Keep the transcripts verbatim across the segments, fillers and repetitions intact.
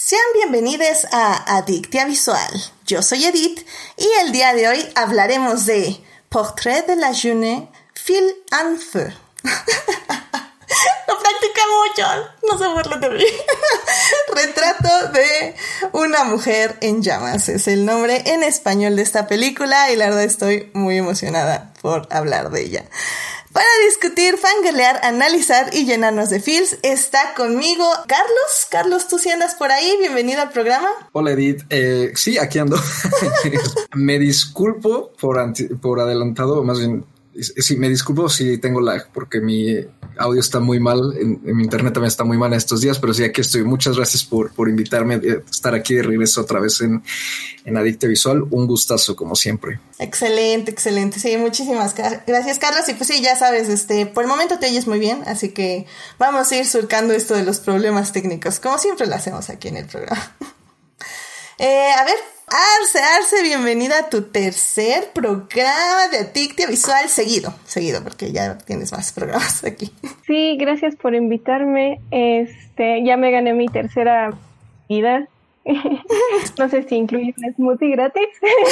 Sean bienvenidos a Adictia Visual. Yo soy Edith y el día de hoy hablaremos de Portrait de la jeune fille en feu. Lo practica mucho, no se burlen de mí. Retrato de una mujer en llamas es el nombre en español de esta película y la verdad estoy muy emocionada por hablar de ella. Para discutir, fangirlear, analizar y llenarnos de feels, está conmigo Carlos. Carlos, ¿tú sí andas por ahí? Bienvenido al programa. Hola, Edith. Eh, sí, aquí ando. Me disculpo por, anti- por adelantado, más bien, sí, me disculpo si tengo lag, porque mi audio está muy mal, en, en mi internet también está muy mal en estos días, pero sí, aquí estoy. Muchas gracias por, por invitarme a estar aquí de regreso otra vez en, en Adictia Visual. Un gustazo, como siempre. Excelente, excelente. Sí, muchísimas gracias, Carlos. Y pues sí, ya sabes, este, por el momento te oyes muy bien, así que vamos a ir surcando esto de los problemas técnicos, como siempre lo hacemos aquí en el programa. eh, a ver, Arce, Arce, bienvenida a tu tercer programa de Adictia Visual seguido, seguido, porque ya tienes más programas aquí. Sí, gracias por invitarme. Este, ya me gané mi tercera vida. No sé si incluye un smoothie gratis.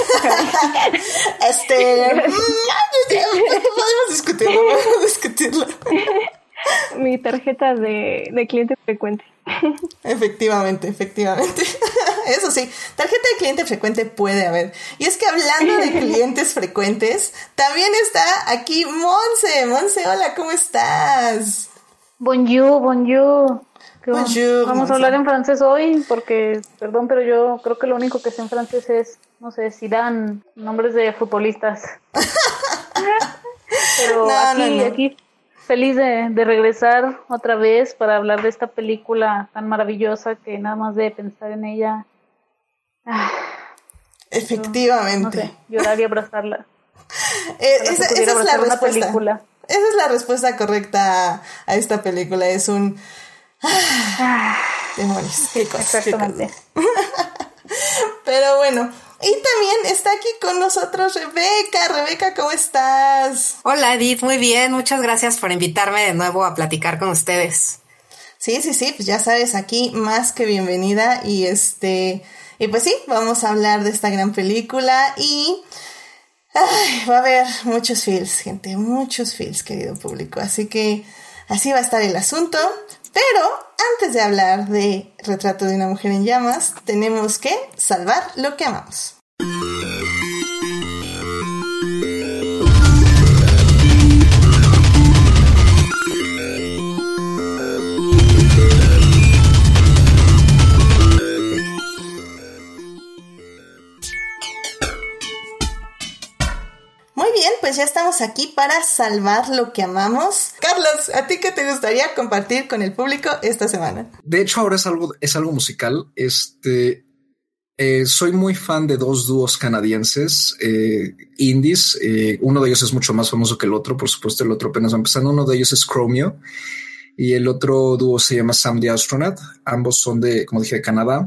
Este, podemos discutirlo, podemos discutirlo. Mi tarjeta de, de cliente frecuente. Efectivamente, efectivamente. Eso sí, tarjeta de cliente frecuente puede haber. Y es que hablando de clientes frecuentes, también está aquí Monse. Monse, hola, ¿cómo estás? Bonjour, bonjour. Bonjour, Vamos Monse. a hablar en francés hoy porque, perdón, pero yo creo que lo único que sé en francés es, no sé, Zidane, nombres de futbolistas. Pero No, aquí, no, no. aquí feliz de, de regresar otra vez para hablar de esta película tan maravillosa que nada más de pensar en ella. Ah, Efectivamente. no sé, llorar y abrazarla. Eh, Ojalá esa, se esa pudiera es la abrazar una respuesta. película. Esa es la respuesta correcta a, a esta película. Es un... Ah, demonios, qué cosa, qué exactamente. cosa. Pero bueno, y también está aquí con nosotros Rebeca. Rebeca, ¿cómo estás? Hola Edith, muy bien, muchas gracias por invitarme de nuevo a platicar con ustedes. Sí, sí, sí, pues ya sabes, aquí más que bienvenida y este... Y pues sí, vamos a hablar de esta gran película y... Ay, va a haber muchos feels, gente, muchos feels, querido público. Así que así va a estar el asunto. Pero antes de hablar de Retrato de una mujer en llamas, tenemos que salvar lo que amamos. Muy bien, pues ya estamos aquí para salvar lo que amamos. Carlos, ¿a ti qué te gustaría compartir con el público esta semana? De hecho, ahora es algo, es algo musical. Este, eh, soy muy fan de dos dúos canadienses, eh, indies. Eh, uno de ellos es mucho más famoso que el otro. Por supuesto, el otro apenas va empezando. Uno de ellos es Chromeo y el otro dúo se llama Sam the Astronaut. Ambos son de, como dije, de Canadá.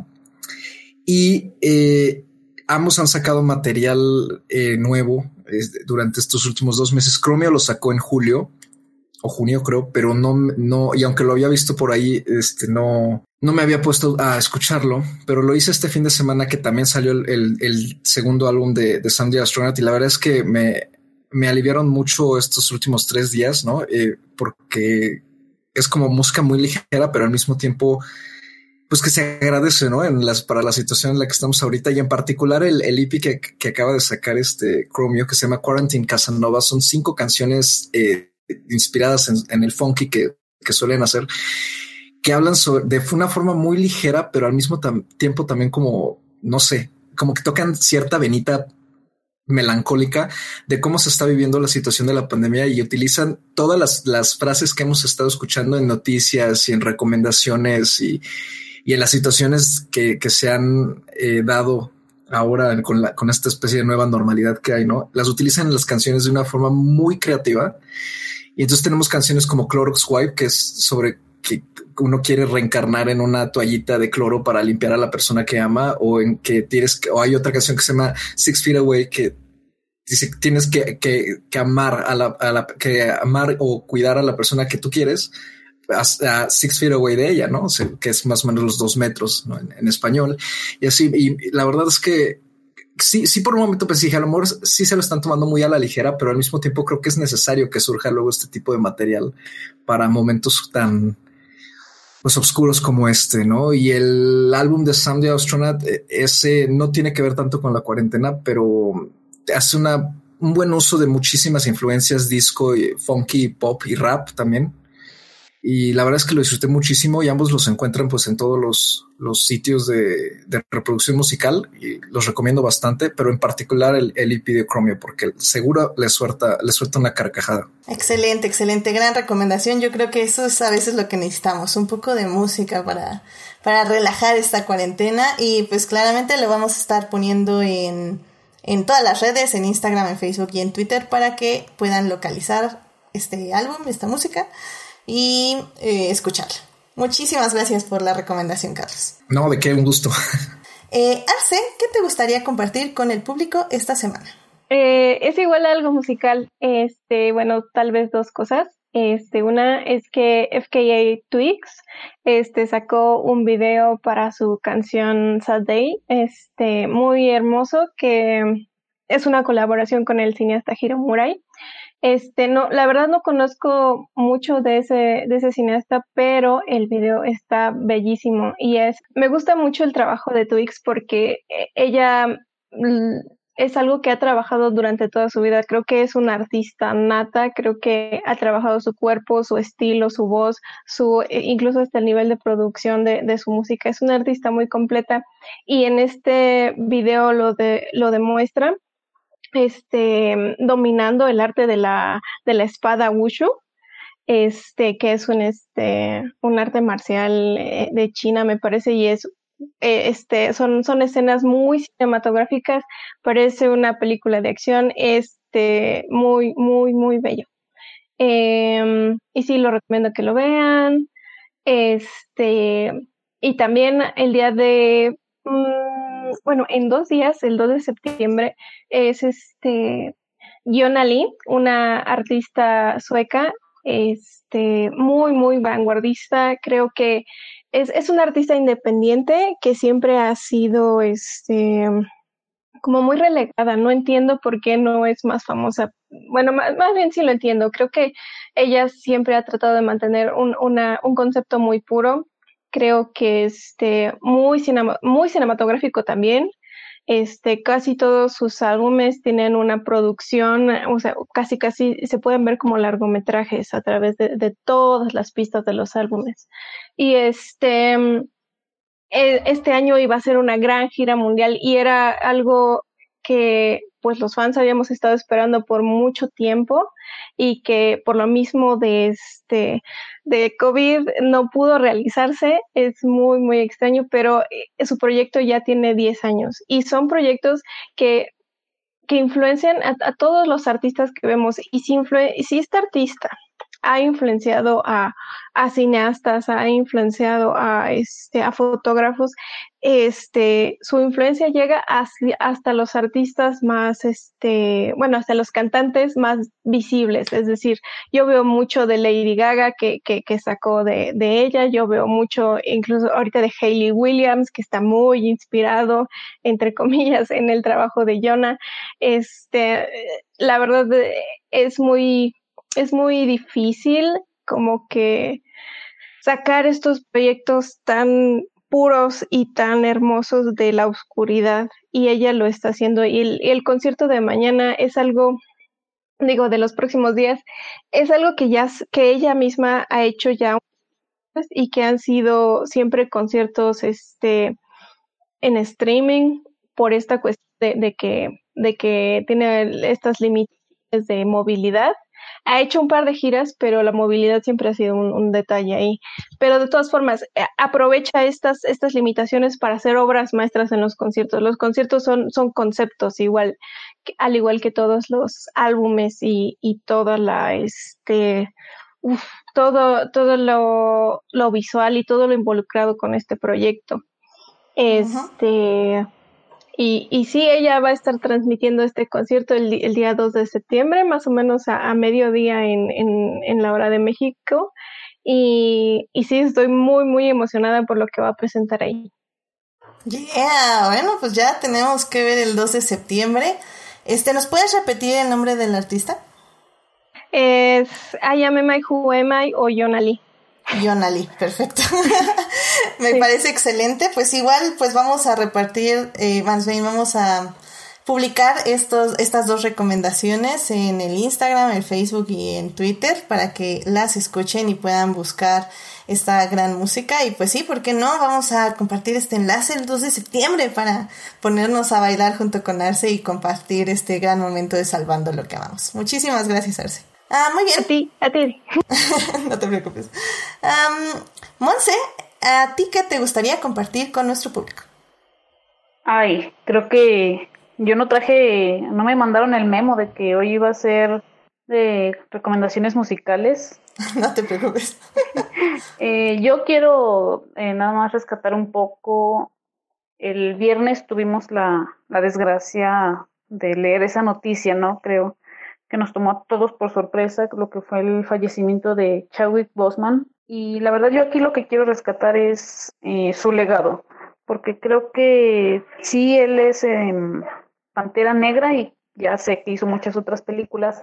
Y eh, ambos han sacado material eh, nuevo eh, durante estos últimos dos meses. Chromeo lo sacó en julio o junio, creo, pero no, no, y aunque lo había visto por ahí, este, no, no me había puesto a escucharlo, pero lo hice este fin de semana que también salió el, el, el segundo álbum de, de Sam the Astronaut y la verdad es que me, me aliviaron mucho estos últimos tres días, ¿no? Eh, porque es como música muy ligera, pero al mismo tiempo pues que se agradece, ¿no? En las, para la situación en la que estamos ahorita y en particular el, el E P que, que acaba de sacar este Chromeo que se llama Quarantine Casanova. Son cinco canciones eh, inspiradas en, en el funky que, que suelen hacer, que hablan sobre, de una forma muy ligera, pero al mismo tam, tiempo también como, no sé, como que tocan cierta venita melancólica de cómo se está viviendo la situación de la pandemia y utilizan todas las, las frases que hemos estado escuchando en noticias y en recomendaciones y y en las situaciones que, que se han eh, dado ahora con, la, con esta especie de nueva normalidad que hay, ¿no? Las utilizan en las canciones de una forma muy creativa. Y entonces tenemos canciones como Clorox Wipe, que es sobre que uno quiere reencarnar en una toallita de cloro para limpiar a la persona que ama, o en que tienes, o hay otra canción que se llama Six Feet Away, que dice que tienes que, que, que amar a la, a la, que amar o cuidar a la persona que tú quieres a, a Six Feet Away de ella, ¿no? O sea, que es más o menos los dos metros, ¿no? en, en español. Y así, y la verdad es que sí, sí por un momento pensé que a lo mejor sí se lo están tomando muy a la ligera, pero al mismo tiempo creo que es necesario que surja luego este tipo de material para momentos tan pues oscuros como este, ¿no? Y el álbum de Someday Astronaut, ese no tiene que ver tanto con la cuarentena, pero hace una, un buen uso de muchísimas influencias disco, y funky, pop y rap también. Y la verdad es que lo disfruté muchísimo y ambos los encuentran pues en todos los, los sitios de, de reproducción musical y los recomiendo bastante, pero en particular el, el E P de Chromeo porque seguro les suelta, les suelta una carcajada. Excelente, excelente, gran recomendación. Yo creo que eso es a veces lo que necesitamos, un poco de música para, para relajar esta cuarentena y pues claramente lo vamos a estar poniendo en, en todas las redes, en Instagram, en Facebook y en Twitter para que puedan localizar este álbum, esta música y eh, escucharla. Muchísimas gracias por la recomendación, Carlos. No, de qué, un gusto. Eh, Arce, ¿qué te gustaría compartir con el público esta semana? Eh, es igual a algo musical. Este, bueno, tal vez dos cosas. Este, una es que F K A Twigs, este, sacó un video para su canción Sad Day, este, muy hermoso, que es una colaboración con el cineasta Hiro Murai. Este, no, la verdad no conozco mucho de ese, de ese cineasta, pero el video está bellísimo y es, me gusta mucho el trabajo de Twigs porque ella mm, es algo que ha trabajado durante toda su vida. Creo que es una artista nata, creo que ha trabajado su cuerpo, su estilo, su voz, su, incluso hasta el nivel de producción de, de su música. Es una artista muy completa y en este video lo de, lo demuestra. Este, dominando el arte de la, de la espada Wushu, este, que es un, este, un arte marcial eh, de China, me parece, y es, eh, este, son, son escenas muy cinematográficas, parece una película de acción, este, muy, muy, muy bello. Eh, y sí, lo recomiendo que lo vean. Este, y también el día de, mmm, bueno, en dos días, el dos de septiembre, es este Jonna Lee, una artista sueca, este, muy, muy vanguardista. Creo que es, es una artista independiente que siempre ha sido, este, como muy relegada. No entiendo por qué no es más famosa. Bueno, más, más bien sí lo entiendo. Creo que ella siempre ha tratado de mantener un, una, un concepto muy puro. Creo que este, muy, cinema, muy cinematográfico también. Este, casi todos sus álbumes tienen una producción, o sea, casi casi se pueden ver como largometrajes a través de, de todas las pistas de los álbumes. Y este, este año iba a ser una gran gira mundial y era algo que pues los fans habíamos estado esperando por mucho tiempo y que por lo mismo de este de COVID no pudo realizarse. Es muy muy extraño, pero su proyecto ya tiene diez años y son proyectos que que influencian a, a todos los artistas que vemos. Y si, influ- si esta artista ha influenciado a, a cineastas, ha influenciado a, este, a fotógrafos, este, su influencia llega hasta, hasta los artistas más, este, bueno, hasta los cantantes más visibles. Es decir, yo veo mucho de Lady Gaga que, que, que sacó de, de ella, yo veo mucho incluso ahorita de Hayley Williams, que está muy inspirado, entre comillas, en el trabajo de Jonna. Este, la verdad es muy, es muy difícil como que sacar estos proyectos tan puros y tan hermosos de la oscuridad, y ella lo está haciendo. Y el, y el concierto de mañana es algo, digo, de los próximos días, es algo que ya, que ella misma ha hecho ya y que han sido siempre conciertos este en streaming por esta cuestión de, de que de que tiene estas limitaciones de movilidad. Ha hecho un par de giras, pero la movilidad siempre ha sido un, un detalle ahí. Pero de todas formas, eh, aprovecha estas, estas limitaciones para hacer obras maestras en los conciertos. Los conciertos son, son conceptos, igual, al igual que todos los álbumes y, y toda la, este, uf, todo, todo lo, lo visual y todo lo involucrado con este proyecto. Este... Uh-huh. Y, y sí, ella va a estar transmitiendo este concierto el, el día dos de septiembre, más o menos a, a mediodía en, en, en la hora de México. y, y sí, estoy muy, muy emocionada por lo que va a presentar ahí. Yeah, bueno, pues ya tenemos que ver el dos de septiembre. Este, ¿nos puedes repetir el nombre del artista? Es I Am M I Who Am I o Yona Lee. Yona Lee, perfecto. Me sí. parece excelente. Pues igual, pues vamos a repartir, eh, más bien vamos a publicar estos, estas dos recomendaciones en el Instagram, el Facebook y en Twitter para que las escuchen y puedan buscar esta gran música. Y pues sí, ¿por qué no? Vamos a compartir este enlace el dos de septiembre para ponernos a bailar junto con Arce y compartir este gran momento de Salvando lo que amamos. Muchísimas gracias, Arce. Ah, muy bien. A ti, a ti. No te preocupes. Um, Monse, ¿a ti qué te gustaría compartir con nuestro público? Ay, creo que yo no traje, no me mandaron el memo de que hoy iba a ser de recomendaciones musicales. No te preocupes. eh, yo quiero eh, nada más rescatar un poco. El viernes tuvimos la, la desgracia de leer esa noticia, ¿no? Creo que nos tomó a todos por sorpresa lo que fue el fallecimiento de Chadwick Boseman. Y la verdad yo aquí lo que quiero rescatar es eh, su legado, porque creo que sí, él es eh, Pantera Negra y ya sé que hizo muchas otras películas,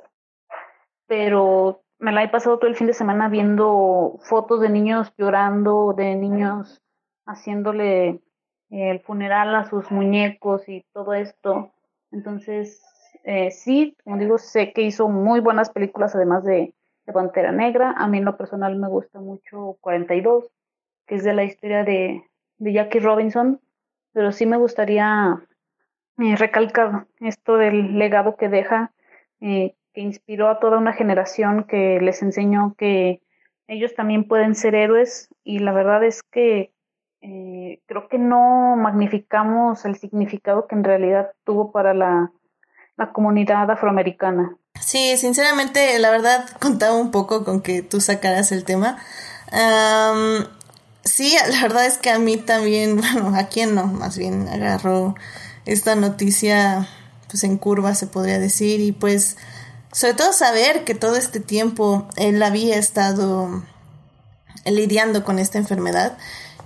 pero me la he pasado todo el fin de semana viendo fotos de niños llorando, de niños haciéndole el funeral a sus muñecos y todo esto. Entonces, eh, sí, como digo, sé que hizo muy buenas películas además de, de Pantera Negra. A mí en lo personal me gusta mucho cuarenta y dos, que es de la historia de, de Jackie Robinson, pero sí me gustaría eh, recalcar esto del legado que deja, eh, que inspiró a toda una generación, que les enseñó que ellos también pueden ser héroes, y la verdad es que eh, creo que no magnificamos el significado que en realidad tuvo para la, la comunidad afroamericana. Sí, sinceramente, la verdad, contaba un poco con que tú sacaras el tema. Um, sí, la verdad es que a mí también, bueno, ¿a quién no? Más bien agarró esta noticia pues en curva, se podría decir, y pues sobre todo saber que todo este tiempo él había estado lidiando con esta enfermedad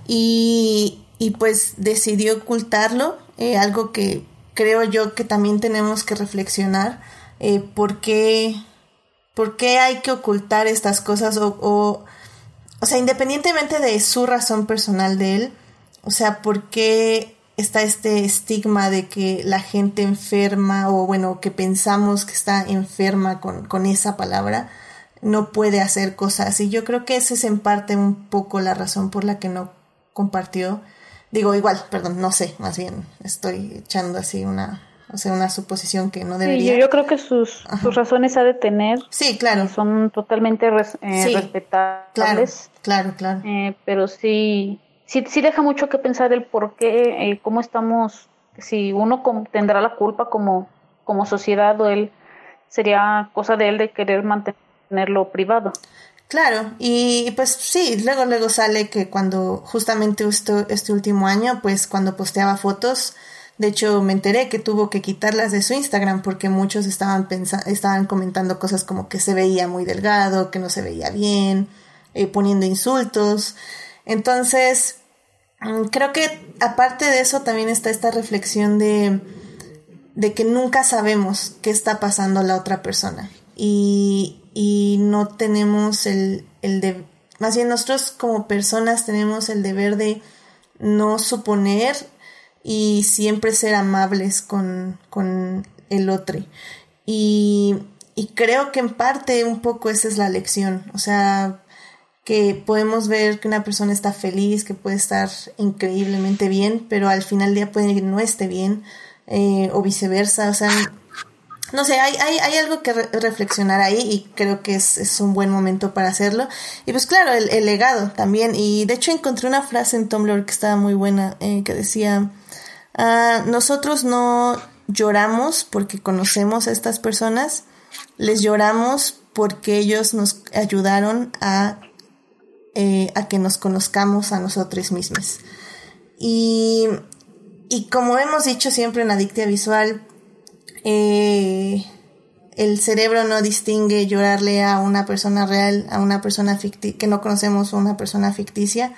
y, y pues decidió ocultarlo, eh, algo que creo yo que también tenemos que reflexionar, eh, ¿por qué, por qué hay que ocultar estas cosas? O, o, o sea, independientemente de su razón personal de él, o sea, ¿por qué está este estigma de que la gente enferma, o bueno, que pensamos que está enferma con, con esa palabra, no puede hacer cosas? Y yo creo que esa es en parte un poco la razón por la que no compartió. Digo, igual, perdón, no sé, más bien estoy echando así una, o sea, una suposición que no debería. Sí, yo, yo creo que sus, sus razones ha de tener. Sí, claro. Son totalmente res, eh, sí, respetables. Claro, claro, claro. Eh, pero sí... Sí, sí deja mucho que pensar el por qué, eh, cómo estamos, si uno com- tendrá la culpa como, como sociedad, o él sería cosa de él de querer mantenerlo privado. Claro, y pues sí, luego luego sale que cuando justamente esto, este último año, pues cuando posteaba fotos, de hecho me enteré que tuvo que quitarlas de su Instagram porque muchos estaban pensa- estaban comentando cosas como que se veía muy delgado, que no se veía bien, eh, poniendo insultos. Entonces, creo que aparte de eso también está esta reflexión de, de que nunca sabemos qué está pasando a la otra persona. Y, y no tenemos el, el de, más bien nosotros como personas tenemos el deber de no suponer y siempre ser amables con, con el otro. Y, y creo que en parte un poco esa es la lección. O sea, que podemos ver que una persona está feliz, que puede estar increíblemente bien, pero al final del día puede que no esté bien, eh, o viceversa. O sea, no sé, hay, hay, hay algo que re- reflexionar ahí, y creo que es, es un buen momento para hacerlo. Y pues claro, el, el legado también. Y de hecho encontré una frase en Tumblr que estaba muy buena, eh, que decía, uh, nosotros no lloramos porque conocemos a estas personas, les lloramos porque ellos nos ayudaron a Eh, a que nos conozcamos a nosotros mismos. Y, y como hemos dicho siempre en Adictia Visual, eh, el cerebro no distingue llorarle a una persona real, a una persona ficti- que no conocemos, o una persona ficticia.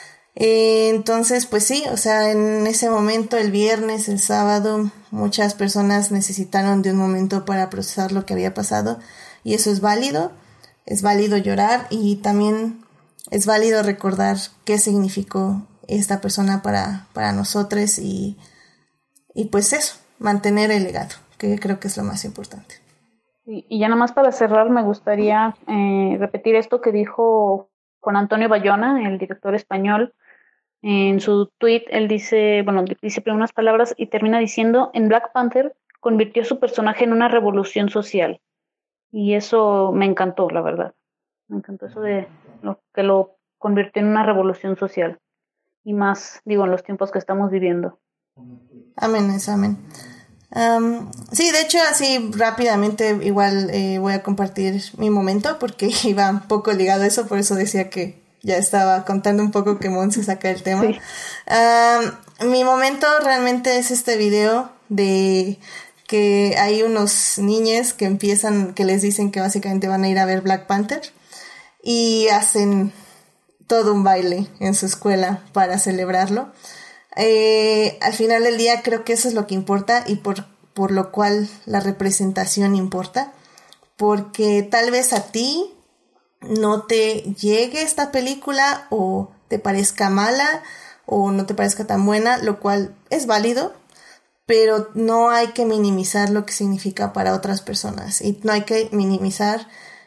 Eh, entonces, pues sí, o sea, en ese momento, el viernes, el sábado, muchas personas necesitaron de un momento para procesar lo que había pasado, y eso es válido, es válido llorar, y también es válido recordar qué significó esta persona para, para nosotros, y, y pues eso, mantener el legado, que creo que es lo más importante. Y, y ya nada más para cerrar, me gustaría eh, repetir esto que dijo Juan Antonio Bayona, el director español. En su tweet, él dice, bueno, dice primero unas palabras y termina diciendo: en Black Panther convirtió a su personaje en una revolución social. Y eso me encantó, la verdad. Me encantó eso de lo que lo convirtió en una revolución social. Y más, digo, en los tiempos que estamos viviendo. Amén, eso, amén. Um, sí, de hecho, así rápidamente igual eh, voy a compartir mi momento, porque iba un poco ligado a eso, por eso decía que ya estaba contando un poco que Mon se saca el tema. Sí. Um, mi momento realmente es este video de que hay unos niños que empiezan, que les dicen que básicamente van a ir a ver Black Panther, y hacen todo un baile en su escuela para celebrarlo. Eh, al final del día creo que eso es lo que importa, y por, por lo cual la representación importa, porque tal vez a ti no te llegue esta película, o te parezca mala, o no te parezca tan buena, lo cual es válido, pero no hay que minimizar lo que significa para otras personas, y no hay que minimizar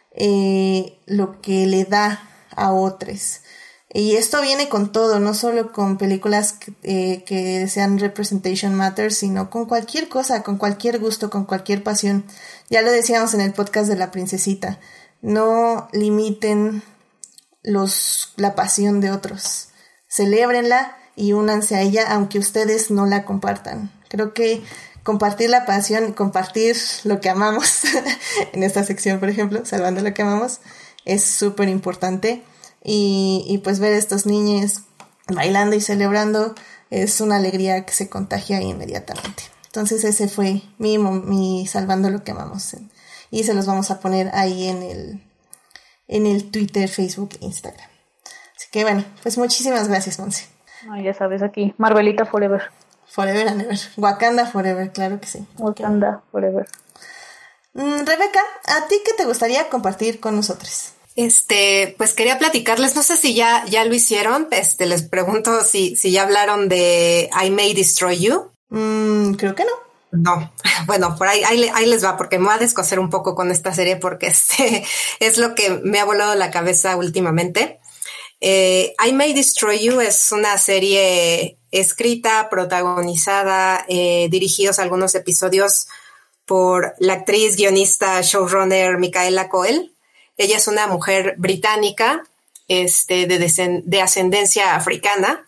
eh, lo que le da a otros. Y esto viene con todo, no solo con películas que, eh, que sean representation matters, sino con cualquier cosa, con cualquier gusto, con cualquier pasión. Ya lo decíamos en el podcast de La Princesita. No limiten los, la pasión de otros. Celébrenla y únanse a ella, aunque ustedes no la compartan. Creo que compartir la pasión, compartir lo que amamos, en esta sección, por ejemplo, salvando lo que amamos, es súper importante. Y, y pues ver a estos niños bailando y celebrando es una alegría que se contagia inmediatamente. Entonces ese fue mi, mi salvando lo que amamos. Y se los vamos a poner ahí en el, en el Twitter, Facebook e Instagram. Así que bueno, pues muchísimas gracias, Monse. No, ya sabes, aquí, Marvelita Forever. Forever and ever. Wakanda Forever, claro que sí. Wakanda Forever. Mm, Rebeca, ¿a ti qué te gustaría compartir con nosotros? Este, pues quería platicarles, no sé si ya, ya lo hicieron, este, les pregunto si, si ya hablaron de I May Destroy You. Mm, creo que no. No, bueno, por ahí, ahí, ahí les va, porque me voy a descoser un poco con esta serie, porque este es lo que me ha volado la cabeza últimamente. Eh, I May Destroy You es una serie escrita, protagonizada, eh, dirigidos algunos episodios por la actriz, guionista, showrunner Micaela Coel. Ella es una mujer británica, este, de, descend- de ascendencia africana,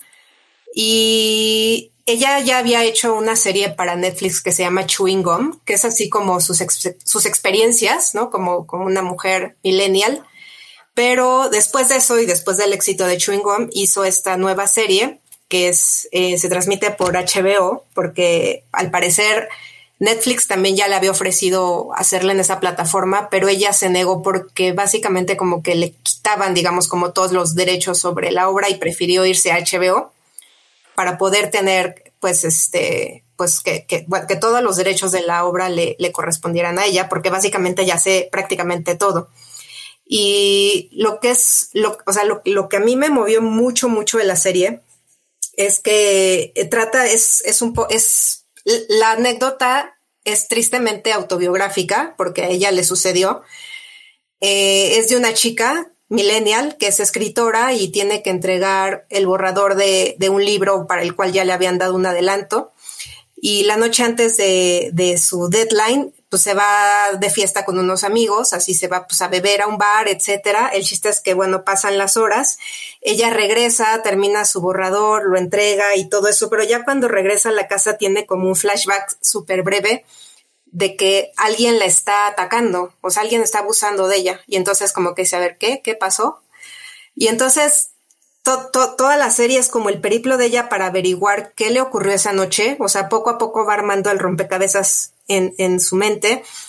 y ella ya había hecho una serie para Netflix que se llama Chewing Gum, que es así como sus, ex- sus experiencias, ¿no? Como, como una mujer millennial. Pero después de eso y después del éxito de Chewing Gum, hizo esta nueva serie que es, eh, se transmite por H B O, porque al parecer Netflix también ya le había ofrecido hacerla en esa plataforma, pero ella se negó porque básicamente como que le quitaban, digamos, como todos los derechos sobre la obra, y prefirió irse a H B O para poder tener, pues, este, pues que, que, bueno, que todos los derechos de la obra le, le correspondieran a ella, porque básicamente ya sé prácticamente todo. Y lo que es, lo, o sea, lo, lo que a mí me movió mucho, mucho de la serie es que trata, es, es un po, es, la anécdota es tristemente autobiográfica, porque a ella le sucedió. Eh, es de una chica millennial que es escritora y tiene que entregar el borrador de, de un libro para el cual ya le habían dado un adelanto. Y la noche antes de, de su deadline, pues se va de fiesta con unos amigos, así se va pues a beber a un bar, etcétera. El chiste es que, bueno, pasan las horas, ella regresa, termina su borrador, lo entrega y todo eso, pero ya cuando regresa a la casa tiene como un flashback súper breve de que alguien la está atacando, o sea, alguien está abusando de ella, y entonces como que dice, a ver, ¿qué? ¿Qué pasó? Y entonces to, to, toda la serie es como el periplo de ella para averiguar qué le ocurrió esa noche, o sea, poco a poco va armando el rompecabezas en, en su mente,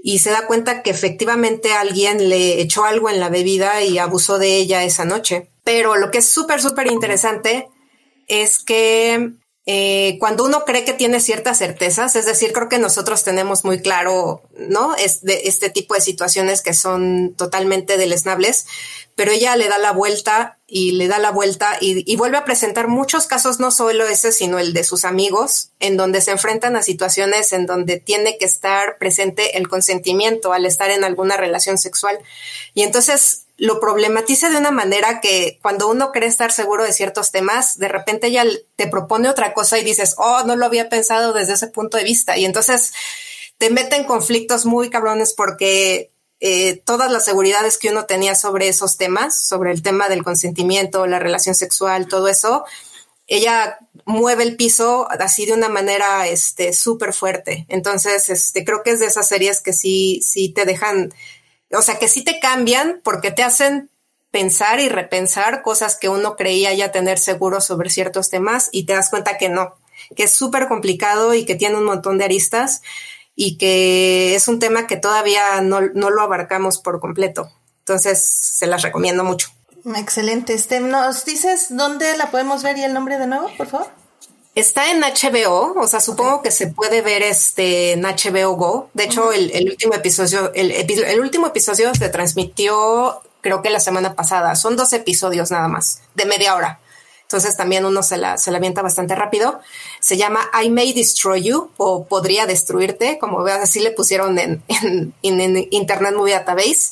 y se da cuenta que efectivamente alguien le echó algo en la bebida y abusó de ella esa noche. Pero lo que es súper, súper interesante es que eh, cuando uno cree que tiene ciertas certezas, es decir, creo que nosotros tenemos muy claro, ¿no? Es de este tipo de situaciones que son totalmente deleznables, pero ella le da la vuelta y le da la vuelta y, y vuelve a presentar muchos casos, no solo ese, sino el de sus amigos, en donde se enfrentan a situaciones en donde tiene que estar presente el consentimiento al estar en alguna relación sexual. Y entonces lo problematiza de una manera que cuando uno cree estar seguro de ciertos temas, de repente ella te propone otra cosa y dices, oh, no lo había pensado desde ese punto de vista. Y entonces te mete en conflictos muy cabrones porque eh, todas las seguridades que uno tenía sobre esos temas, sobre el tema del consentimiento, la relación sexual, todo eso, ella mueve el piso así de una manera este súper fuerte. Entonces, este creo que es de esas series que sí, sí te dejan, o sea, que sí te cambian porque te hacen pensar y repensar cosas que uno creía ya tener seguro sobre ciertos temas y te das cuenta que no, que es súper complicado y que tiene un montón de aristas y que es un tema que todavía no, no lo abarcamos por completo. Entonces, se las recomiendo mucho. Excelente. Este, ¿nos dices dónde la podemos ver y el nombre de nuevo, por favor? Está en H B O, o sea, supongo okay. que se puede ver este en H B O Go. De hecho, uh-huh. el, el último episodio, el, el último episodio se transmitió, creo que la semana pasada. Son dos episodios nada más, de media hora. Entonces también uno se la, se la avienta bastante rápido. Se llama I May Destroy You, o Podría Destruirte, como veas, así le pusieron en, en, en Internet Movie Database.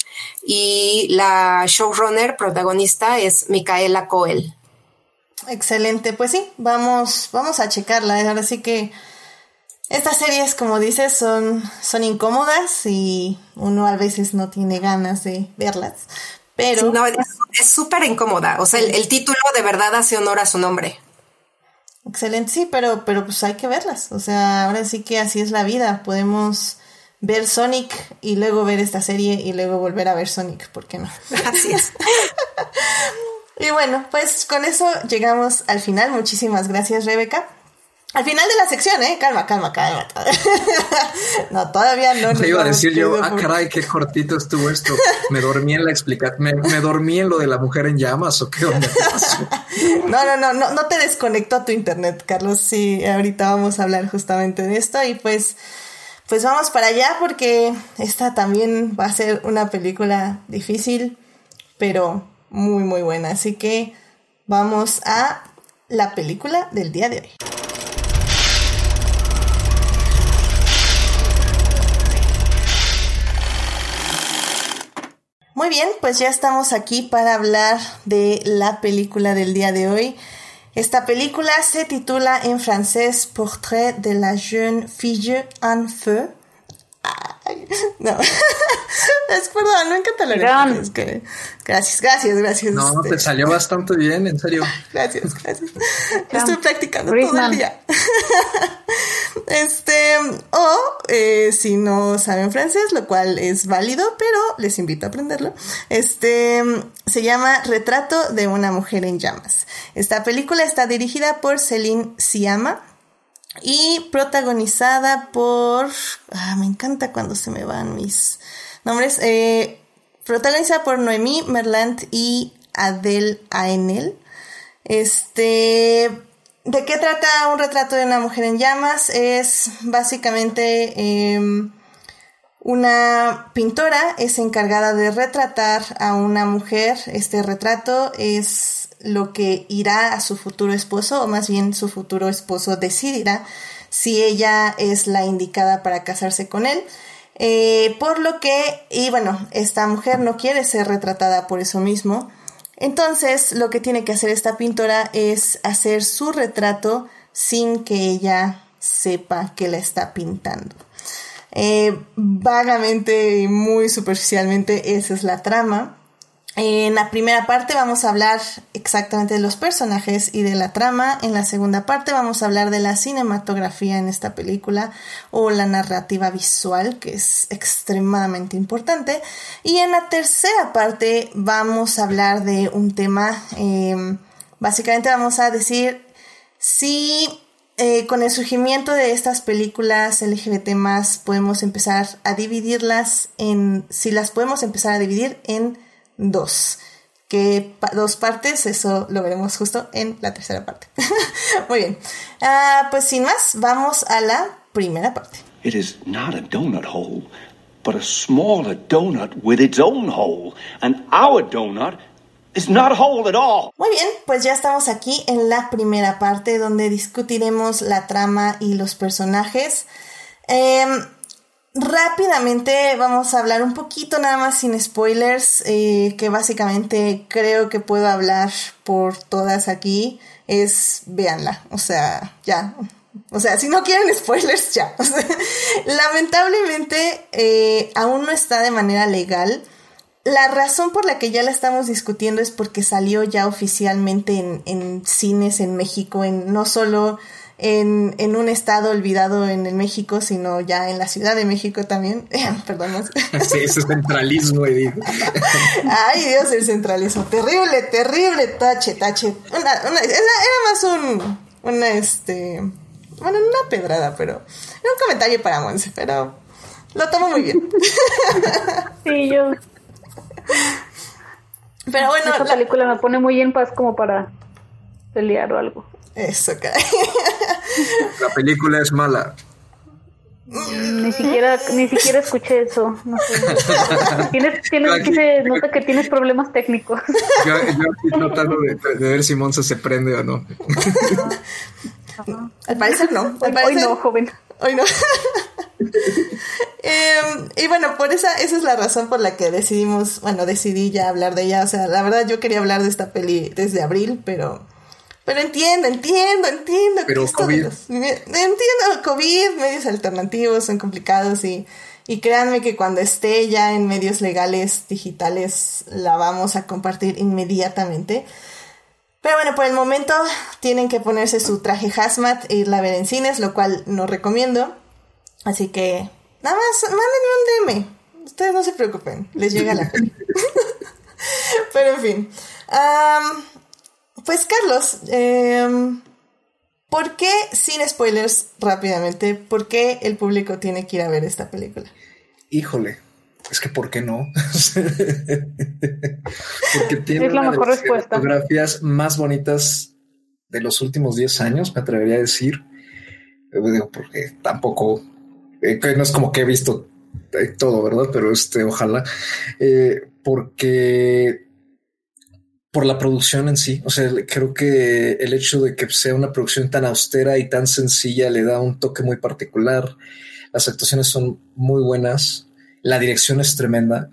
Y la showrunner protagonista es Micaela Coel. Excelente, pues sí, vamos, vamos a checarla. Ahora sí que estas series, como dices, son, son incómodas y uno a veces no tiene ganas de verlas. Pero sí, no, es súper incómoda. O sea, el, el título de verdad hace honor a su nombre. Excelente, sí, pero, pero pues hay que verlas. O sea, ahora sí que así es la vida. Podemos ver Sonic y luego ver esta serie y luego volver a ver Sonic. ¿Por qué no? Así es. Y bueno, pues con eso llegamos al final. Muchísimas gracias, Rebeca. Al final de la sección, ¿eh? Calma, calma, calma. No, todavía no. Te iba a decir yo, ah, caray, qué cortito estuvo esto. Me dormí en la explicación, me, me dormí en lo de la mujer en llamas, ¿o qué onda? No, no, no, no, no te desconectó tu internet, Carlos. Sí, ahorita vamos a hablar justamente de esto y pues, pues vamos para allá porque esta también va a ser una película difícil, pero muy, muy buena. Así que vamos a la película del día de hoy. Muy bien, pues ya estamos aquí para hablar de la película del día de hoy. Esta película se titula en francés Portrait de la jeune fille en feu. Ay, no, es perdón, no encanta la es que gracias, gracias, gracias. No, este... te salió bastante bien, en serio. Gracias, gracias. Estoy practicando todo el día. Este, o eh, si no saben francés, lo cual es válido, pero les invito a aprenderlo. Este, se llama Retrato de una mujer en llamas. Esta película está dirigida por Céline Sciamma y protagonizada por... Ah, me encanta cuando se me van mis nombres. Eh, protagonizada por Noémie Merlant y Adèle Haenel. Este... ¿De qué trata un retrato de una mujer en llamas? Es básicamente eh, una pintora es encargada de retratar a una mujer. Este retrato es lo que irá a su futuro esposo, o más bien su futuro esposo decidirá si ella es la indicada para casarse con él. Eh, por lo que, y bueno, esta mujer no quiere ser retratada por eso mismo. Entonces, lo que tiene que hacer esta pintora es hacer su retrato sin que ella sepa que la está pintando. Eh, vagamente y muy superficialmente, esa es la trama. En la primera parte vamos a hablar exactamente de los personajes y de la trama. En la segunda parte vamos a hablar de la cinematografía en esta película o la narrativa visual, que es extremadamente importante. Y en la tercera parte vamos a hablar de un tema, eh, básicamente vamos a decir si eh, con el surgimiento de estas películas L G B T más, podemos empezar a dividirlas en, si las podemos empezar a dividir en dos. ¿Qué pa- dos partes? Eso lo veremos justo en la tercera parte. Muy bien. Uh, pues sin más, vamos a la primera parte. It is not a donut hole, but a smaller donut with its own hole. And our donut is not a hole at all. Muy bien, pues ya estamos aquí en la primera parte donde discutiremos la trama y los personajes. Eh, rápidamente vamos a hablar un poquito nada más sin spoilers, eh, que básicamente creo que puedo hablar por todas aquí. Es, véanla, o sea, ya... O sea, si no quieren spoilers, ya. O sea, lamentablemente, eh, aún no está de manera legal. La razón por la que ya la estamos discutiendo es porque salió ya oficialmente en, en cines en México, en no solo en, en un estado olvidado en el México, sino ya en la Ciudad de México también. Perdón. Sí, ese centralismo, Edith. Ay, Dios, el centralismo. Terrible, terrible. Tache, tache. Una, una, era, era más un... Una, este... Bueno, una pedrada, pero... Era un comentario para Monse, pero... Lo tomo muy bien. Sí, yo... Pero bueno... Esta la... película me pone muy en paz como para pelear o algo. Eso, caray. La película es mala. Ni siquiera, ni siquiera escuché eso. No sé. Tienes, tienes, aquí se nota que tienes problemas técnicos. Yo, yo estoy tratando de, de ver si Monse se prende o no. Al parecer no. Al parecer, hoy no, joven. Hoy no. eh, y bueno, por esa, esa es la razón por la que decidimos, bueno, decidí ya hablar de ella. O sea, la verdad yo quería hablar de esta peli desde abril, pero... Pero entiendo, entiendo, entiendo. Pero COVID. Los, entiendo, COVID, medios alternativos son complicados y, y créanme que cuando esté ya en medios legales digitales la vamos a compartir inmediatamente. Pero bueno, por el momento tienen que ponerse su traje hazmat e irla a ver en cines, lo cual no recomiendo. Así que nada más, mándenme un D M. Ustedes no se preocupen, les llega la peli. Pero en fin. Um, Pues Carlos, eh, ¿por qué, sin spoilers rápidamente, por qué el público tiene que ir a ver esta película? Híjole, es que ¿por qué no? Porque tiene es la una mejor de las respuesta. fotografías más bonitas de los últimos diez años, me atrevería a decir. Digo, porque tampoco, eh, no es como que he visto eh, todo, ¿verdad? Pero este, ojalá, eh, porque... por la producción en sí. O sea, creo que el hecho de que sea una producción tan austera y tan sencilla le da un toque muy particular. Las actuaciones son muy buenas. La dirección es tremenda.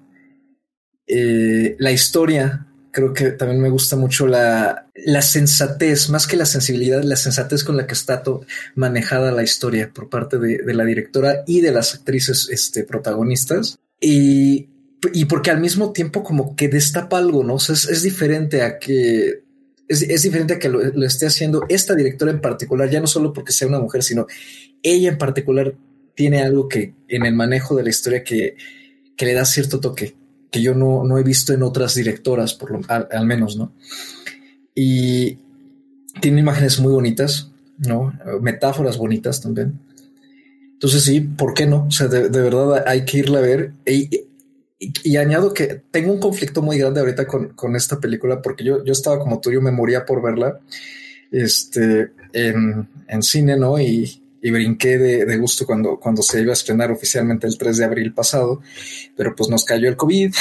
Eh, la historia, creo que también me gusta mucho la, la sensatez, más que la sensibilidad, la sensatez con la que está to- manejada la historia por parte de, de la directora y de las actrices este, protagonistas. Y Y porque al mismo tiempo como que destapa algo, ¿no? O sea, es, es diferente a que... Es, es diferente a que lo, lo esté haciendo esta directora en particular, ya no solo porque sea una mujer, sino ella en particular tiene algo que en el manejo de la historia que, que le da cierto toque, que yo no, no he visto en otras directoras, por lo, al, al menos, ¿no? Y tiene imágenes muy bonitas, ¿no? Metáforas bonitas también. Entonces sí, ¿por qué no? O sea, de, de verdad hay que irla a ver. Y, Y, y añado que tengo un conflicto muy grande ahorita con, con esta película porque yo, yo estaba como tú, yo me moría por verla este, en, en cine, ¿no? Y, y brinqué de, de gusto cuando, cuando se iba a estrenar oficialmente el tres de abril pasado, pero pues nos cayó el COVID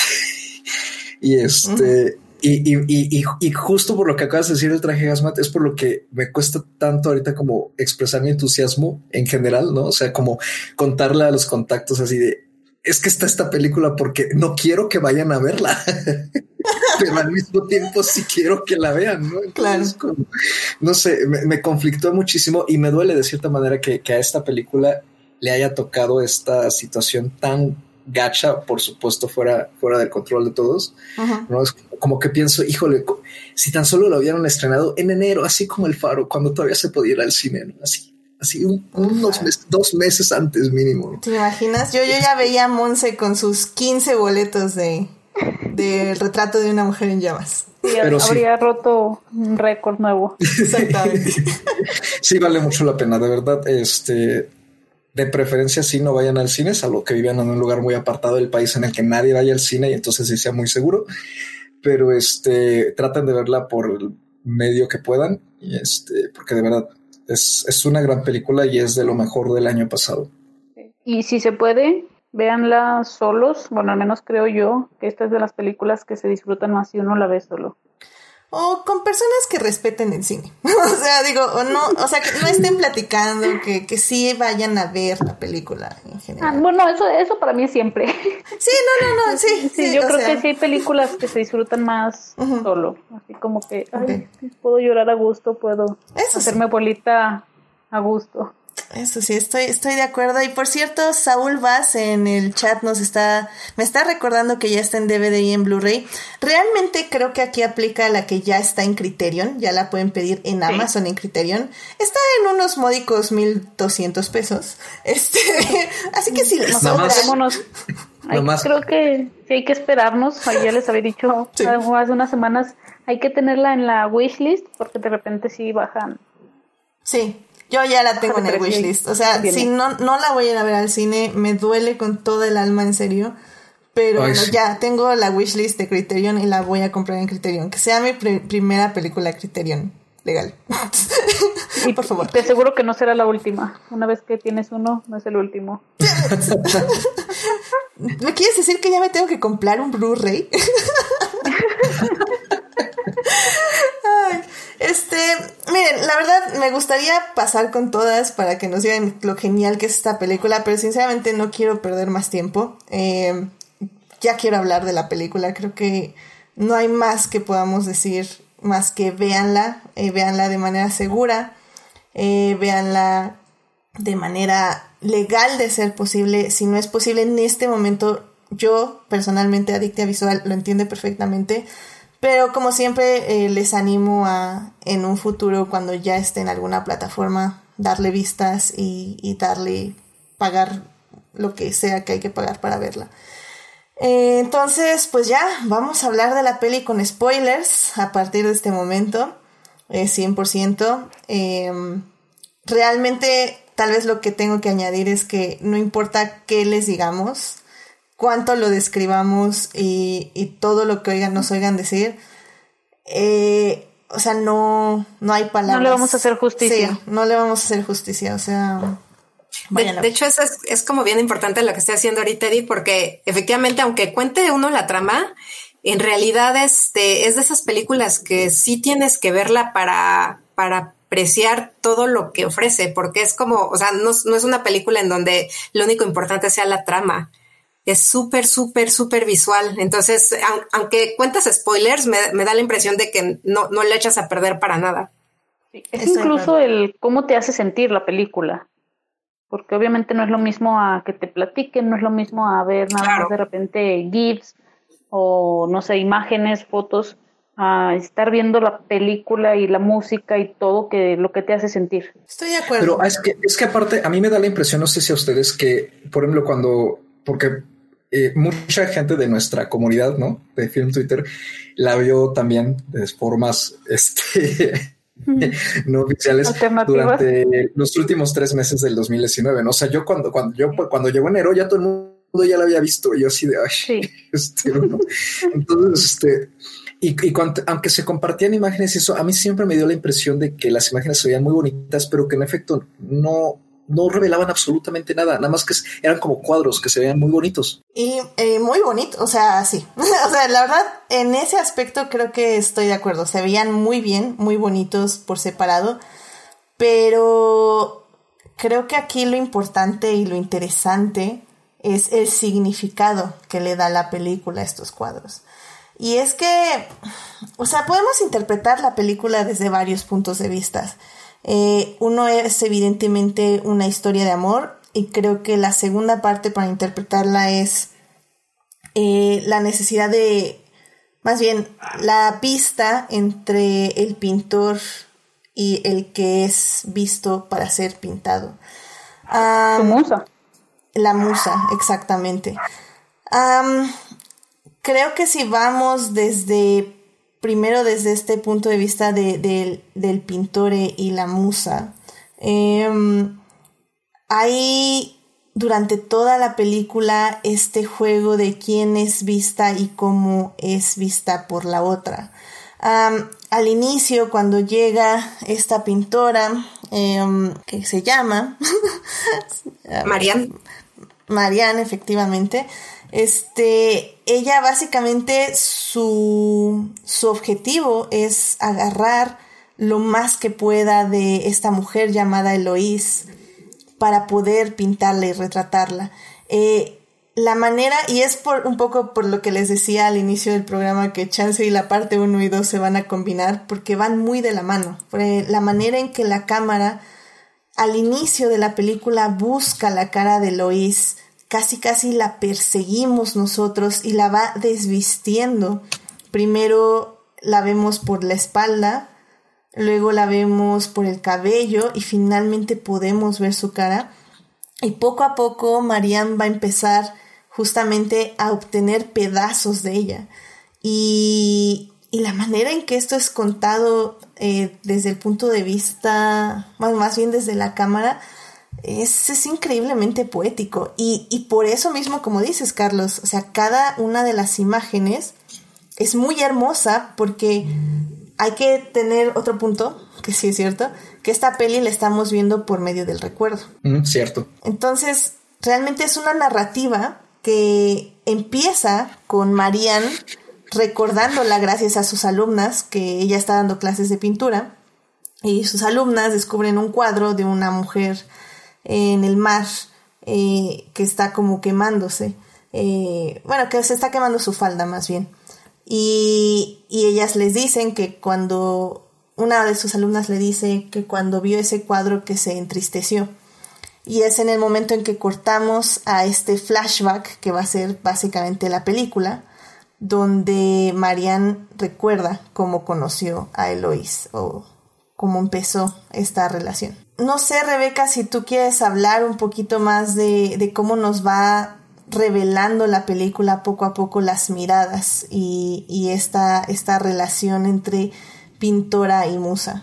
y este... Uh-huh. Y, y, y, y justo por lo que acabas de decir el traje hazmat es por lo que me cuesta tanto ahorita como expresar mi entusiasmo en general, ¿no? O sea, como contarle a los contactos así de es que está esta película porque no quiero que vayan a verla, pero al mismo tiempo sí quiero que la vean, ¿no? Entonces, claro. Como, no sé, me, me conflictó muchísimo y me duele de cierta manera que, que a esta película le haya tocado esta situación tan gacha, por supuesto, fuera, fuera del control de todos. Uh-huh. ¿No? Es como que pienso, híjole, si tan solo lo hubieran estrenado en enero, así como El Faro, cuando todavía se podía ir al cine, ¿no? Así. Así un, unos meses, dos meses antes mínimo. ¿Te imaginas? Yo, yo ya veía a Monse con sus quince boletos de, de El retrato de una mujer en llamas. Sí, pero habría sí. roto un récord nuevo. Exactamente. Sí, vale mucho la pena, de verdad. Este, de preferencia, sí, no vayan al cine, salvo que vivan en un lugar muy apartado del país en el que nadie vaya al cine y entonces sí sea muy seguro. Pero este, traten de verla por el medio que puedan, y este, porque de verdad es, es una gran película y es de lo mejor del año pasado. Y si se puede, véanla solos. Bueno, al menos creo yo que esta es de las películas que se disfrutan más si uno la ve solo. O con personas que respeten el cine. O sea, digo, o no, o sea, que no estén platicando, que, que sí vayan a ver la película en general. Ah, bueno, eso, eso para mí siempre. Sí, no, no, no, sí. Sí, sí yo creo sea... que sí hay películas que se disfrutan más uh-huh. solo. Así como que, ay, okay. puedo llorar a gusto, puedo eso hacerme sí. bolita a gusto. Eso sí, estoy, estoy de acuerdo. Y por cierto, Saúl Vaz en el chat nos está, me está recordando que ya está en D V D y en Blu-ray. Realmente creo que aquí aplica la que ya está en Criterion, ya la pueden pedir en Amazon sí. en Criterion. Está en unos módicos mil doscientos pesos. Este, así que si les sobra. Ay, creo que sí hay que esperarnos. Ay, ya les había dicho sí. hace unas semanas, hay que tenerla en la wishlist porque de repente sí bajan. Sí. Yo ya la tengo en el wishlist. O sea, si no, no la voy a ir a ver al cine, me duele con todo el alma, en serio. Pero Ay, bueno, sí. ya tengo la wishlist de Criterion y la voy a comprar en Criterion. Que sea mi pr- primera película Criterion legal. Y por favor. Te aseguro que no será la última. Una vez que tienes uno, no es el último. ¿Me quieres decir que ya me tengo que comprar un Blu-ray? Ay, este, miren, la verdad me gustaría pasar con todas para que nos digan lo genial que es esta película, pero sinceramente no quiero perder más tiempo. Eh, ya quiero hablar de la película, creo que no hay más que podamos decir más que véanla, eh, véanla de manera segura, eh, véanla de manera legal de ser posible. Si no es posible en este momento, yo personalmente, Adictia Visual, lo entiende perfectamente. Pero como siempre, eh, les animo a, en un futuro, cuando ya esté en alguna plataforma, darle vistas y, y darle, pagar lo que sea que hay que pagar para verla. Eh, entonces, pues ya, vamos a hablar de la peli con spoilers a partir de este momento, eh, cien por ciento. Eh, realmente, tal vez lo que tengo que añadir es que no importa qué les digamos, cuánto lo describamos y, y todo lo que oigan, nos oigan decir, eh, o sea, no, no hay palabras. No le vamos a hacer justicia. Sí, no le vamos a hacer justicia, o sea... De, de hecho, eso es, es como bien importante lo que estoy haciendo ahorita, Edith, porque efectivamente, aunque cuente uno la trama, en realidad este, es de esas películas que sí tienes que verla para, para apreciar todo lo que ofrece, porque es como, o sea, no, no es una película en donde lo único importante sea la trama. Es súper, súper, súper visual. Entonces, aunque cuentas spoilers, me, me da la impresión de que no, no le echas a perder para nada. Sí, es Exacto. Incluso el cómo te hace sentir la película. Porque obviamente no es lo mismo a que te platiquen, no es lo mismo a ver nada claro. más de repente GIFs o, no sé, imágenes, fotos, a estar viendo la película y la música y todo que lo que te hace sentir. Estoy de acuerdo. Pero es que, es que aparte, a mí me da la impresión, no sé si a ustedes, que, por ejemplo, cuando... porque eh, mucha gente de nuestra comunidad, ¿no? De Film Twitter, la vio también de formas este, no oficiales durante los últimos tres meses del dos mil diecinueve, ¿no? O sea, yo cuando, cuando, yo, cuando llegó enero ya todo el mundo ya la había visto y yo así de, ay, sí. este, ¿no? Entonces, este, y, y cuando, aunque se compartían imágenes y eso, a mí siempre me dio la impresión de que las imágenes se veían muy bonitas, pero que en efecto no... no revelaban absolutamente nada, nada más que eran como cuadros que se veían muy bonitos. Y eh, muy bonito, o sea, sí. O sea, la verdad, en ese aspecto creo que estoy de acuerdo. Se veían muy bien, muy bonitos por separado, pero creo que aquí lo importante y lo interesante es el significado que le da la película a estos cuadros. Y es que, o sea, podemos interpretar la película desde varios puntos de vista. Eh, uno es evidentemente una historia de amor y creo que la segunda parte para interpretarla es eh, la necesidad de, más bien la pista entre el pintor y el que es visto para ser pintado. Um, Su musa. La musa, exactamente. Um, creo que si vamos desde primero desde este punto de vista de, de, del pintor y la musa. Eh, hay durante toda la película este juego de quién es vista y cómo es vista por la otra. Um, al inicio, cuando llega esta pintora, eh, que se llama Marianne. Marianne, efectivamente. Este, ella básicamente su, su objetivo es agarrar lo más que pueda de esta mujer llamada Eloís para poder pintarla y retratarla. Eh, la manera, y es por un poco por lo que les decía al inicio del programa, que chance y la parte uno y dos se van a combinar, porque van muy de la mano. La manera en que la cámara al inicio de la película busca la cara de Eloís, casi casi la perseguimos nosotros y la va desvistiendo. Primero la vemos por la espalda, luego la vemos por el cabello y finalmente podemos ver su cara. Y poco a poco Marianne va a empezar justamente a obtener pedazos de ella. Y, y la manera en que esto es contado eh, desde el punto de vista, más, más bien desde la cámara, es, es increíblemente poético. Y, y por eso mismo, como dices, Carlos, o sea, cada una de las imágenes es muy hermosa, porque hay que tener otro punto, que sí es cierto, que esta peli la estamos viendo por medio del recuerdo. Mm, cierto. Entonces, realmente es una narrativa que empieza con Marianne recordándola gracias a sus alumnas, que ella está dando clases de pintura, y sus alumnas descubren un cuadro de una mujer en el mar eh, que está como quemándose. Eh, bueno, que se está quemando su falda más bien. Y, y ellas les dicen que cuando... Una de sus alumnas le dice que cuando vio ese cuadro que se entristeció. Y es en el momento en que cortamos a este flashback, que va a ser básicamente la película, donde Marianne recuerda cómo conoció a Eloís o cómo empezó esta relación. No sé, Rebeca, si tú quieres hablar un poquito más de, de cómo nos va revelando la película poco a poco las miradas y, y esta, esta relación entre pintora y musa.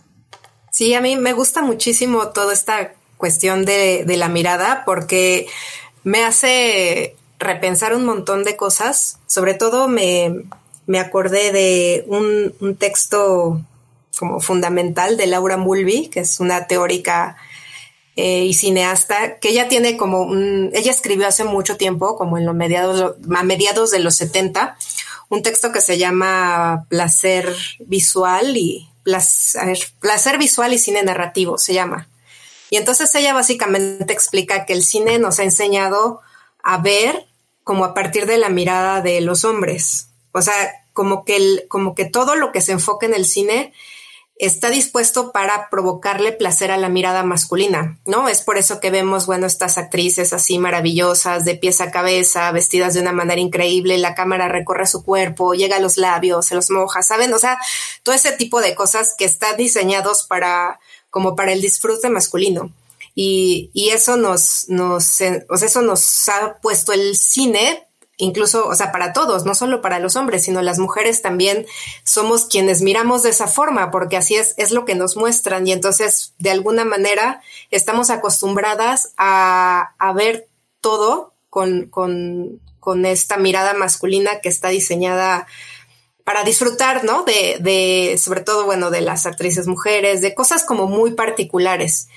Sí, a mí me gusta muchísimo toda esta cuestión de, de la mirada, porque me hace repensar un montón de cosas. Sobre todo me, me acordé de un, un texto como fundamental de Laura Mulvey, que es una teórica eh, y cineasta, que ella tiene como un, ella escribió hace mucho tiempo, como en los mediados, a mediados de los setenta, un texto que se llama Placer Visual y placer, placer Visual y Cine Narrativo, se llama. Y entonces ella básicamente explica que el cine nos ha enseñado a ver como a partir de la mirada de los hombres. O sea, como que, el, como que todo lo que se enfoca en el cine está dispuesto para provocarle placer a la mirada masculina, ¿no? Es por eso que vemos, bueno, estas actrices así maravillosas, de pies a cabeza, vestidas de una manera increíble, la cámara recorre su cuerpo, llega a los labios, se los moja, ¿saben? O sea, todo ese tipo de cosas que están diseñados para, como para el disfrute masculino. Y, y eso nos, nos, o sea, eso nos ha puesto el cine, incluso, o sea, para todos, no solo para los hombres, sino las mujeres también somos quienes miramos de esa forma, porque así es, es lo que nos muestran. Y entonces, de alguna manera, estamos acostumbradas a, a ver todo con, con, con esta mirada masculina que está diseñada para disfrutar, ¿no? De, de, sobre todo, bueno, de las actrices mujeres, de cosas como muy particulares.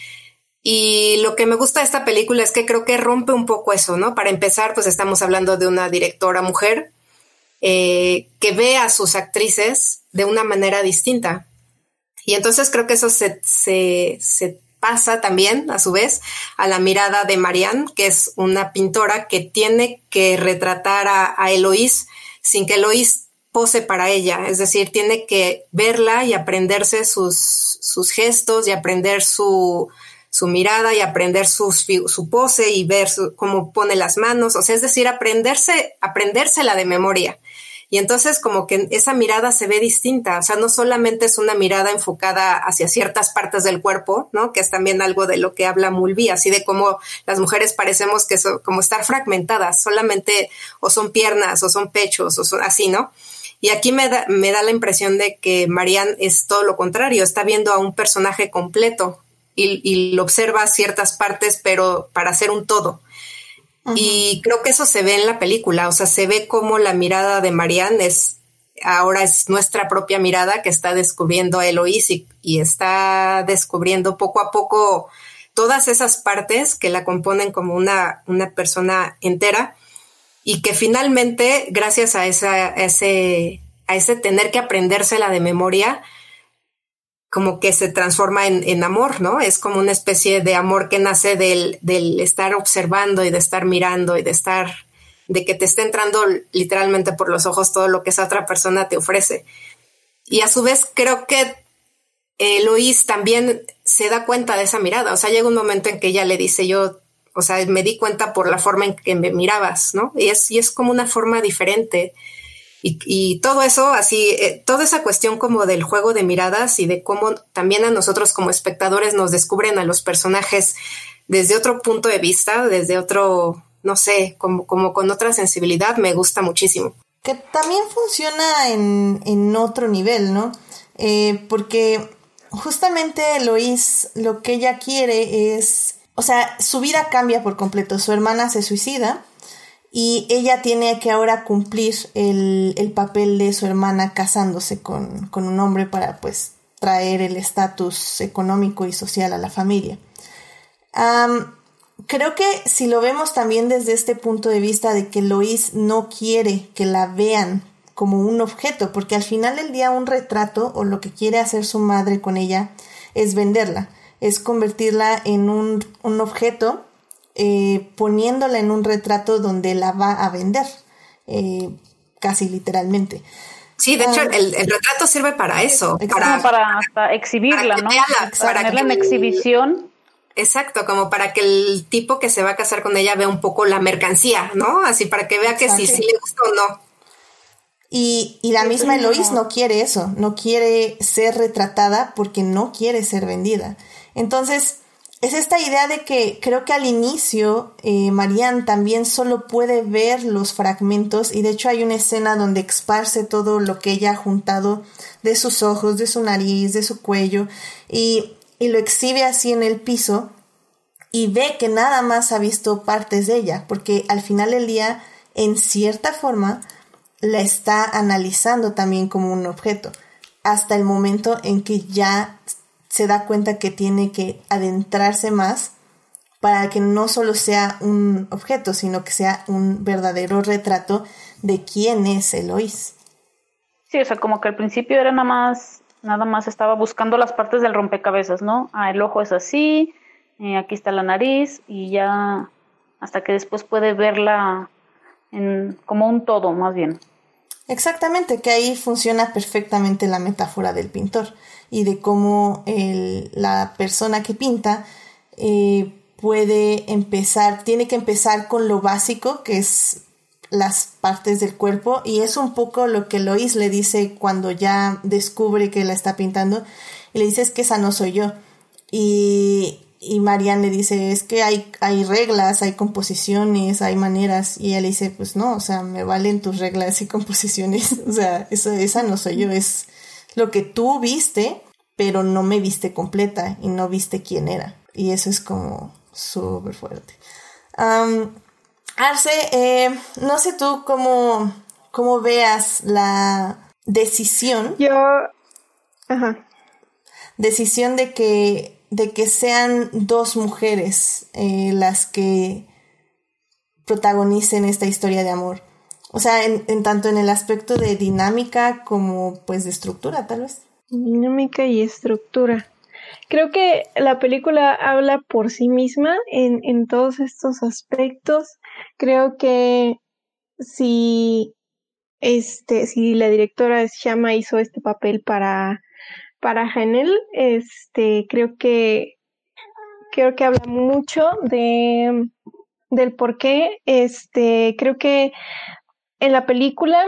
Y lo que me gusta de esta película es que creo que rompe un poco eso, ¿no? Para empezar, pues estamos hablando de una directora mujer eh, que ve a sus actrices de una manera distinta. Y entonces creo que eso se, se, se pasa también, a su vez, a la mirada de Marianne, que es una pintora que tiene que retratar a, a Eloís sin que Eloís pose para ella. Es decir, tiene que verla y aprenderse sus, sus gestos y aprender su... su mirada y aprender su, su pose y ver su, cómo pone las manos, o sea, es decir, aprenderse, aprendérsela de memoria. Y entonces como que esa mirada se ve distinta, o sea, no solamente es una mirada enfocada hacia ciertas partes del cuerpo, ¿no? Que es también algo de lo que habla Mulvey, así de cómo las mujeres parecemos que son como estar fragmentadas, solamente o son piernas o son pechos o son así, ¿no? Y aquí me da, me da la impresión de que Marianne es todo lo contrario, está viendo a un personaje completo y, y lo observa ciertas partes, pero para hacer un todo. Uh-huh. Y creo que eso se ve en la película, o sea, se ve como la mirada de Marianne es, ahora es nuestra propia mirada que está descubriendo a Eloís y, y está descubriendo poco a poco todas esas partes que la componen como una, una persona entera y que finalmente, gracias a, esa, a, ese, a ese tener que aprendérsela de memoria, como que se transforma en, en amor, ¿no? Es como una especie de amor que nace del, del estar observando y de estar mirando y de estar, de que te esté entrando literalmente por los ojos todo lo que esa otra persona te ofrece. Y a su vez creo que Eloís también se da cuenta de esa mirada, o sea, llega un momento en que ella le dice, yo, o sea, me di cuenta por la forma en que me mirabas, ¿no? Y es, y es como una forma diferente. Y, y todo eso, así, eh, toda esa cuestión como del juego de miradas y de cómo también a nosotros como espectadores nos descubren a los personajes desde otro punto de vista, desde otro, no sé, como, como con otra sensibilidad, me gusta muchísimo. Que también funciona en, en otro nivel, ¿no? Eh, porque justamente Eloís lo que ella quiere es, o sea, su vida cambia por completo, su hermana se suicida, y ella tiene que ahora cumplir el, el papel de su hermana casándose con, con un hombre para, pues, traer el estatus económico y social a la familia. Um, creo que si lo vemos también desde este punto de vista de que Lois no quiere que la vean como un objeto, porque al final del día un retrato o lo que quiere hacer su madre con ella es venderla, es convertirla en un, un objeto, Eh, poniéndola en un retrato donde la va a vender, eh, casi literalmente. Sí, de uh, hecho el, el retrato sirve para eso, para, para, para exhibirla, para ¿no? Veala, para tenerla en exhibición. Exacto, como para que el tipo que se va a casar con ella vea un poco la mercancía, ¿no? Así para que vea que si sí le gusta o no. Y, y la sí, misma Eloís no quiere eso, no quiere ser retratada porque no quiere ser vendida. Entonces, es esta idea de que creo que al inicio eh, Marianne también solo puede ver los fragmentos, y de hecho hay una escena donde esparce todo lo que ella ha juntado de sus ojos, de su nariz, de su cuello, y, y lo exhibe así en el piso y ve que nada más ha visto partes de ella, porque al final del día, en cierta forma, la está analizando también como un objeto, hasta el momento en que ya se da cuenta que tiene que adentrarse más para que no solo sea un objeto, sino que sea un verdadero retrato de quién es Eloís. Sí, o sea, como que al principio era nada más, nada más estaba buscando las partes del rompecabezas, ¿no? Ah, el ojo es así, eh, aquí está la nariz, y ya hasta que después puede verla en, como un todo, más bien. Exactamente, que ahí funciona perfectamente la metáfora del pintor y de cómo el, la persona que pinta eh, puede empezar, tiene que empezar con lo básico, que es las partes del cuerpo, y es un poco lo que Lois le dice cuando ya descubre que la está pintando, y le dice, es que esa no soy yo, y, y Marianne le dice, es que hay, hay reglas, hay composiciones, hay maneras, y ella le dice, pues no, o sea, me valen tus reglas y composiciones, o sea, eso, esa no soy yo, es lo que tú viste, pero no me viste completa y no viste quién era. Y eso es como súper fuerte. Um, Arce, eh, no sé tú cómo, cómo veas la decisión. Yo, ajá. Decisión de que, de que sean dos mujeres eh, las que protagonicen esta historia de amor. O sea, en, en tanto en el aspecto de dinámica como pues de estructura, tal vez. Dinámica y estructura. Creo que la película habla por sí misma en, en todos estos aspectos. Creo que si, este, si la directora Shyama hizo este papel para, para Hanel, este, creo que, creo que habla mucho de, del por qué. Este, creo que en la película,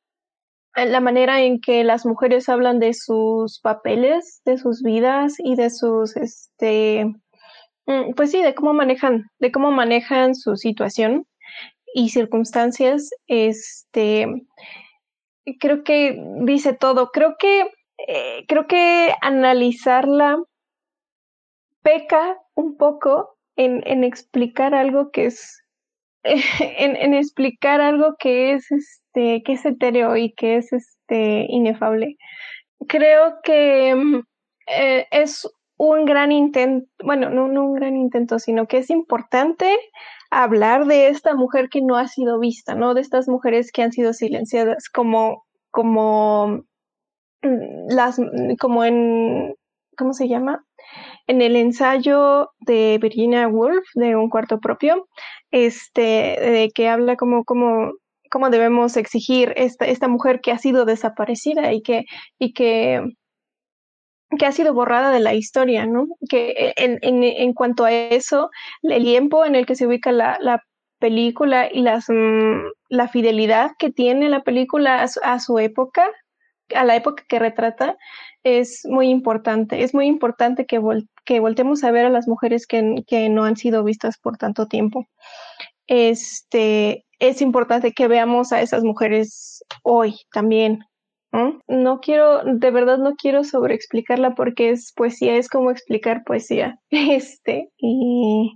la manera en que las mujeres hablan de sus papeles, de sus vidas y de sus, este, pues sí, de cómo manejan, de cómo manejan su situación y circunstancias, este, creo que dice todo. Creo que, eh, creo que analizarla peca un poco en, en explicar algo que es, en, en explicar algo que es, este, que es etéreo y que es, este, inefable. Creo que eh, es un gran intento, bueno, no, no un gran intento, sino que es importante hablar de esta mujer que no ha sido vista, ¿no? De estas mujeres que han sido silenciadas, como, como las, como en, ¿cómo se llama? En el ensayo de Virginia Woolf, de Un cuarto propio, este, de que habla como, como, cómo debemos exigir esta, esta mujer que ha sido desaparecida y que, y que, que ha sido borrada de la historia, ¿no? Que en, en, en cuanto a eso, el tiempo en el que se ubica la, la película y las, mmm, la fidelidad que tiene la película a su, a su época, a la época que retrata, es muy importante. Es muy importante que, vol- que voltemos a ver a las mujeres que, que no han sido vistas por tanto tiempo. Este, es importante que veamos a esas mujeres hoy también. ¿no? No quiero, de verdad no quiero sobreexplicarla porque es poesía, es como explicar poesía. Este, y,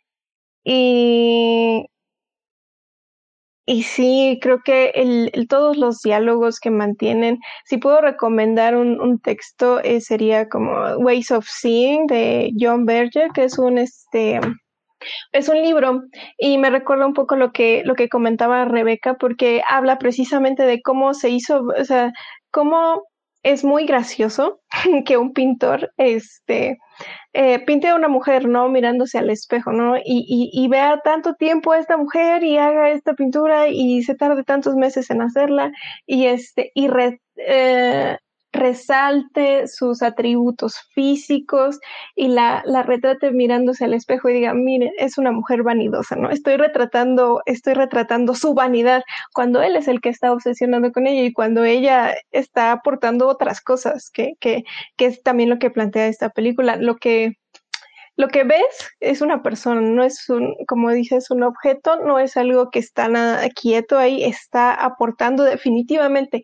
y, y sí, creo que el, el, todos los diálogos que mantienen, si puedo recomendar un, un texto, eh, sería como Ways of Seeing de John Berger, que es un, este, es un libro y me recuerda un poco lo que, lo que comentaba Rebeca, porque habla precisamente de cómo se hizo, o sea, cómo es muy gracioso que un pintor, este, eh, pinte a una mujer, ¿no? Mirándose al espejo, ¿no? Y, y, y vea tanto tiempo a esta mujer y haga esta pintura y se tarde tantos meses en hacerla y este, y re, eh, resalte sus atributos físicos y la, la retrate mirándose al espejo y diga, miren, es una mujer vanidosa, ¿no? Estoy retratando, estoy retratando su vanidad cuando él es el que está obsesionado con ella y cuando ella está aportando otras cosas, que, que, que es también lo que plantea esta película. Lo que, lo que ves es una persona, no es un, como dices, un objeto, no es algo que está nada quieto ahí, está aportando definitivamente.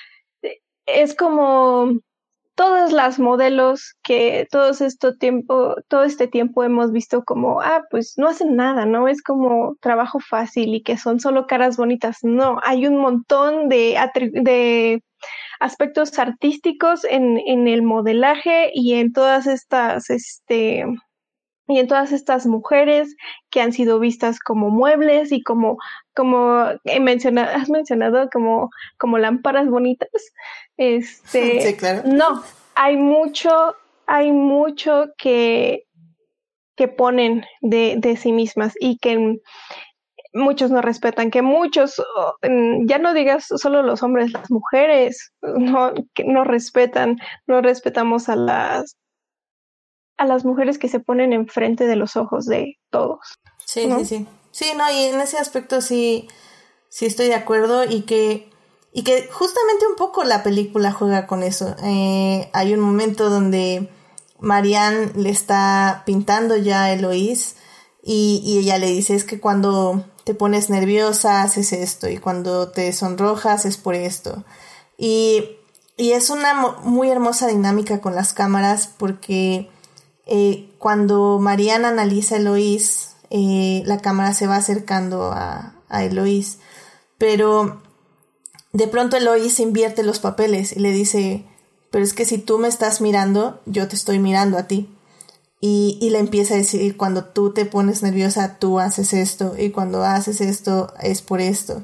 Es como todas las modelos que todos este tiempo, todo este tiempo hemos visto como, ah, pues no hacen nada, ¿no? Es como trabajo fácil y que son solo caras bonitas. No, hay un montón de, de aspectos artísticos en, en el modelaje y en todas estas, este, y en todas estas mujeres que han sido vistas como muebles y como, como he mencionado, has mencionado como, como lámparas bonitas. Este, sí, claro. No, hay mucho, hay mucho que, que ponen de, de sí mismas y que muchos no respetan, que muchos, ya no digas solo los hombres, las mujeres no, que no respetan, no respetamos a las a las mujeres que se ponen enfrente de los ojos de todos. Sí, ¿no? sí, sí. Sí, no, y en ese aspecto sí, sí estoy de acuerdo y que, y que justamente un poco la película juega con eso. Eh, hay un momento donde Marianne le está pintando ya a Eloise y, y ella le dice, es que cuando te pones nerviosa haces esto y cuando te sonrojas es por esto. Y, y es una mo- muy hermosa dinámica con las cámaras porque Eh, cuando Marianne analiza a Eloise, eh, la cámara se va acercando a, a Eloise, pero de pronto Eloise invierte los papeles y le dice, pero es que si tú me estás mirando, yo te estoy mirando a ti. Y, y le empieza a decir, cuando tú te pones nerviosa, tú haces esto, y cuando haces esto, es por esto.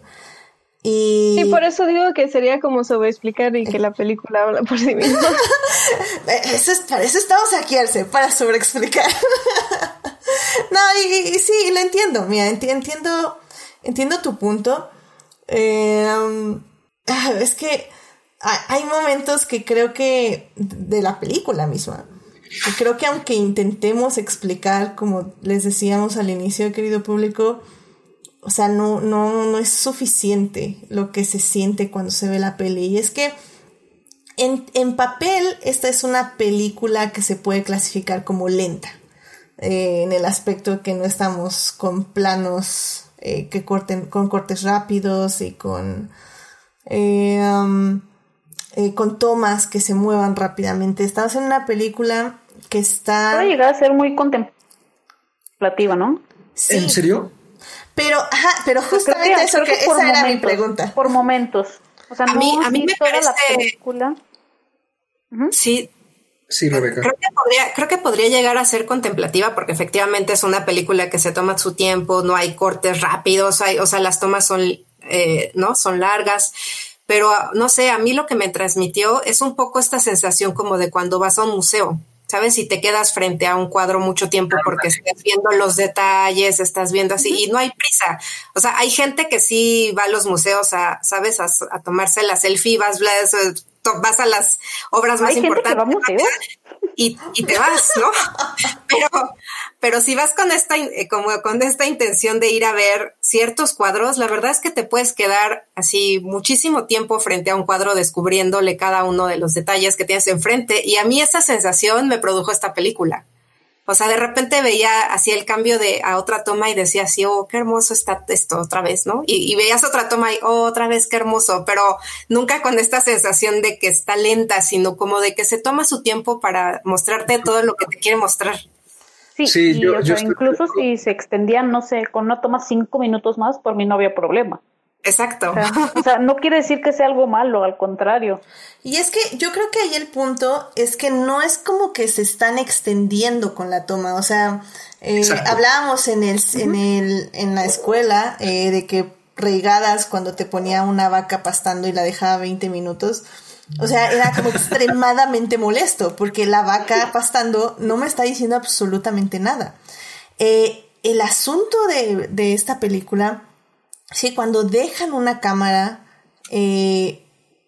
Y sí, por eso digo que sería como sobreexplicar y que la película habla por sí misma. Eso es, para eso estamos aquí, Arce, para sobreexplicar. No, y, y sí, lo entiendo, mira, enti- entiendo, entiendo tu punto. Eh, um, es que hay, hay momentos que creo que de la película misma, que creo que aunque intentemos explicar, como les decíamos al inicio, querido público, o sea, no, no, no es suficiente lo que se siente cuando se ve la peli. Y es que en, en papel esta es una película que se puede clasificar como lenta. Eh, en el aspecto que no estamos con planos eh, que corten, con cortes rápidos y con, eh, um, eh, con tomas que se muevan rápidamente. Estamos en una película que está... Puede llegar a ser muy contemplativa, ¿no? Sí. ¿En serio? Pero, ajá, pero justamente que, eso, que, que esa momentos, era mi pregunta. Por momentos. O sea, a no mí, a mí me toda parece... la película. Uh-huh. Sí. Sí, Rebeca. Creo que, podría, creo que podría llegar a ser contemplativa porque efectivamente es una película que se toma su tiempo, no hay cortes rápidos, hay, o sea, las tomas son, eh, ¿no? Son largas, pero no sé, a mí lo que me transmitió es un poco esta sensación como de cuando vas a un museo, ¿sabes? Y te quedas frente a un cuadro mucho tiempo porque estás viendo los detalles, estás viendo así, y no hay prisa. O sea, hay gente que sí va a los museos a, ¿sabes? A, a tomarse la selfie, vas, vas, vas a las obras más hay importantes. Gente que va a museos. Y, y te vas, ¿no? Pero, pero si vas con esta, como con esta intención de ir a ver ciertos cuadros, la verdad es que te puedes quedar así muchísimo tiempo frente a un cuadro descubriéndole cada uno de los detalles que tienes enfrente. Y a mí esa sensación me produjo esta película. O sea, de repente veía así el cambio de a otra toma y decía así, oh, qué hermoso está esto otra vez, ¿no? Y, y veías otra toma y, oh, otra vez, qué hermoso, pero nunca con esta sensación de que está lenta, sino como de que se toma su tiempo para mostrarte todo lo que te quiere mostrar. Sí, sí y yo, o sea, yo incluso si se extendían, no sé, con una toma cinco minutos más, por mí no había problema. Exacto. O sea, o sea, no quiere decir que sea algo malo, al contrario. Y es que yo creo que ahí el punto es que no es como que se están extendiendo con la toma. O sea, eh, hablábamos en el, uh-huh. en el, en la escuela eh, de que Reigadas cuando te ponía una vaca pastando y la dejaba veinte minutos. O sea, era como extremadamente molesto porque la vaca pastando no me está diciendo absolutamente nada. Eh, el asunto de, de esta película... Sí, cuando dejan una cámara, eh,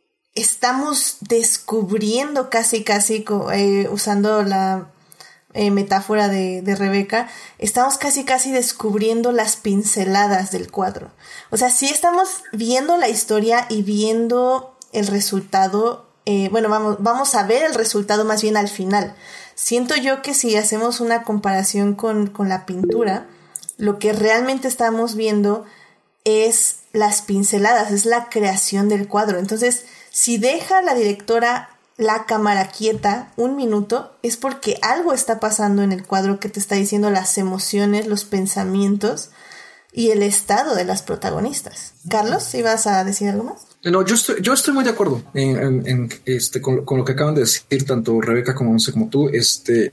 estamos descubriendo casi, casi, eh, usando la eh, metáfora de, de Rebeca, estamos casi, casi descubriendo las pinceladas del cuadro. O sea, sí estamos viendo la historia y viendo el resultado, eh, bueno, vamos, vamos a ver el resultado más bien al final. Siento yo que si hacemos una comparación con, con la pintura, lo que realmente estamos viendo es las pinceladas, es la creación del cuadro. Entonces, si deja la directora la cámara quieta un minuto, es porque algo está pasando en el cuadro que te está diciendo las emociones, los pensamientos y el estado de las protagonistas. Carlos, ¿ibas a decir algo más? No, yo estoy, yo estoy muy de acuerdo en, en, en este, con, con lo que acaban de decir tanto Rebeca como, no sé, como tú. Este,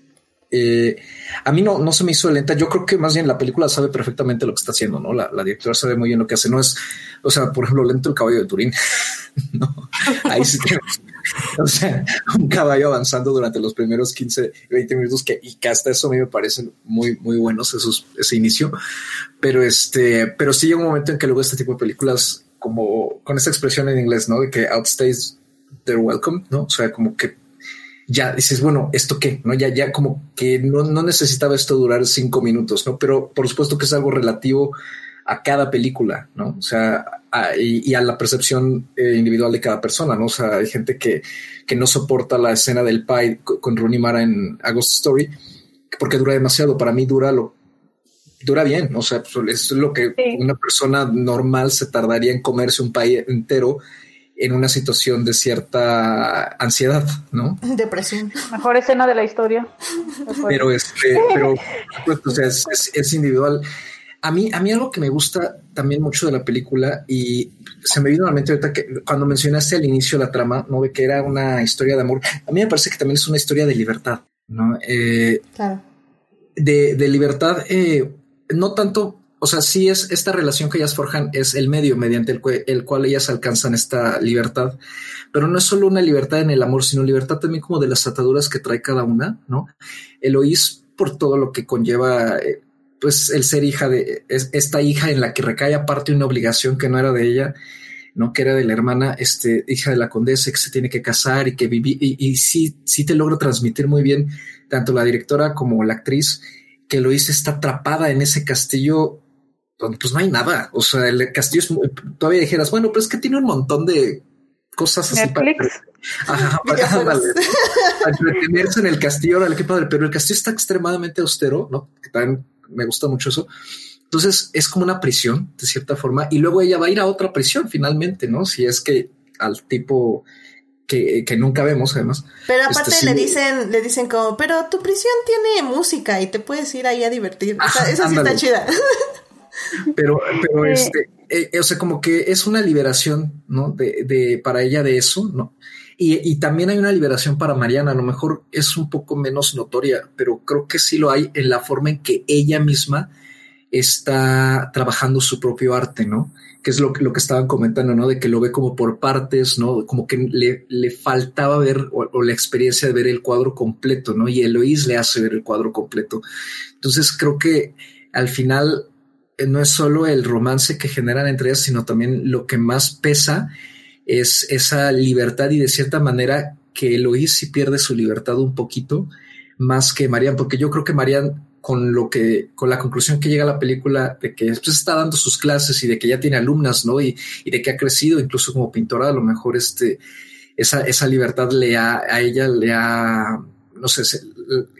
Eh, a mí no, no se me hizo lenta. Yo creo que más bien la película sabe perfectamente lo que está haciendo, ¿no? La, la directora sabe muy bien lo que hace. No es, o sea, por ejemplo, lento el caballo de Turín. No, ahí sí tenemos, o sea, un caballo avanzando durante los primeros quince, veinte minutos que, y que hasta eso a mí me parecen muy, muy buenos esos, ese inicio. Pero este, pero sí llega un momento en que luego este tipo de películas, como con esa expresión en inglés, ¿no? De que outstays their welcome, ¿no? O sea, como que ya dices, bueno, ¿esto qué? ¿No? Ya, ya como que no, no necesitaba esto durar cinco minutos, ¿no? Pero por supuesto que es algo relativo a cada película, ¿no? O sea, a, y, y a la percepción eh, individual de cada persona, ¿no? O sea, hay gente que, que no soporta la escena del pie con Rooney Mara en A Ghost Story porque dura demasiado. Para mí dura lo dura bien, o sea, es lo que sí. Una persona normal se tardaría en comerse un pie entero en una situación de cierta ansiedad, ¿no? Depresión. Mejor escena de la historia. Pero este, pero pues, o sea, es, es, es individual. A mí, a mí algo que me gusta también mucho de la película, y se me vino a la mente ahorita que cuando mencionaste al inicio la trama, ¿no? De que era una historia de amor. A mí me parece que también es una historia de libertad, ¿no? Eh, claro. De, de libertad, eh, no tanto. O sea, sí es esta relación que ellas forjan, es el medio mediante el, cue, el cual ellas alcanzan esta libertad, pero no es solo una libertad en el amor, sino libertad también como de las ataduras que trae cada una, ¿no? Eloís, por todo lo que conlleva, eh, pues el ser hija de es, esta hija en la que recae aparte una obligación que no era de ella, ¿no? Que era de la hermana, este, hija de la condesa, que se tiene que casar y que viví, y, y sí, sí te logra transmitir muy bien tanto la directora como la actriz, que Eloís está atrapada en ese castillo donde pues no hay nada. O sea, el castillo es muy, todavía dijeras, bueno, pero es que tiene un montón de cosas así Netflix. para, ajá, para, para, para entretenerse en el castillo. Órale, qué padre, pero el castillo está extremadamente austero, ¿no? Que también me gusta mucho eso. Entonces es como una prisión de cierta forma y luego ella va a ir a otra prisión finalmente, ¿no? Si es que al tipo que, que nunca vemos además. Pero aparte este, le sí, dicen, le dicen como, pero tu prisión tiene música y te puedes ir ahí a divertir. O sea, ajá, esa sí ándale. está chida. Pero, pero Eh. este, eh, o sea, como que es una liberación, ¿no? De, de, para ella de eso, ¿no? Y, y también hay una liberación para Mariana, a lo mejor es un poco menos notoria, pero creo que sí lo hay en la forma en que ella misma está trabajando su propio arte, ¿no? Que es lo que, lo que estaban comentando, ¿no? De que lo ve como por partes, ¿no? Como que le, le faltaba ver o, o la experiencia de ver el cuadro completo, ¿no? Y Eloís le hace ver el cuadro completo. Entonces creo que al final eh, no es solo el romance que generan entre ellas, sino también lo que más pesa es esa libertad y de cierta manera que Eloís sí pierde su libertad un poquito más que Marian, porque yo creo que Marian con lo que, con la conclusión que llega a la película de que después está dando sus clases y de que ya tiene alumnas, ¿no? Y, y de que ha crecido incluso como pintora, a lo mejor este, esa, esa libertad le ha, a ella le ha, no sé, se,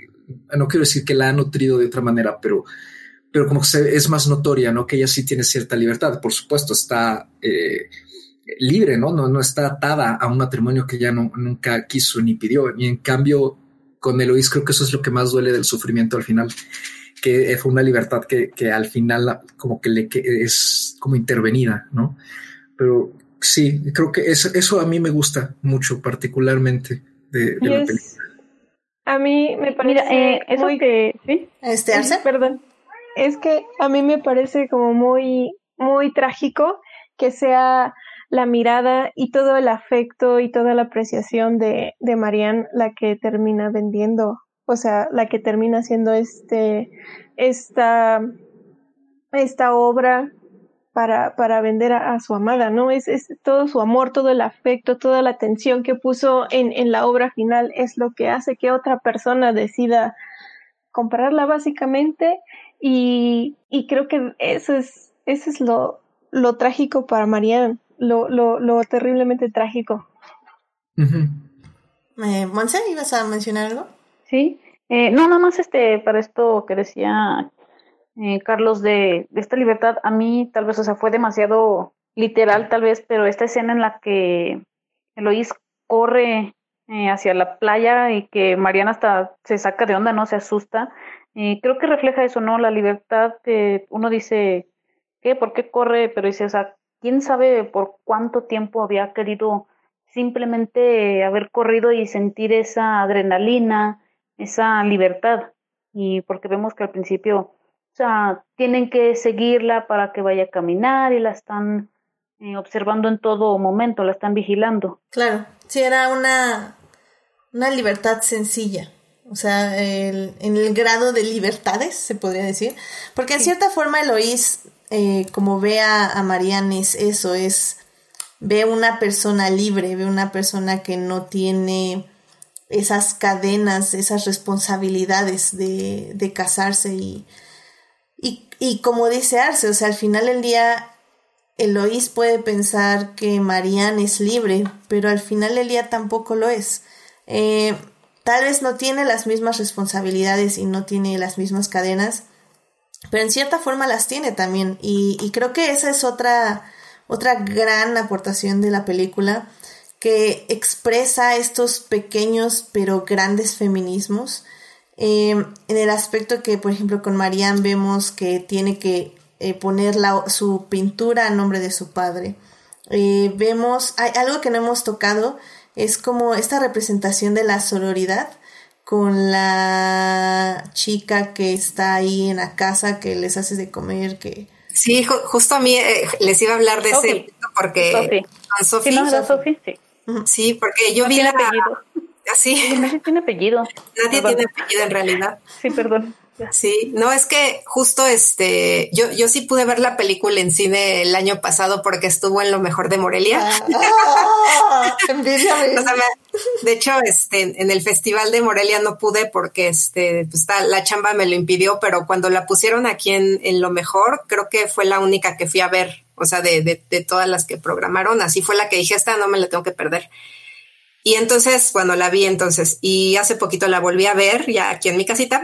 no quiero decir que la ha nutrido de otra manera, pero, pero como que se, es más notoria, ¿no? Que ella sí tiene cierta libertad, por supuesto, está, eh, libre, ¿no? ¿no? No está atada a un matrimonio que ella no, nunca quiso ni pidió. Y en cambio, con Eloís creo que eso es lo que más duele del sufrimiento al final, que fue una libertad que, que al final como que le que es como intervenida, ¿no? Pero sí, creo que eso, eso a mí me gusta mucho, particularmente de, de la es, película. A mí me parece Mira, eh, eso muy... que... ¿sí? Este, Arce. Perdón. Es que a mí me parece como muy, muy trágico que sea la mirada y todo el afecto y toda la apreciación de, de Marian la que termina vendiendo, o sea, la que termina haciendo este, esta, esta obra para, para vender a, a su amada, ¿no? Es, es todo su amor, todo el afecto, toda la atención que puso en, en la obra final es lo que hace que otra persona decida comprarla básicamente y, y creo que eso es, eso es lo, lo trágico para Marian. Lo, lo, lo terriblemente trágico. Uh-huh. eh, Monse, ¿ibas a mencionar algo? Sí, eh, no, nada más este, para esto que decía eh, Carlos de, de esta libertad, a mí tal vez, o sea, fue demasiado literal tal vez, pero esta escena en la que Eloís corre eh, hacia la playa y que Mariana hasta se saca de onda, ¿no? Se asusta, eh, creo que refleja eso, ¿no? La libertad, eh, uno dice, ¿qué? ¿Por qué corre? Pero dice, o sea, quién sabe por cuánto tiempo había querido simplemente haber corrido y sentir esa adrenalina, esa libertad. Y porque vemos que al principio, o sea, tienen que seguirla para que vaya a caminar y la están eh, observando en todo momento, la están vigilando. Claro, sí, era una, una libertad sencilla. O sea, el, en el grado de libertades, se podría decir. Porque en sí. cierta forma Eloís... Eh, como ve a, a Marian es eso, es ve una persona libre, ve una persona que no tiene esas cadenas, esas responsabilidades de, de casarse y, y, y como dice Arce, o sea, al final del día Eloís puede pensar que Marian es libre, pero al final del día tampoco lo es. Eh, tal vez no tiene las mismas responsabilidades y no tiene las mismas cadenas, pero en cierta forma las tiene también y, y creo que esa es otra, otra gran aportación de la película que expresa estos pequeños pero grandes feminismos eh, en el aspecto que por ejemplo con Marian vemos que tiene que eh, poner la, su pintura a nombre de su padre. Eh, vemos, hay algo que no hemos tocado, es como esta representación de la sororidad con la chica que está ahí en la casa, que les hace de comer, que... Sí, ju- justo a mí eh, les iba a hablar de Sophie. ese punto porque... Sophie. ¿Con Sophie? Sí, no, era Sophie, sí. Sí, porque yo no vi tiene la... apellido. Así. Nadie tiene apellido. Nadie perdón. tiene apellido en realidad. Sí, perdón. Sí, no, es que justo este, yo, yo sí pude ver la película en cine el año pasado porque estuvo en lo mejor de Morelia. ¡Ah! ¡Envídiame! O sea, me, de hecho, este, en el Festival de Morelia no pude porque este, pues, ta, la chamba me lo impidió, pero cuando la pusieron aquí en, en lo mejor, creo que fue la única que fui a ver, o sea, de, de, de todas las que programaron, así fue la que dije, esta no me la tengo que perder. Y entonces, bueno, la vi entonces y hace poquito la volví a ver ya aquí en mi casita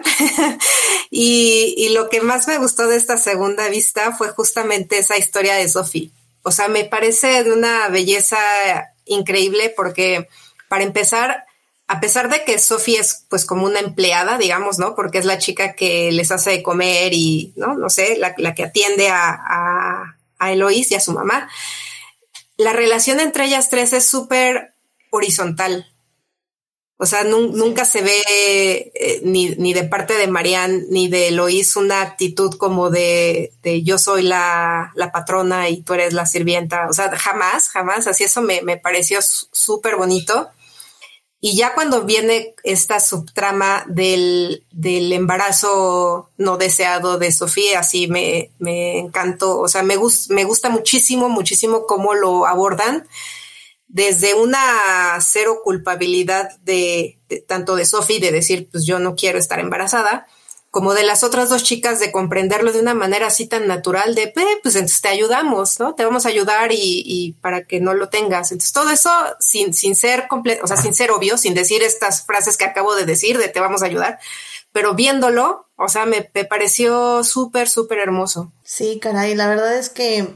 y, y lo que más me gustó de esta segunda vista fue justamente esa historia de Sophie. O sea, me parece de una belleza increíble porque, para empezar, a pesar de que Sophie es pues como una empleada, digamos, ¿no? Porque es la chica que les hace de comer y, ¿no? No sé, la, la que atiende a, a, a Eloise y a su mamá. La relación entre ellas tres es súper horizontal. O sea, nu- nunca se ve eh, ni, ni de parte de Marianne ni de Eloise una actitud como de, de yo soy la, la patrona y tú eres la sirvienta. O sea, jamás, jamás. Así eso me, me pareció súper bonito. Y ya cuando viene esta subtrama del, del embarazo no deseado de Sofía, así me, me encantó. O sea, me, gust, me gusta muchísimo, muchísimo cómo lo abordan. Desde una cero culpabilidad de, de tanto de Sophie de decir, pues yo no quiero estar embarazada, como de las otras dos chicas de comprenderlo de una manera así tan natural de, eh, pues entonces te ayudamos, ¿no? Te vamos a ayudar y, y para que no lo tengas. Entonces todo eso sin, sin ser completo, o sea, sin ser obvio, sin decir estas frases que acabo de decir de te vamos a ayudar, pero viéndolo, o sea, me, me pareció súper, súper hermoso. Sí, caray, la verdad es que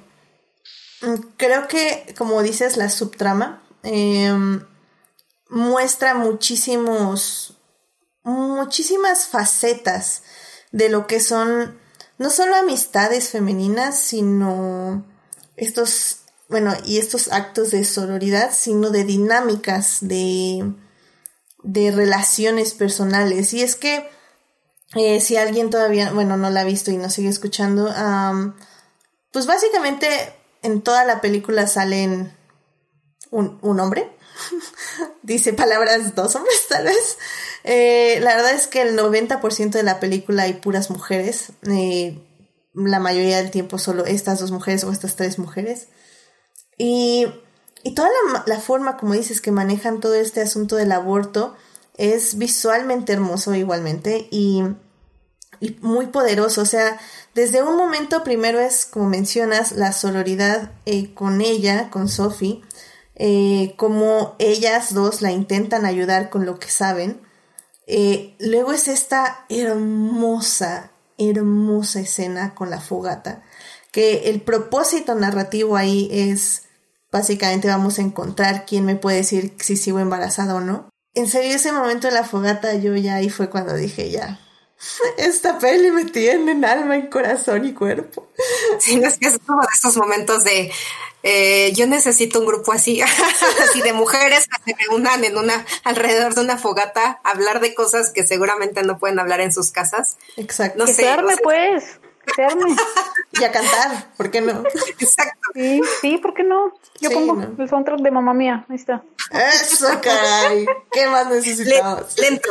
creo que, como dices, la subtrama eh, muestra muchísimos, muchísimas facetas de lo que son no solo amistades femeninas, sino estos, bueno, y estos actos de sororidad, sino de dinámicas de, de relaciones personales. Y es que eh, si alguien todavía, bueno, no la ha visto y no sigue escuchando, um, pues básicamente en toda la película salen un, un hombre, dice palabras dos hombres tal vez. Eh, la verdad es que el noventa por ciento de la película hay puras mujeres, eh, la mayoría del tiempo solo estas dos mujeres o estas tres mujeres. Y, y toda la, la forma, como dices, que manejan todo este asunto del aborto es visualmente hermoso igualmente y, y muy poderoso. O sea, desde un momento primero es, como mencionas, la sororidad eh, con ella, con Sophie, eh, como ellas dos la intentan ayudar con lo que saben. Eh, luego es esta hermosa, hermosa escena con la fogata, que el propósito narrativo ahí es, básicamente vamos a encontrar quién me puede decir si sigo embarazada o no. En serio, ese momento de la fogata, yo ya ahí fue cuando dije, ya, esta peli me tiene en alma, en corazón y cuerpo. Sí, es que es como de estos momentos de eh, yo necesito un grupo así, así de mujeres que se reúnan en una, alrededor de una fogata, a hablar de cosas que seguramente no pueden hablar en sus casas. Exacto. No que sé, se arme, no sé. pues, que se arme. Y a cantar, ¿por qué no? Exacto. Sí, sí, ¿por qué no? Yo Sí, pongo ¿no? el soundtrack de Mamma Mía, ahí está. Eso, caray, ¿qué más necesitamos? Le- lento.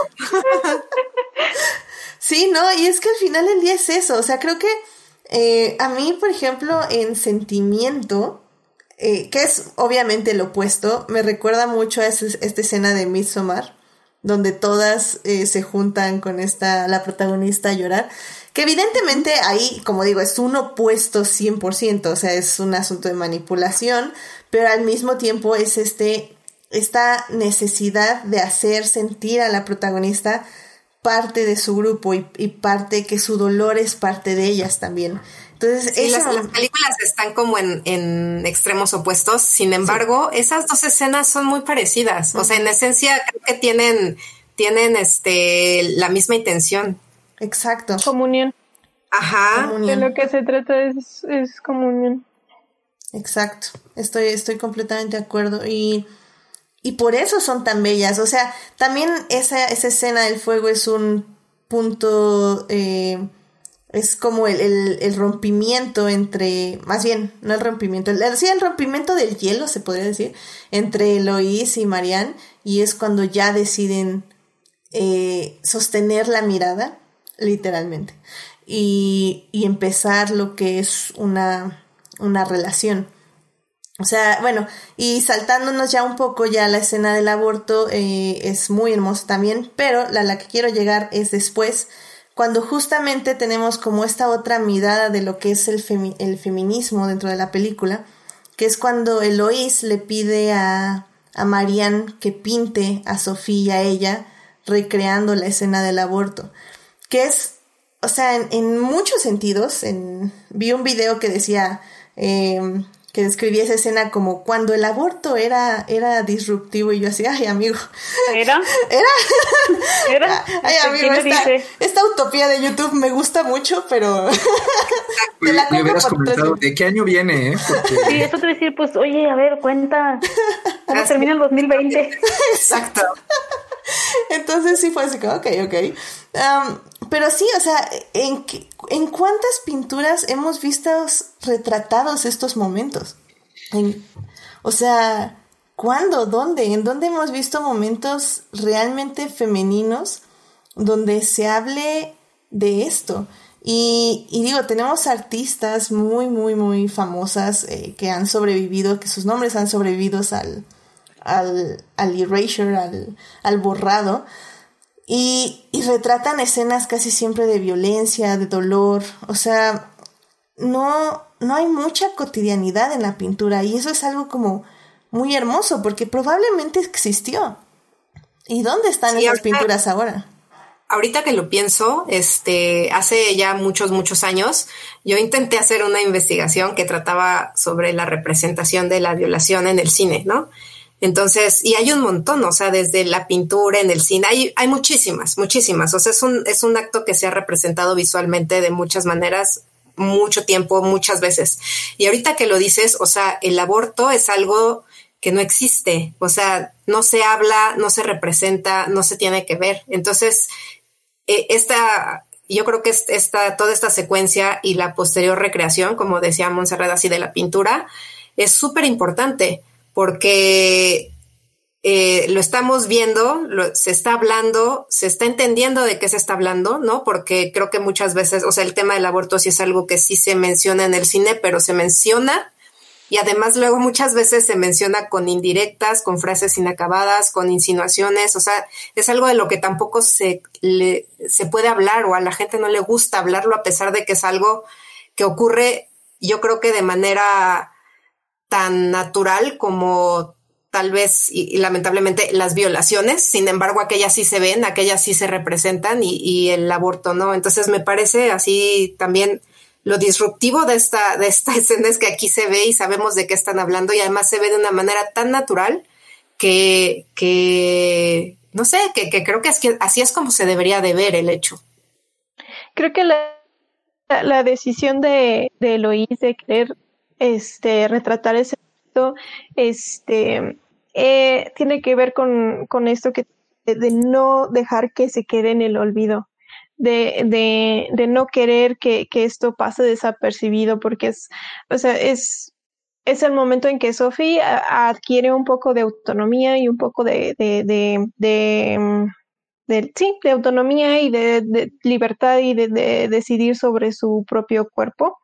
Sí, no, y es que al final del día es eso, o sea, creo que eh, a mí, por ejemplo, en sentimiento, eh, que es obviamente lo opuesto, me recuerda mucho a ese, esta escena de Midsommar, donde todas eh, se juntan con esta, la protagonista a llorar, que evidentemente ahí, como digo, es un opuesto cien por ciento, o sea, es un asunto de manipulación, pero al mismo tiempo es este, esta necesidad de hacer sentir a la protagonista parte de su grupo y, y parte que su dolor es parte de ellas también. Entonces, Sí, eso, las, las películas están como en, en extremos opuestos, sin embargo, sí, esas dos escenas son muy parecidas, uh-huh. O sea, en esencia creo que tienen, tienen este, la misma intención. Exacto. Comunión. Ajá. Comunión. De lo que se trata es, es comunión. Exacto, estoy, estoy completamente de acuerdo y... Y por eso son tan bellas. O sea, también esa, esa escena del fuego es un punto, eh, es como el, el, el rompimiento entre, más bien, no el rompimiento, el, sí, el rompimiento del hielo, se podría decir, entre Eloise y Marianne, y es cuando ya deciden eh, sostener la mirada, literalmente, y, y empezar lo que es una, una relación. O sea, bueno, y saltándonos ya un poco ya la escena del aborto eh, es muy hermosa también, pero la, la que quiero llegar es después, cuando justamente tenemos como esta otra mirada de lo que es el, femi- el feminismo dentro de la película, que es cuando Eloise le pide a, a Marianne que pinte a Sophie y a ella recreando la escena del aborto, que es, o sea, en, en muchos sentidos, en, vi un video que decía, eh, que describía esa escena como cuando el aborto era, era disruptivo, y yo así, ay amigo. ¿Era? ¿Era? ¿Era? Ay amigo, esta, esta utopía de YouTube me gusta mucho, pero te la me hubieras comentado de qué año viene, ¿eh? Porque... Sí, eso te voy a decir, pues, oye, a ver, cuenta cómo termina el dos mil veinte. Exacto. Entonces sí fue así como, ok, ok. Um, pero sí, o sea, ¿en, ¿en cuántas pinturas hemos visto retratados estos momentos? En, o sea, ¿cuándo? ¿Dónde? ¿En dónde hemos visto momentos realmente femeninos donde se hable de esto? Y, y digo, tenemos artistas muy, muy, muy famosas eh, que han sobrevivido, que sus nombres han sobrevivido al... al, al erasure, al, al borrado, y, y retratan escenas casi siempre de violencia, de dolor, o sea, no, no hay mucha cotidianidad en la pintura, y eso es algo como muy hermoso, porque probablemente existió. ¿Y dónde están sí, esas ahorita, pinturas ahora? Ahorita que lo pienso, este, hace ya muchos, muchos años, yo intenté hacer una investigación que trataba sobre la representación de la violación en el cine, ¿no? Entonces, y hay un montón, o sea, desde la pintura en el cine, hay, hay muchísimas, muchísimas, o sea, es un, es un acto que se ha representado visualmente de muchas maneras, mucho tiempo, muchas veces. Y ahorita que lo dices, o sea, el aborto es algo que no existe, o sea, no se habla, no se representa, no se tiene que ver. Entonces, eh, esta, yo creo que esta, toda esta secuencia y la posterior recreación, como decía Montserrat, así de la pintura, es súper importante. Porque eh, lo estamos viendo, lo, se está hablando, se está entendiendo de qué se está hablando, ¿no? Porque creo que muchas veces, o sea, el tema del aborto sí es algo que sí se menciona en el cine, pero se menciona y además luego muchas veces se menciona con indirectas, con frases inacabadas, con insinuaciones, o sea, es algo de lo que tampoco se, le, se puede hablar o a la gente no le gusta hablarlo a pesar de que es algo que ocurre, yo creo que de manera... tan natural como tal vez y, y lamentablemente las violaciones, sin embargo aquellas sí se ven, aquellas sí se representan y, y el aborto no. Entonces me parece así también lo disruptivo de esta, de esta escena es que aquí se ve y sabemos de qué están hablando y además se ve de una manera tan natural que, que no sé, que, que creo que, es que así es como se debería de ver el hecho. Creo que la, la decisión de, de Eloís de querer este retratar ese momento este eh, tiene que ver con, con esto que de, de no dejar que se quede en el olvido, de, de, de no querer que, que esto pase desapercibido, porque es, o sea, es, es el momento en que Sophie a, adquiere un poco de autonomía y un poco de, de, de, de, de sí, de autonomía y de, de libertad y de, de decidir sobre su propio cuerpo.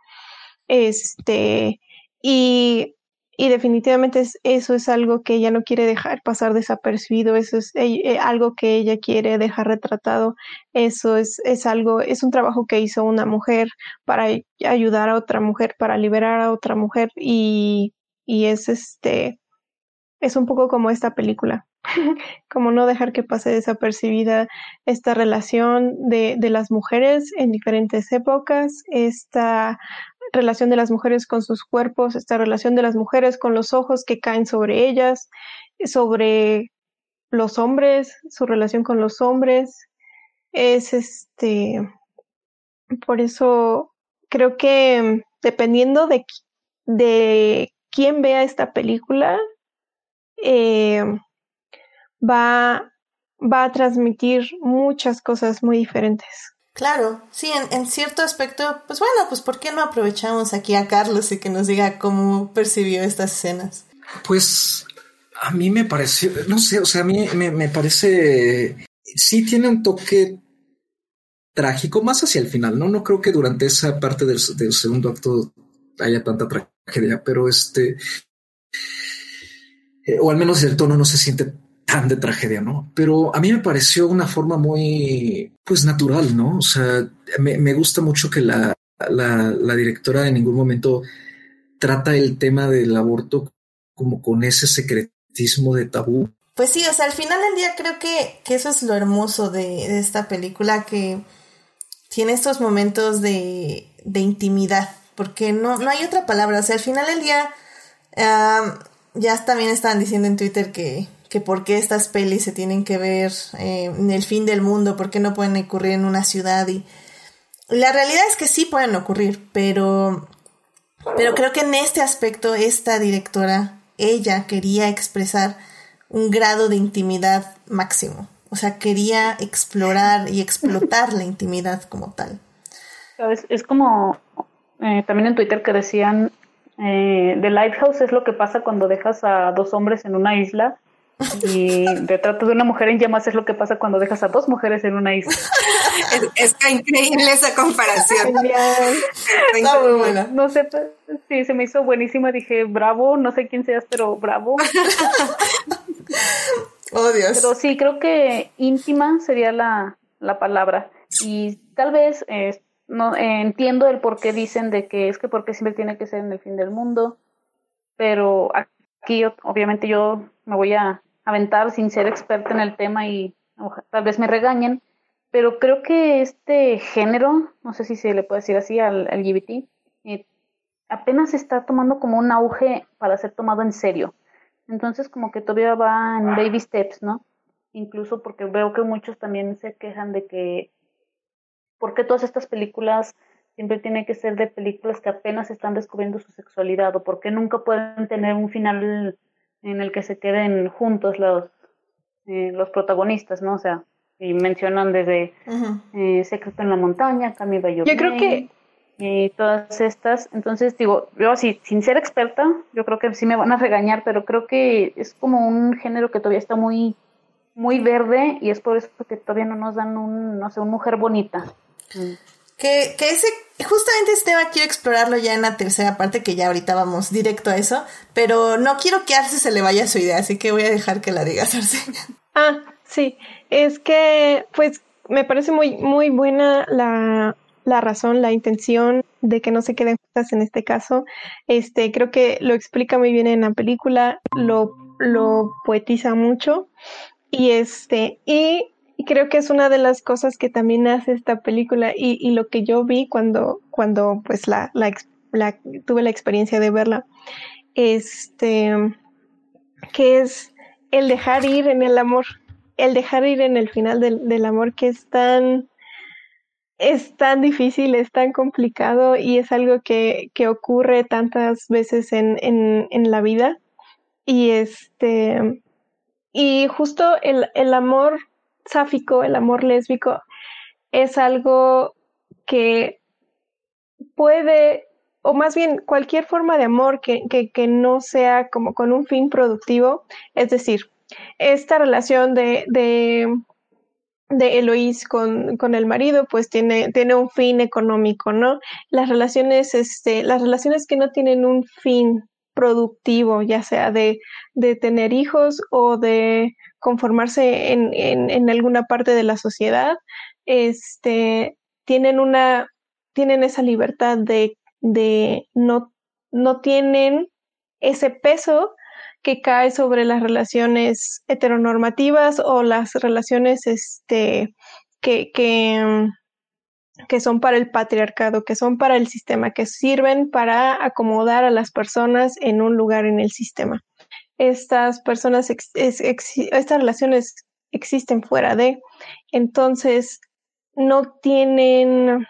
Este, y, y definitivamente es, eso es algo que ella no quiere dejar pasar desapercibido, eso es eh, algo que ella quiere dejar retratado, eso es, es algo, es un trabajo que hizo una mujer para ayudar a otra mujer, para liberar a otra mujer, y, y es este, es un poco como esta película. Como no dejar que pase desapercibida esta relación de, de las mujeres en diferentes épocas, esta relación de las mujeres con sus cuerpos, esta relación de las mujeres con los ojos que caen sobre ellas, sobre los hombres, su relación con los hombres. Es este, por eso creo que dependiendo de, de quién vea esta película, eh, va, va a transmitir muchas cosas muy diferentes. Claro, sí, en, en cierto aspecto, pues bueno, pues ¿por qué no aprovechamos aquí a Carlos y que nos diga cómo percibió estas escenas? Pues a mí me pareció, no sé, o sea, a mí me, me parece, sí tiene un toque trágico más hacia el final, ¿no? No creo que durante esa parte del, del segundo acto haya tanta tragedia, pero este, eh, o al menos el tono no se siente tan de tragedia, ¿no? Pero a mí me pareció una forma muy, pues, natural, ¿no? O sea, me, me gusta mucho que la, la, la directora en ningún momento trata el tema del aborto como con ese secretismo de tabú. Pues sí, o sea, al final del día creo que, que eso es lo hermoso de, de esta película, que tiene estos momentos de, de intimidad, porque no, no hay otra palabra. O sea, al final del día, um, ya también estaban diciendo en Twitter que, que por qué estas pelis se tienen que ver eh, en el fin del mundo, por qué no pueden ocurrir en una ciudad. Y la realidad es que sí pueden ocurrir, pero, pero creo que en este aspecto esta directora, ella quería expresar un grado de intimidad máximo. O sea, quería explorar y explotar la intimidad como tal. ¿Sabes? Es como eh, también en Twitter que decían eh, The Lighthouse es lo que pasa cuando dejas a dos hombres en una isla, y Retrato de una mujer en llamas es lo que pasa cuando dejas a dos mujeres en una isla. Es, está increíble esa comparación. Está muy buena. No sé, sí, se me hizo buenísima. Dije, bravo, no sé quién seas, pero bravo. Oh, Dios. Pero sí, creo que íntima sería la, la palabra. Y tal vez eh, no eh, entiendo el por qué dicen de que es que porque siempre tiene que ser en el fin del mundo. Pero aquí obviamente yo me voy a aventar sin ser experta en el tema y ojalá, tal vez me regañen, pero creo que este género, no sé si se le puede decir así al L G B T, eh, apenas está tomando como un auge para ser tomado en serio. Entonces como que todavía va en baby steps, ¿no? Incluso porque veo que muchos también se quejan de que ¿por qué todas estas películas siempre tienen que ser de películas que apenas están descubriendo su sexualidad? ¿O por qué nunca pueden tener un final en el que se queden juntos los, eh, los protagonistas, ¿no? O sea, y mencionan desde uh-huh. eh, Secreto en la Montaña, Camila y Yo creo que y todas estas. Entonces digo, yo así, sin ser experta, yo creo que sí me van a regañar, pero creo que es como un género que todavía está muy, muy verde, y es por eso que todavía no nos dan un, no sé, una mujer bonita. Mm. Que, que ese, justamente este tema quiero explorarlo ya en la tercera parte, que ya ahorita vamos directo a eso, pero no quiero que a Arce se le vaya su idea, así que voy a dejar que la digas, Arce. Ah, sí, es que pues me parece muy, muy buena la, la razón, la intención de que no se queden juntas en este caso. Este, creo que lo explica muy bien en la película, lo, lo poetiza mucho, y este, y Y creo que es una de las cosas que también hace esta película, y, y lo que yo vi cuando, cuando pues la, la, la tuve la experiencia de verla, este, que es el dejar ir en el amor, el dejar ir en el final del, del amor, que es tan, es tan difícil, es tan complicado, y es algo que, que ocurre tantas veces en, en, en la vida. Y este, y justo el, el amor sáfico, el amor lésbico, es algo que puede, o más bien cualquier forma de amor que, que, que no sea como con un fin productivo, es decir, esta relación de, de, de Eloís con, con el marido, pues tiene, tiene un fin económico, ¿no? Las relaciones, este, las relaciones que no tienen un fin productivo, ya sea de, de tener hijos o de conformarse en, en, en alguna parte de la sociedad, este, tienen una, tienen esa libertad de, de no, no tienen ese peso que cae sobre las relaciones heteronormativas o las relaciones este, que, que, que son para el patriarcado, que son para el sistema, que sirven para acomodar a las personas en un lugar en el sistema. Estas personas, ex, ex, ex, estas relaciones existen fuera de, entonces no tienen,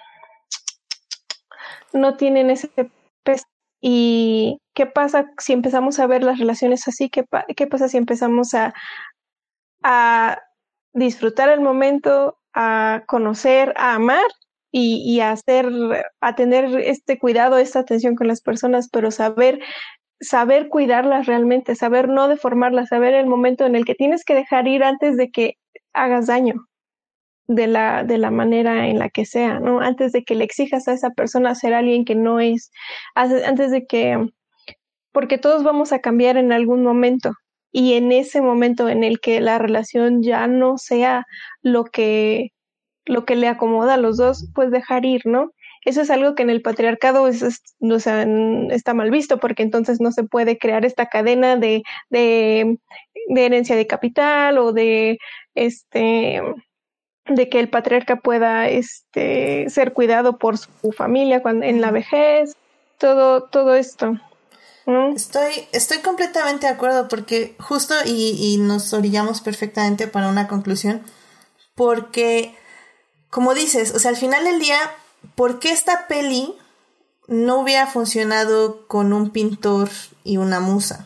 no tienen ese peso. ¿Y qué pasa si empezamos a ver las relaciones así? ¿Qué, pa- qué pasa si empezamos a, a disfrutar el momento, a conocer, a amar y, y a hacer, a tener este cuidado, esta atención con las personas, pero saber saber cuidarlas realmente, saber no deformarlas, saber el momento en el que tienes que dejar ir antes de que hagas daño de la, de la manera en la que sea, ¿no? Antes de que le exijas a esa persona ser alguien que no es, antes de que, porque todos vamos a cambiar en algún momento, y en ese momento en el que la relación ya no sea lo que, lo que le acomoda a los dos, pues dejar ir, ¿no? eso es algo que en el patriarcado es, es, o sea, está mal visto, porque entonces no se puede crear esta cadena de, de, de herencia de capital o de este de que el patriarca pueda este ser cuidado por su familia cuando, en la vejez, todo, todo esto. ¿No? Estoy, estoy completamente de acuerdo porque justo y, y nos orillamos perfectamente para una conclusión, porque como dices, o sea, al final del día, ¿por qué esta peli no hubiera funcionado con un pintor y una musa?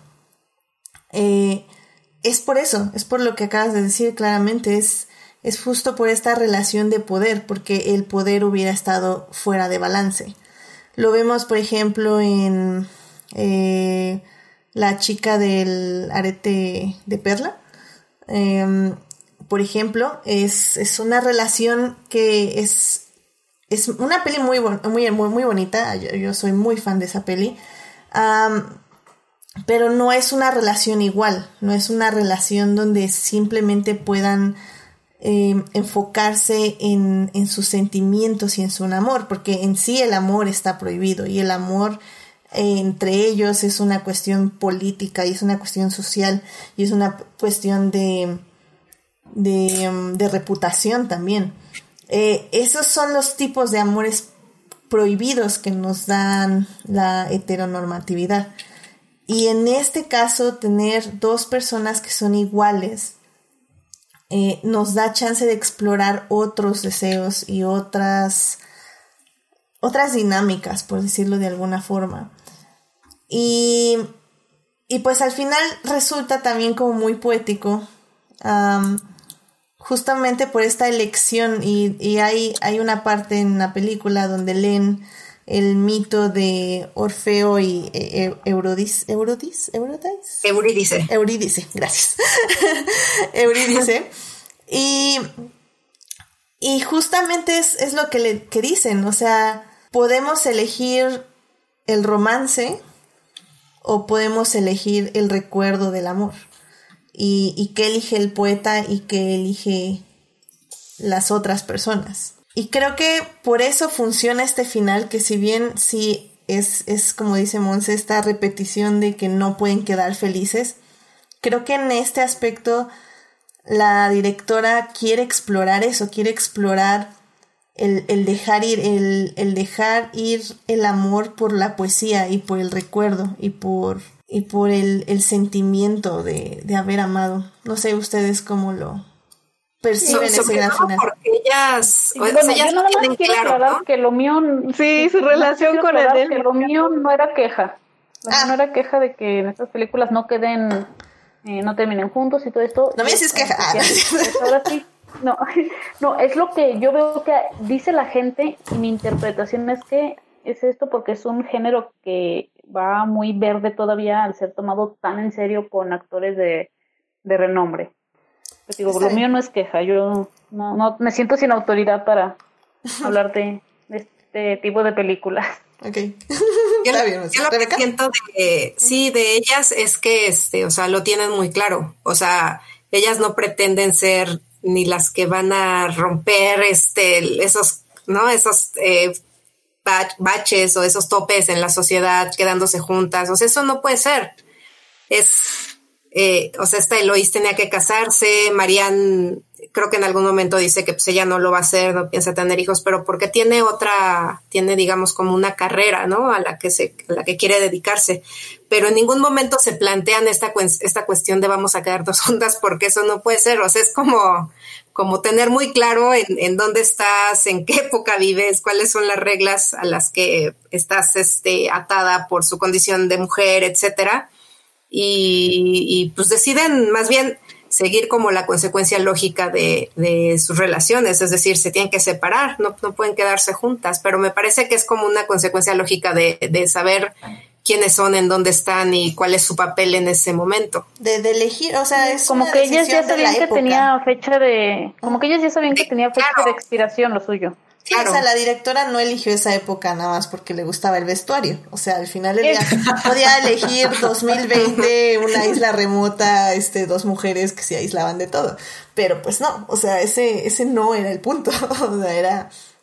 Eh, es por eso, es por lo que acabas de decir claramente, es, es justo por esta relación de poder, porque el poder hubiera estado fuera de balance. Lo vemos, por ejemplo, en eh, la chica del arete de perla. Eh, por ejemplo, es, es una relación que es, es una peli muy, muy, muy, muy bonita. Yo, yo soy muy fan de esa peli. Um, pero no es una relación igual. No es una relación donde simplemente puedan eh, enfocarse en, en sus sentimientos y en su amor. Porque en sí el amor está prohibido. Y el amor eh, entre ellos es una cuestión política. Y es una cuestión social. Y es una cuestión de... De, de reputación también. Eh, esos son los tipos de amores prohibidos que nos dan la heteronormatividad. Y en este caso, tener dos personas que son iguales eh, nos da chance de explorar otros deseos y otras, otras dinámicas, por decirlo de alguna forma. Y, y pues al final resulta también como muy poético. Um, Justamente por esta elección, y, y hay, hay una parte en la película donde leen el mito de Orfeo y e, e, Eurodis, Eurodis, Eurodis, Eurídice. Eurídice, gracias. Eurídice. Y, y justamente es, es lo que, le, que dicen, o sea, podemos elegir el romance o podemos elegir el recuerdo del amor. Y, y qué elige el poeta y qué elige las otras personas. Y creo que por eso funciona este final, que si bien sí es, es como dice Monse, esta repetición de que no pueden quedar felices, creo que en este aspecto la directora quiere explorar eso, quiere explorar el, el dejar ir, el, el dejar ir el amor por la poesía y por el recuerdo y por... y por el, el sentimiento de, de haber amado. No sé ustedes cómo lo perciben, so, ese gran todo final. Porque ellas, sí, bueno, o sea, ellas yo nada tienen más quiero claro, aclarar, ¿no?, que lo mío, sí, su relación con él, el que lo mío no era queja, ah. no era queja de que en estas películas no queden, eh, no terminen juntos y todo esto. No me dices queja. Ah. Pues ahora sí. No, no, es lo que yo veo que dice la gente, y mi interpretación es que es esto porque es un género que va muy verde todavía al ser tomado tan en serio con actores de, de renombre. Pues digo, lo mío no es queja, yo no, no me siento sin autoridad para hablar de, de este tipo de películas. Ok. Yo, Está bien, yo lo que siento de, sí, de ellas es que, este, o sea, lo tienen muy claro. O sea, ellas no pretenden ser ni las que van a romper este, esos, ¿no? Esos eh, baches o esos topes en la sociedad quedándose juntas. O sea, eso no puede ser. Es, eh, o sea, esta Eloís tenía que casarse, Marianne creo que en algún momento dice que pues ella no lo va a hacer, no piensa tener hijos, pero porque tiene otra, tiene digamos como una carrera, ¿no? A la que se, a la que quiere dedicarse, pero en ningún momento se plantean esta, esta cuestión de vamos a quedarnos juntas, porque eso no puede ser. O sea, es como, como tener muy claro en, en dónde estás, en qué época vives, cuáles son las reglas a las que estás este, atada por su condición de mujer, etcétera, y, y pues deciden más bien seguir como la consecuencia lógica de, de sus relaciones, es decir, se tienen que separar, no, no pueden quedarse juntas, pero me parece que es como una consecuencia lógica de, de saber quiénes son, en dónde están y cuál es su papel en ese momento. De, de elegir, o sea, es como una que ellas ya decisión de sabían la que época. tenía fecha de, como que ellas ya sabían que Sí, tenía fecha claro. de expiración lo suyo. Sí, claro. O sea, la directora no eligió esa época nada más porque le gustaba el vestuario. O sea, al final del día podía elegir dos mil veinte, una isla remota, este, dos mujeres que se aislaban de todo. Pero pues no, o sea, ese, ese no era el punto. O sea, era,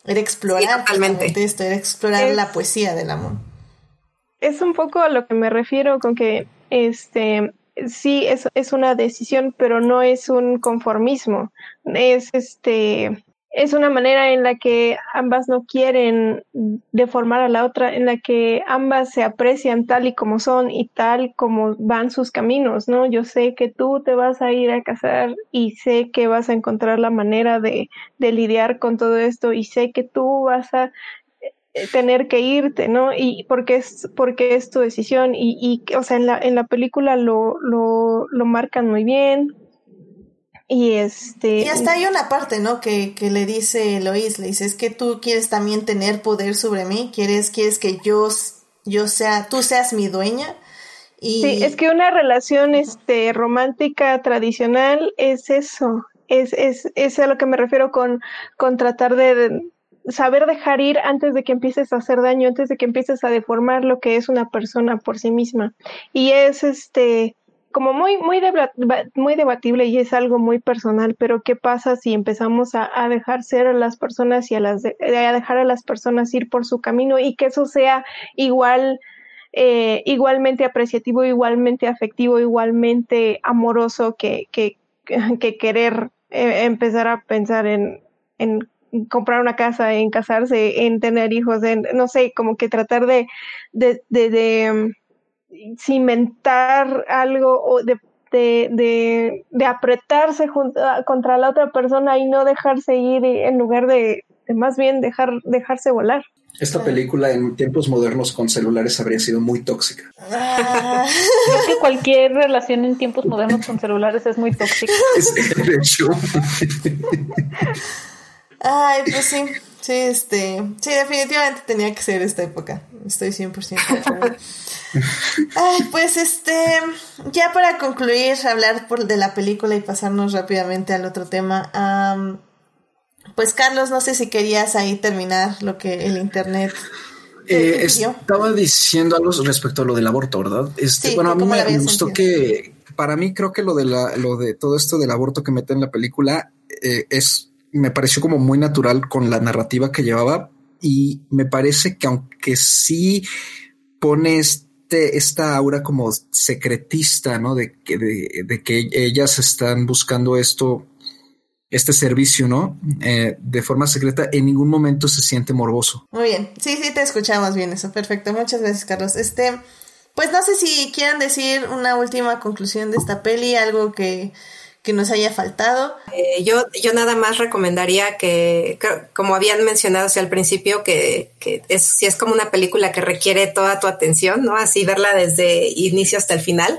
era explorar sí, totalmente. esto, era explorar es, la poesía del amor. Es un poco a lo que me refiero con que este sí es, es una decisión, pero no es un conformismo. Es este es una manera en la que ambas no quieren deformar a la otra, en la que ambas se aprecian tal y como son y tal como van sus caminos, ¿no? Yo sé que tú te vas a ir a casar y sé que vas a encontrar la manera de, de lidiar con todo esto y sé que tú vas a tener que irte, ¿no? Y porque es, porque es tu decisión y, y o sea, en la, en la película lo, lo, lo marcan muy bien. Y este y hasta hay una parte, ¿no? Que, que le dice Lois, le dice, es que tú quieres también tener poder sobre mí, quieres, quieres que yo, yo sea, tú seas mi dueña. Y... sí, es que una relación este romántica tradicional es eso, es, es, es a lo que me refiero con, con tratar de, de saber dejar ir antes de que empieces a hacer daño, antes de que empieces a deformar lo que es una persona por sí misma. Y es este como muy, muy, deba- muy debatible y es algo muy personal, pero ¿qué pasa si empezamos a, a dejar ser a las personas y a, las de, a dejar a las personas ir por su camino y que eso sea igual, eh, igualmente apreciativo, igualmente afectivo, igualmente amoroso que, que, que querer eh, empezar a pensar en, en comprar una casa, en casarse, en tener hijos, en, no sé, como que tratar de, de, de, de cimentar algo o de, de, de, de apretarse junto, contra la otra persona y no dejarse ir en lugar de, de más bien dejar, dejarse volar. Esta película en tiempos modernos con celulares habría sido muy tóxica. Ah. Creo que cualquier relación en tiempos modernos con celulares es muy tóxica. Es, de hecho. Ay, pues sí. Sí, este, sí, definitivamente tenía que ser esta época. Estoy cien por ciento de acuerdo. Ay, pues este, ya para concluir, hablar por, de la película y pasarnos rápidamente al otro tema. Um, pues Carlos, no sé si querías ahí terminar lo que el internet eh, estaba diciendo algo respecto a lo del aborto, ¿verdad? Este, sí, bueno, a mí me, me gustó que, para mí creo que lo de la, lo de todo esto del aborto que mete en la película eh, es me pareció como muy natural con la narrativa que llevaba y me parece que aunque sí pone este, esta aura como secretista, ¿no? De que, de, de que ellas están buscando esto, este servicio, ¿no? Eh, de forma secreta, en ningún momento se siente morboso. Muy bien. Sí, sí, te escuchamos bien eso. Perfecto. Muchas gracias, Carlos. Este, pues no sé si quieran decir una última conclusión de esta peli, algo que... que nos haya faltado. Eh, yo, yo nada más recomendaría que, como habían mencionado hacia el principio, que, que es, si es como una película que requiere toda tu atención, ¿no? Así verla desde inicio hasta el final.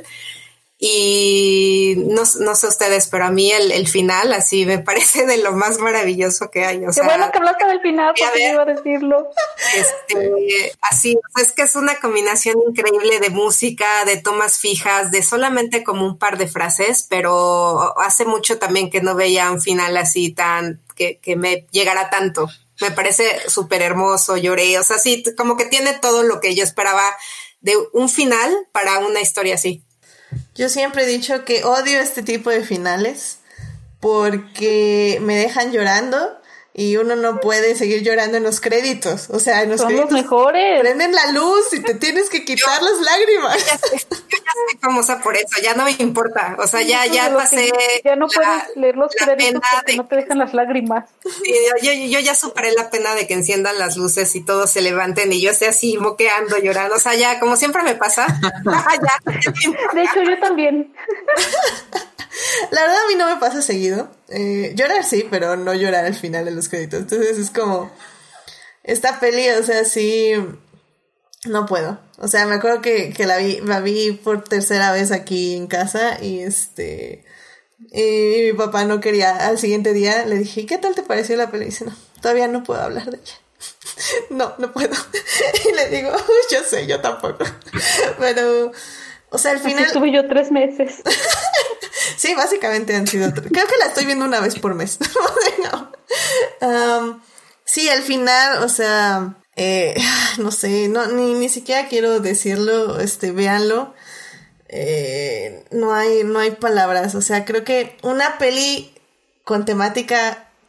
Y no, no sé ustedes, pero a mí el, el final así me parece de lo más maravilloso que hay. O Qué sea, bueno que hablaste del final porque iba a decirlo. Este, así, o sea, es que es una combinación increíble de música, de tomas fijas, de solamente como un par de frases, pero hace mucho también que no veía un final así tan, que, que me llegara tanto. Me parece súper hermoso, lloré, o sea, sí, como que tiene todo lo que yo esperaba de un final para una historia así. Yo siempre he dicho que odio este tipo de finales porque me dejan llorando y uno no puede seguir llorando en los créditos. O sea, en los Son créditos los mejores. Prenden la luz y te tienes que quitar yo, las lágrimas. Yo ya, soy, yo ya soy famosa por eso, ya no me importa. O sea, ya, ya pasé. Ya no la, puedes leer los créditos porque de, no te dejan las lágrimas. Sí, yo, yo, yo ya superé la pena de que enciendan las luces y todos se levanten y yo esté así moqueando, llorando. O sea, ya, como siempre me pasa. ya, de hecho, yo también. La verdad a mí no me pasa seguido. Eh, llorar sí, pero no llorar al final de los créditos. Entonces es como... Esta peli, o sea, sí... No puedo. O sea, me acuerdo que, que la vi, la vi por tercera vez aquí en casa y este... Y mi papá no quería... Al siguiente día le dije, ¿qué tal te pareció la peli? Y dice, no, todavía no puedo hablar de ella. no, no puedo. Y le digo, yo sé, yo tampoco. Pero... O sea, al final... Aquí estuve yo tres meses. Sí, básicamente han sido tres. Creo que la estoy viendo una vez por mes. no. um, sí, al final, o sea, eh, no sé, no, ni, ni siquiera quiero decirlo, este, véanlo. Eh, no hay, no hay palabras. O sea, creo que una peli con temática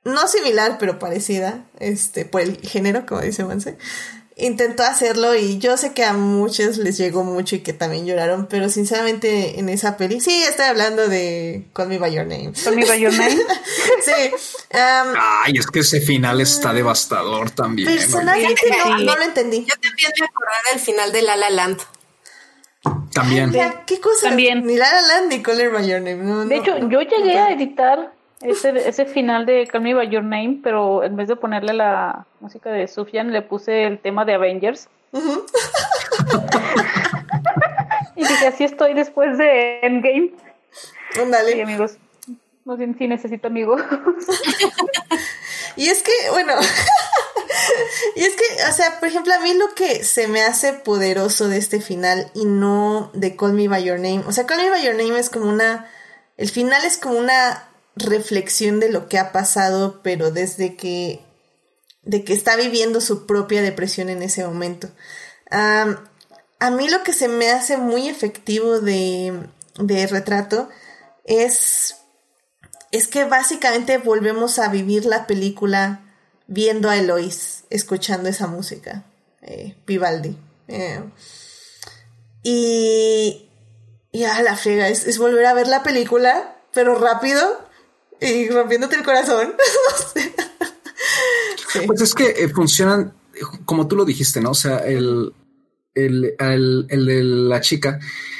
no similar, pero parecida, este, por el género, como dice Monse. Intentó hacerlo y yo sé que a muchos les llegó mucho y que también lloraron, pero sinceramente en esa peli, sí, estoy hablando de Call Me By Your Name. Call Me By Your Name. Sí. Um, Ay, es que ese final está devastador también. Personalmente no, no lo entendí. Yo también me acordé del final de La La Land. También. Ay, mira, ¿qué cosa? También. Ni La La Land ni Call Me By Your Name. No, de no, hecho, no, yo llegué no, a editar ese, ese final de Call Me By Your Name, pero en vez de ponerle la música de Sufjan, le puse el tema de Avengers. Uh-huh. Y dije, así estoy después de Endgame. Dale. Sí, amigos. No sé si necesito amigos. Y es que, bueno, y es que, o sea, por ejemplo, a mí lo que se me hace poderoso de este final y no de Call Me By Your Name, o sea, Call Me By Your Name es como una, el final es como una reflexión de lo que ha pasado, pero desde que, de que está viviendo su propia depresión en ese momento. Um, a mí lo que se me hace muy efectivo de, de Retrato es... es que básicamente volvemos a vivir la película viendo a Eloís, escuchando esa música, eh, Vivaldi. Eh, y, y a la friega, es, es volver a ver la película, pero rápido y rompiéndote el corazón. Sí. Pues es que eh, funcionan, como tú lo dijiste, ¿no? O sea, el, el, el, el de la chica,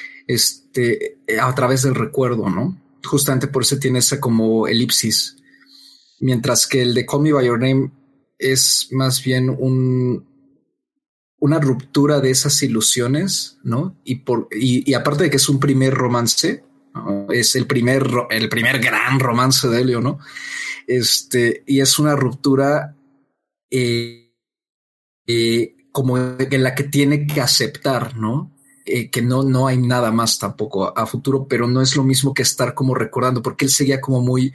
este, a través del recuerdo, ¿no? Justamente por eso tiene esa como elipsis, mientras que el de Call Me By Your Name es más bien un una ruptura de esas ilusiones, ¿no? Y por y, y aparte de que es un primer romance, ¿no? Es el primer el primer gran romance de Elio, ¿no? Este y es una ruptura eh, eh, como en la que tiene que aceptar, ¿no? Eh, que no, no hay nada más tampoco a, a futuro, pero no es lo mismo que estar como recordando, porque él seguía como muy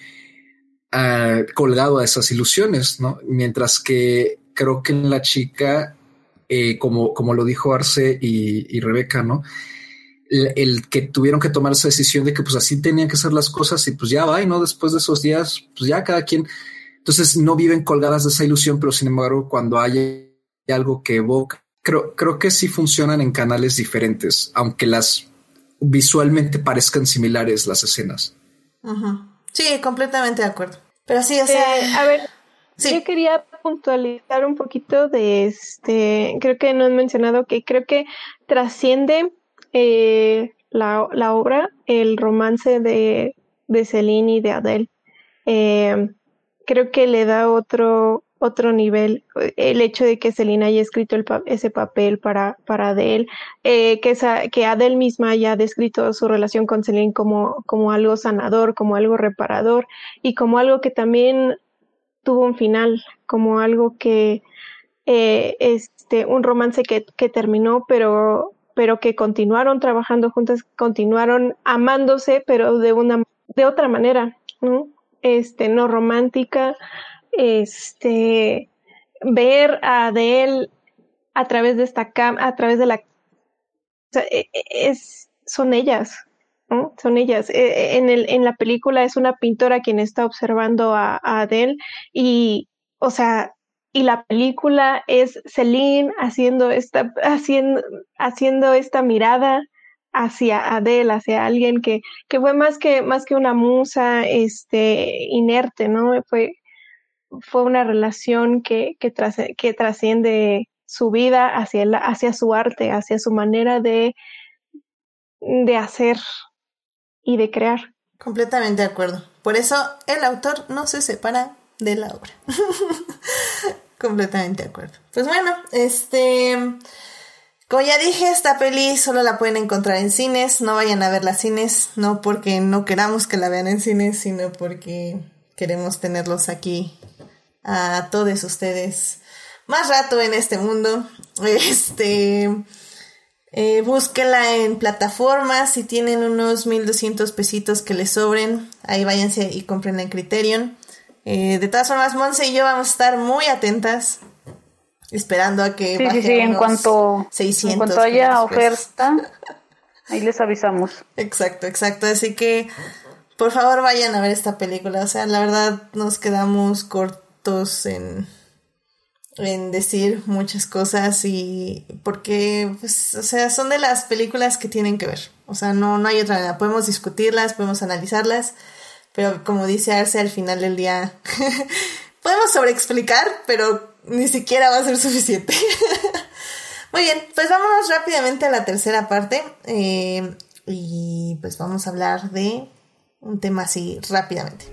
uh, colgado a esas ilusiones, ¿no? Mientras que creo que en la chica, eh, como, como lo dijo Arce y, y Rebeca, ¿no? El, el que tuvieron que tomar esa decisión de que pues así tenían que ser las cosas y pues ya va, y no después de esos días, pues ya cada quien. Entonces no viven colgadas de esa ilusión, pero sin embargo cuando hay algo que evoca, Creo, creo que sí funcionan en canales diferentes, aunque las visualmente parezcan similares las escenas. Uh-huh. Sí, completamente de acuerdo. Pero sí, o sea... Eh, a ver, sí. Yo quería puntualizar un poquito de este... Creo que no han mencionado que creo que trasciende eh, la, la obra, el romance de, de Celine y de Adele. Eh, creo que le da otro... otro nivel, el hecho de que Celine haya escrito el pa- ese papel para, para Adele, eh, que, esa, que Adele misma haya descrito su relación con Celine como, como algo sanador, como algo reparador y como algo que también tuvo un final, como algo que, eh, este, un romance que, que terminó, pero, pero que continuaron trabajando juntas, continuaron amándose, pero de una, de otra manera, ¿no? Este, no romántica. Este, ver a Adele a través de esta cam, a través de la, o sea, es, son ellas, ¿no? Son ellas. En el, en la película es una pintora quien está observando a, a Adele y, o sea, y la película es Celine haciendo esta, haciendo, haciendo esta mirada hacia Adele, hacia alguien que, que fue más que, más que una musa, este, inerte, ¿no? Fue, fue una relación que, que, tras, que trasciende su vida hacia, la, hacia su arte, hacia su manera de, de hacer y de crear. Completamente de acuerdo. Por eso el autor no se separa de la obra. Completamente de acuerdo. Pues bueno, este... como ya dije, esta peli solo la pueden encontrar en cines. No vayan a verla en cines, no porque no queramos que la vean en cines, sino porque queremos tenerlos aquí a todos ustedes más rato en este mundo. Este, eh, búsquenla en plataformas. Si tienen unos mil doscientos pesitos que les sobren, ahí váyanse y compren en Criterion. Eh, de todas formas, Monse y yo vamos a estar muy atentas, esperando a que sí, baje sí, sí. En cuanto, seiscientos. En cuanto haya oferta, ahí les avisamos. Exacto, exacto. Así que, por favor vayan a ver esta película. O sea, la verdad nos quedamos cortos en, en decir muchas cosas y porque, pues, o sea, son de las películas que tienen que ver. O sea, no, no hay otra manera. Podemos discutirlas, podemos analizarlas, pero como dice Arce, al final del día podemos sobreexplicar, pero ni siquiera va a ser suficiente. Muy bien, pues vámonos rápidamente a la tercera parte eh, y pues vamos a hablar de un tema así rápidamente.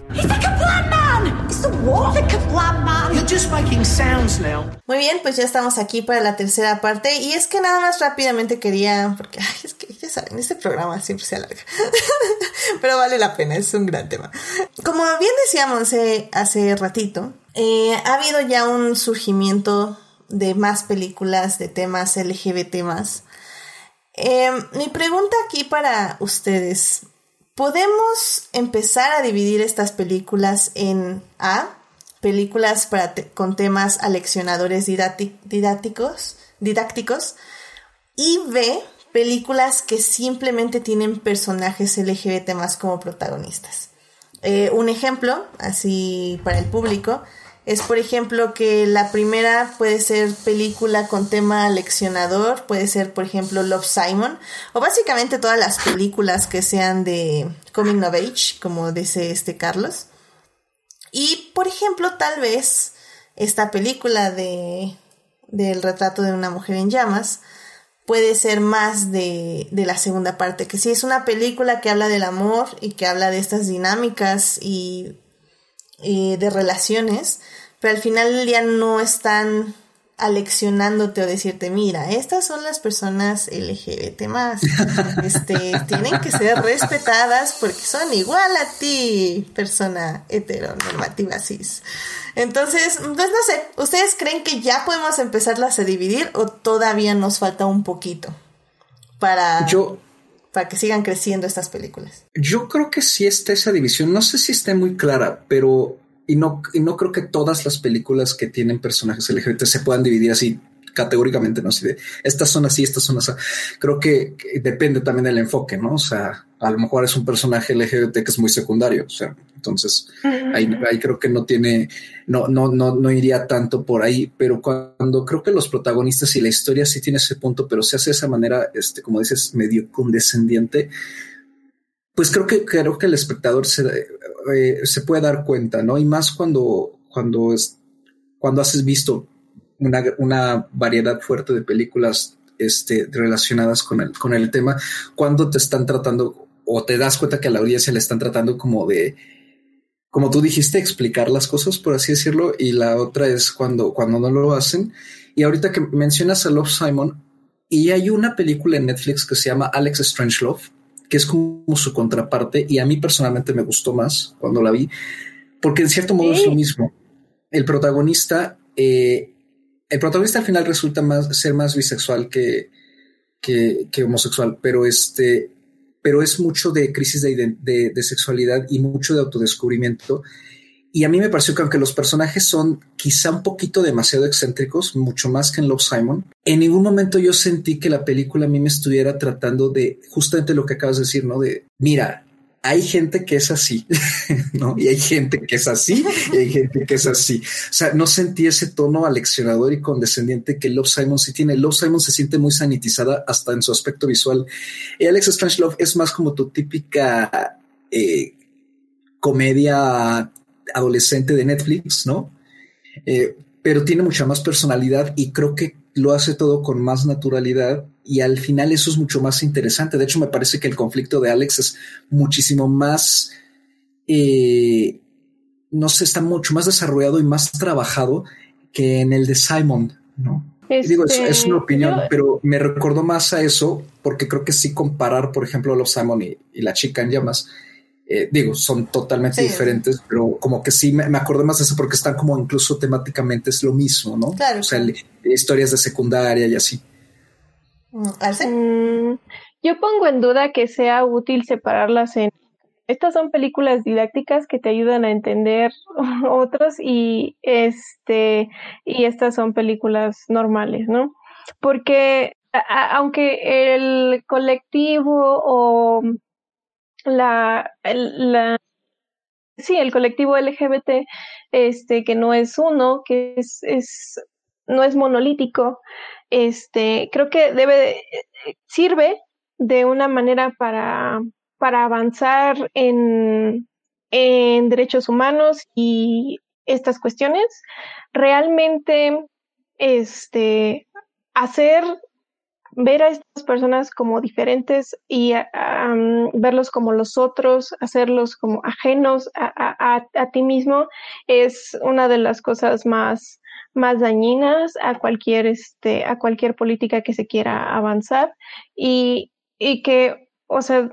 Muy bien, pues ya estamos aquí para la tercera parte y es que nada más rápidamente quería, porque ay, es que ya saben, este programa siempre se alarga, pero vale la pena, es un gran tema. Como bien decíamos eh, hace ratito, eh, ha habido ya un surgimiento de más películas de temas L G B T más. Eh, mi pregunta aquí para ustedes: ¿podemos empezar a dividir estas películas en A, películas para te- con temas aleccionadores didácti- didácticos, didácticos, y B, películas que simplemente tienen personajes L G B T más como protagonistas? Eh, un ejemplo, así para el público, es por ejemplo que la primera puede ser película con tema leccionador, puede ser por ejemplo Love, Simon, o básicamente todas las películas que sean de Coming of Age, como dice este Carlos. Y por ejemplo tal vez esta película de del retrato de una mujer en llamas puede ser más de, de la segunda parte, que sí es una película que habla del amor y que habla de estas dinámicas y Eh, de relaciones, pero al final del día no están aleccionándote o decirte, mira, estas son las personas L G B T más, este, tienen que ser respetadas porque son igual a ti, persona heteronormativa cis. Entonces, pues no sé, ¿ustedes creen que ya podemos empezarlas a dividir o todavía nos falta un poquito para... Yo... para que sigan creciendo estas películas? Yo creo que sí está esa división. No sé si esté muy clara, pero y no, y no creo que todas las películas que tienen personajes L G B T se puedan dividir así categóricamente, no así de estas son así, estas son así. Creo que, que depende también del enfoque, ¿no? O sea, a lo mejor es un personaje L G B T que es muy secundario. O sea, entonces ahí, ahí creo que no tiene, no, no, no, no iría tanto por ahí, pero cuando creo que los protagonistas y la historia sí tiene ese punto, pero se hace de esa manera, este, como dices, medio condescendiente, pues creo que, creo que el espectador se, eh, se puede dar cuenta, ¿no? Y más cuando, cuando es, cuando has visto una, una variedad fuerte de películas, este, relacionadas con el, con el tema, cuando te están tratando o te das cuenta que a la audiencia le están tratando como de, como tú dijiste, explicar las cosas, por así decirlo, y la otra es cuando, cuando no lo hacen. Y ahorita que mencionas a Love, Simon, y hay una película en Netflix que se llama Alex Strangelove, que es como su contraparte, y a mí personalmente me gustó más cuando la vi, porque en cierto modo sí. Es lo mismo. El protagonista, eh, el protagonista al final resulta más, ser más bisexual que, que, que homosexual, pero este... pero es mucho de crisis de, de, de sexualidad y mucho de autodescubrimiento. Y a mí me pareció que aunque los personajes son quizá un poquito demasiado excéntricos, mucho más que en Love, Simon, en ningún momento yo sentí que la película a mí me estuviera tratando de justamente lo que acabas de decir, ¿no? De, mira, hay gente que es así, ¿no? Y hay gente que es así, y hay gente que es así. O sea, no sentí ese tono aleccionador y condescendiente que Love, Simon sí tiene. Love, Simon se siente muy sanitizada hasta en su aspecto visual. Y Alex Strangelove es más como tu típica eh, comedia adolescente de Netflix, ¿no? Eh, pero tiene mucha más personalidad y creo que lo hace todo con más naturalidad y al final eso es mucho más interesante. De hecho, me parece que el conflicto de Alex es muchísimo más, eh, no sé, está mucho más desarrollado y más trabajado que en el de Simon, ¿no? Este, Digo, es, es una opinión, yo... pero me recordó más a eso porque creo que sí comparar, por ejemplo, Love, Simon y, y La chica en llamas, Eh, digo, son totalmente sí. diferentes, pero como que sí me, me acordé más de eso porque están como incluso temáticamente es lo mismo, ¿no? Claro. O sea, le, historias de secundaria y así. Mm, yo pongo en duda que sea útil separarlas en... Estas son películas didácticas que te ayudan a entender otros y este y estas son películas normales, ¿no? Porque a, a, aunque el colectivo o la, la sí, el colectivo L G B T, este, que no es uno, que es, es no es monolítico, este, creo que debe, sirve de una manera para, para avanzar en, en derechos humanos y estas cuestiones, realmente, este, hacer ver a estas personas como diferentes y um, verlos como los otros, hacerlos como ajenos a, a, a ti mismo, es una de las cosas más, más dañinas a cualquier, este, a cualquier política que se quiera avanzar y, y que, o sea,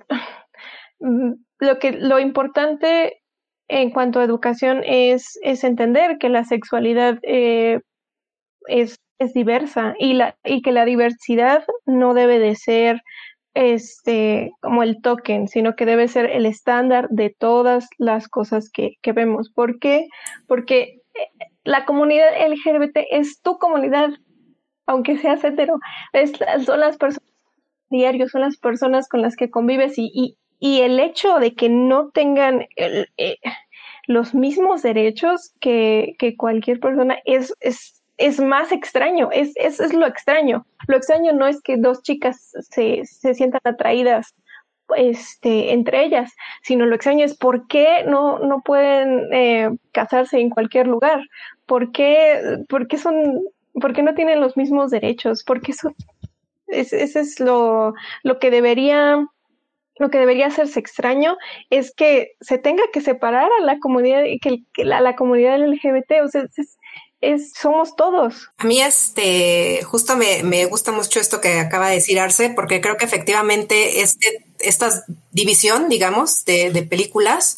lo que, lo importante en cuanto a educación es, es entender que la sexualidad eh, es es diversa y la y que la diversidad no debe de ser este como el token, sino que debe ser el estándar de todas las cosas que, que vemos. ¿Por qué? Porque la comunidad L G B T es tu comunidad, aunque seas hetero, es, son las personas diarios, son las personas con las que convives y, y, y el hecho de que no tengan el, eh, los mismos derechos que, que cualquier persona es, es es más extraño, es, es, es lo extraño. Lo extraño no es que dos chicas se, se sientan atraídas este, entre ellas, sino lo extraño es por qué no, no pueden eh, casarse en cualquier lugar, por qué, por qué son, por qué no tienen los mismos derechos, por qué son, es, ese es lo, lo que debería lo que debería hacerse extraño es que se tenga que separar a la comunidad, que, que la, la comunidad L G B T, o sea, es, Es, somos todos. A mí este justo me, me gusta mucho esto que acaba de decir Arce, porque creo que efectivamente este, esta división, digamos, de, de películas,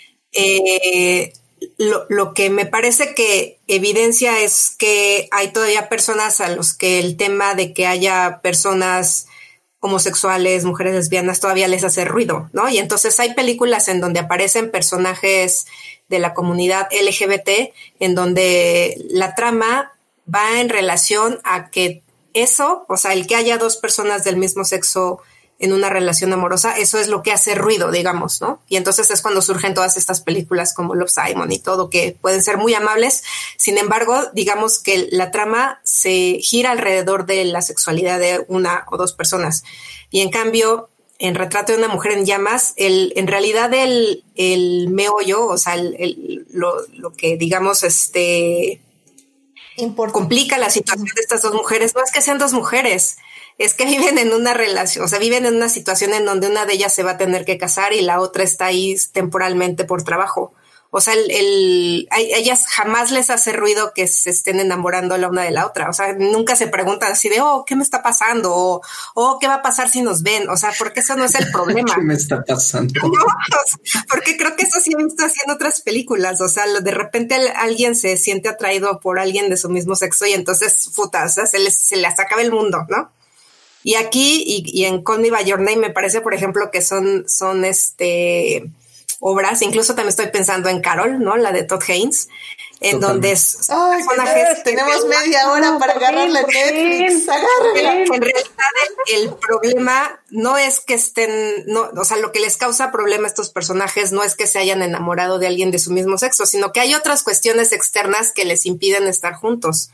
eh, lo, lo que me parece que evidencia es que hay todavía personas a los que el tema de que haya personas homosexuales, mujeres lesbianas, todavía les hace ruido, ¿no? Y entonces hay películas en donde aparecen personajes de la comunidad L G B T, en donde la trama va en relación a que eso, o sea, el que haya dos personas del mismo sexo en una relación amorosa, eso es lo que hace ruido, digamos, ¿no? Y entonces es cuando surgen todas estas películas como Love, Simon y todo, que pueden ser muy amables. Sin embargo, digamos que la trama se gira alrededor de la sexualidad de una o dos personas. Y en cambio, en Retrato de una mujer en llamas, el, en realidad el, el meollo, o sea, el, el, lo, lo que digamos, este, Importa. complica la situación de estas dos mujeres, no es que sean dos mujeres, es que viven en una relación, o sea, viven en una situación en donde una de ellas se va a tener que casar y la otra está ahí temporalmente por trabajo. O sea, el, el, a ellas jamás les hace ruido que se estén enamorando la una de la otra. O sea, nunca se preguntan así de, oh, ¿qué me está pasando? O, oh, ¿qué va a pasar si nos ven? O sea, porque eso no es el problema. ¿Qué me está pasando? No, o sea, porque creo que eso sí he visto así en otras películas. O sea, de repente alguien se siente atraído por alguien de su mismo sexo y entonces, puta, o sea, se les, se les acaba el mundo, ¿no? Y aquí, y, y en Call Me By Your Name, me parece, por ejemplo, que son, son este... obras, incluso también estoy pensando en Carol, ¿no? La de Todd Haynes, en Total. donde es Ay, personajes tenemos media hora no, para agarrarle Netflix, agárrale. En realidad el, el problema no es que estén, no, o sea, lo que les causa problema a estos personajes no es que se hayan enamorado de alguien de su mismo sexo, sino que hay otras cuestiones externas que les impiden estar juntos.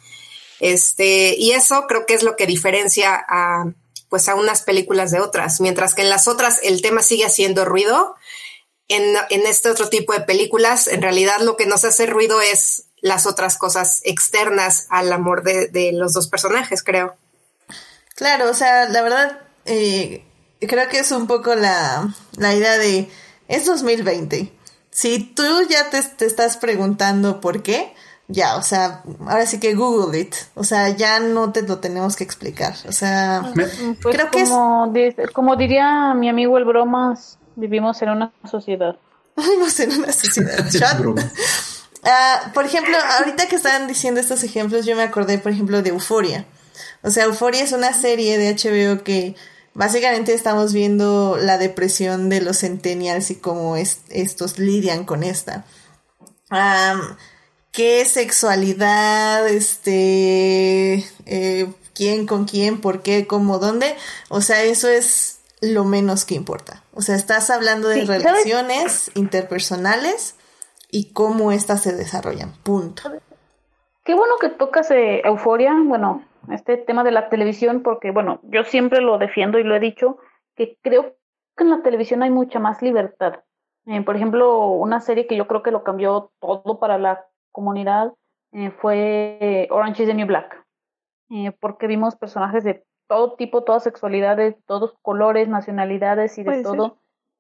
Este, y eso creo que es lo que diferencia a, pues, a unas películas de otras, mientras que en las otras el tema sigue haciendo ruido. En, en este otro tipo de películas, en realidad lo que nos hace ruido es las otras cosas externas al amor de, de los dos personajes, creo. Claro, o sea, la verdad, eh, creo que es un poco la, la idea de, es dos mil veinte. Si tú ya te, te estás preguntando por qué, ya, o sea, ahora sí que Google it. O sea, ya no te lo tenemos que explicar. O sea, pues creo que como, es... de, como diría mi amigo el Bromas, vivimos en una sociedad. Vivimos en una sociedad. uh, por ejemplo, ahorita que estaban diciendo estos ejemplos, yo me acordé, por ejemplo, de Euphoria. O sea, Euphoria es una serie de H B O que básicamente estamos viendo la depresión de los centennials y cómo es, estos lidian con esta. Um, ¿Qué sexualidad, este, eh, quién con quién, por qué, cómo, dónde? O sea, eso es lo menos que importa. O sea, estás hablando de Sí, relaciones ¿sabes? interpersonales y cómo éstas se desarrollan. Punto. Qué bueno que tocas eh, Euforia, bueno, este tema de la televisión, porque bueno, yo siempre lo defiendo y lo he dicho, que creo que en la televisión hay mucha más libertad. Eh, por ejemplo, una serie que yo creo que lo cambió todo para la comunidad eh, fue Orange is the New Black, eh, porque vimos personajes de todo tipo, todas sexualidades, todos colores, nacionalidades y de Puede ser. todo,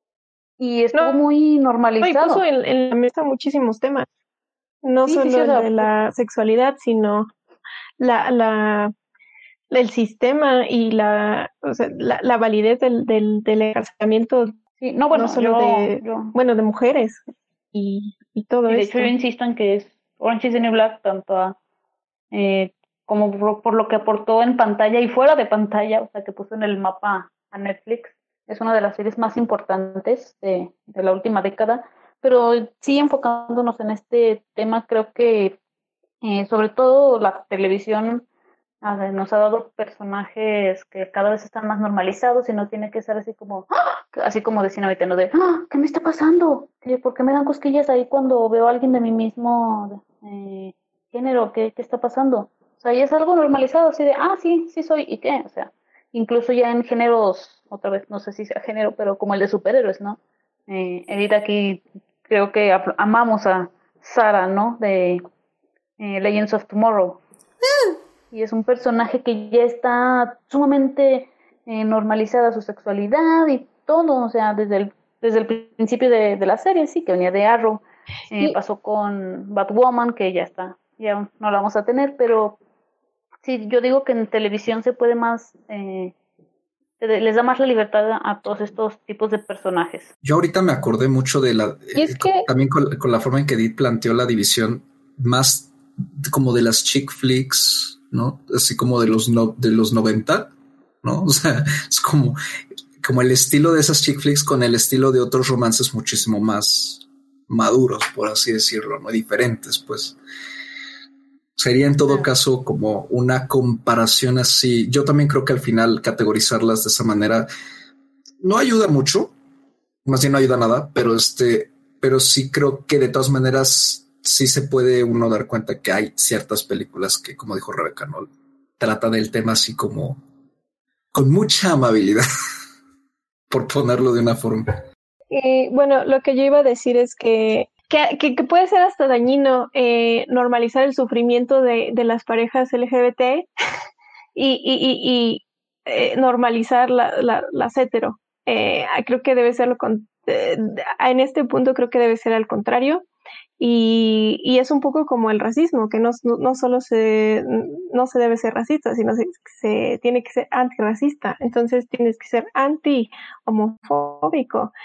y estuvo No, muy no, y normalizado. puso en, en la mesa muchísimos temas. No Sí, sí, sí, solo o el sea, de la sexualidad, sino la, la, el sistema y la, o sea, la, la validez del, del, del encarcelamiento, sí, no, no bueno, solo yo, de, yo, bueno, de mujeres y, y todo sí, de hecho esto. yo insisto en que es Orange is the New Black, tanto a, eh, como por, por lo que aportó en pantalla y fuera de pantalla, o sea, que puso en el mapa a Netflix. Es una de las series más importantes de, de la última década, pero sí enfocándonos en este tema, creo que eh, sobre todo la televisión a ver, nos ha dado personajes que cada vez están más normalizados y no tiene que ser así como, ¡ah! Así como decían ahorita, ¿no? De, ¡ah! ¿Qué me está pasando? ¿Qué, ¿Por qué me dan cosquillas ahí cuando veo a alguien de mi mismo eh, género? ¿Qué, ¿Qué está pasando? O sea, ya es algo normalizado, así de, ah, sí, sí soy, ¿y qué? O sea, incluso ya en géneros, otra vez, no sé si sea género, pero como el de superhéroes, ¿no? Eh, Edith aquí creo que amamos a Sarah, ¿no? De eh, Legends of Tomorrow. Y es un personaje que ya está sumamente eh, normalizada su sexualidad y todo, o sea, desde el, desde el principio de, de la serie, sí, que venía de Arrow, eh, Y- pasó con Batwoman, que ya está, ya no la vamos a tener, pero sí, yo digo que en televisión se puede más, eh, les da más la libertad a, a todos estos tipos de personajes. Yo ahorita me acordé mucho de la, Y es eh, que, también con, con la forma en que Edith planteó la división más como de las chick flicks, ¿no? Así como de los no, de los noventa, ¿no? O sea, es como, como el estilo de esas chick flicks con el estilo de otros romances muchísimo más maduros, por así decirlo, ¿no? Diferentes, pues. Sería en todo caso como una comparación así. Yo también creo que al final categorizarlas de esa manera no ayuda mucho, más bien no ayuda a nada, pero este, pero sí creo que de todas maneras sí se puede uno dar cuenta que hay ciertas películas que, como dijo Rebeca, no tratan el tema así como con mucha amabilidad, por ponerlo de una forma. eh, bueno, lo que yo iba a decir es que, que, que, que puede ser hasta dañino eh, normalizar el sufrimiento de, de las parejas L G B T y, y, y, y eh, normalizar la, la, las hetero. Eh, creo que debe ser lo con, eh, en este punto creo que debe ser al contrario. Y, y es un poco como el racismo, que no, no, no solo se, no se debe ser racista, sino se, se tiene que ser antirracista. Entonces tienes que ser anti-homofóbico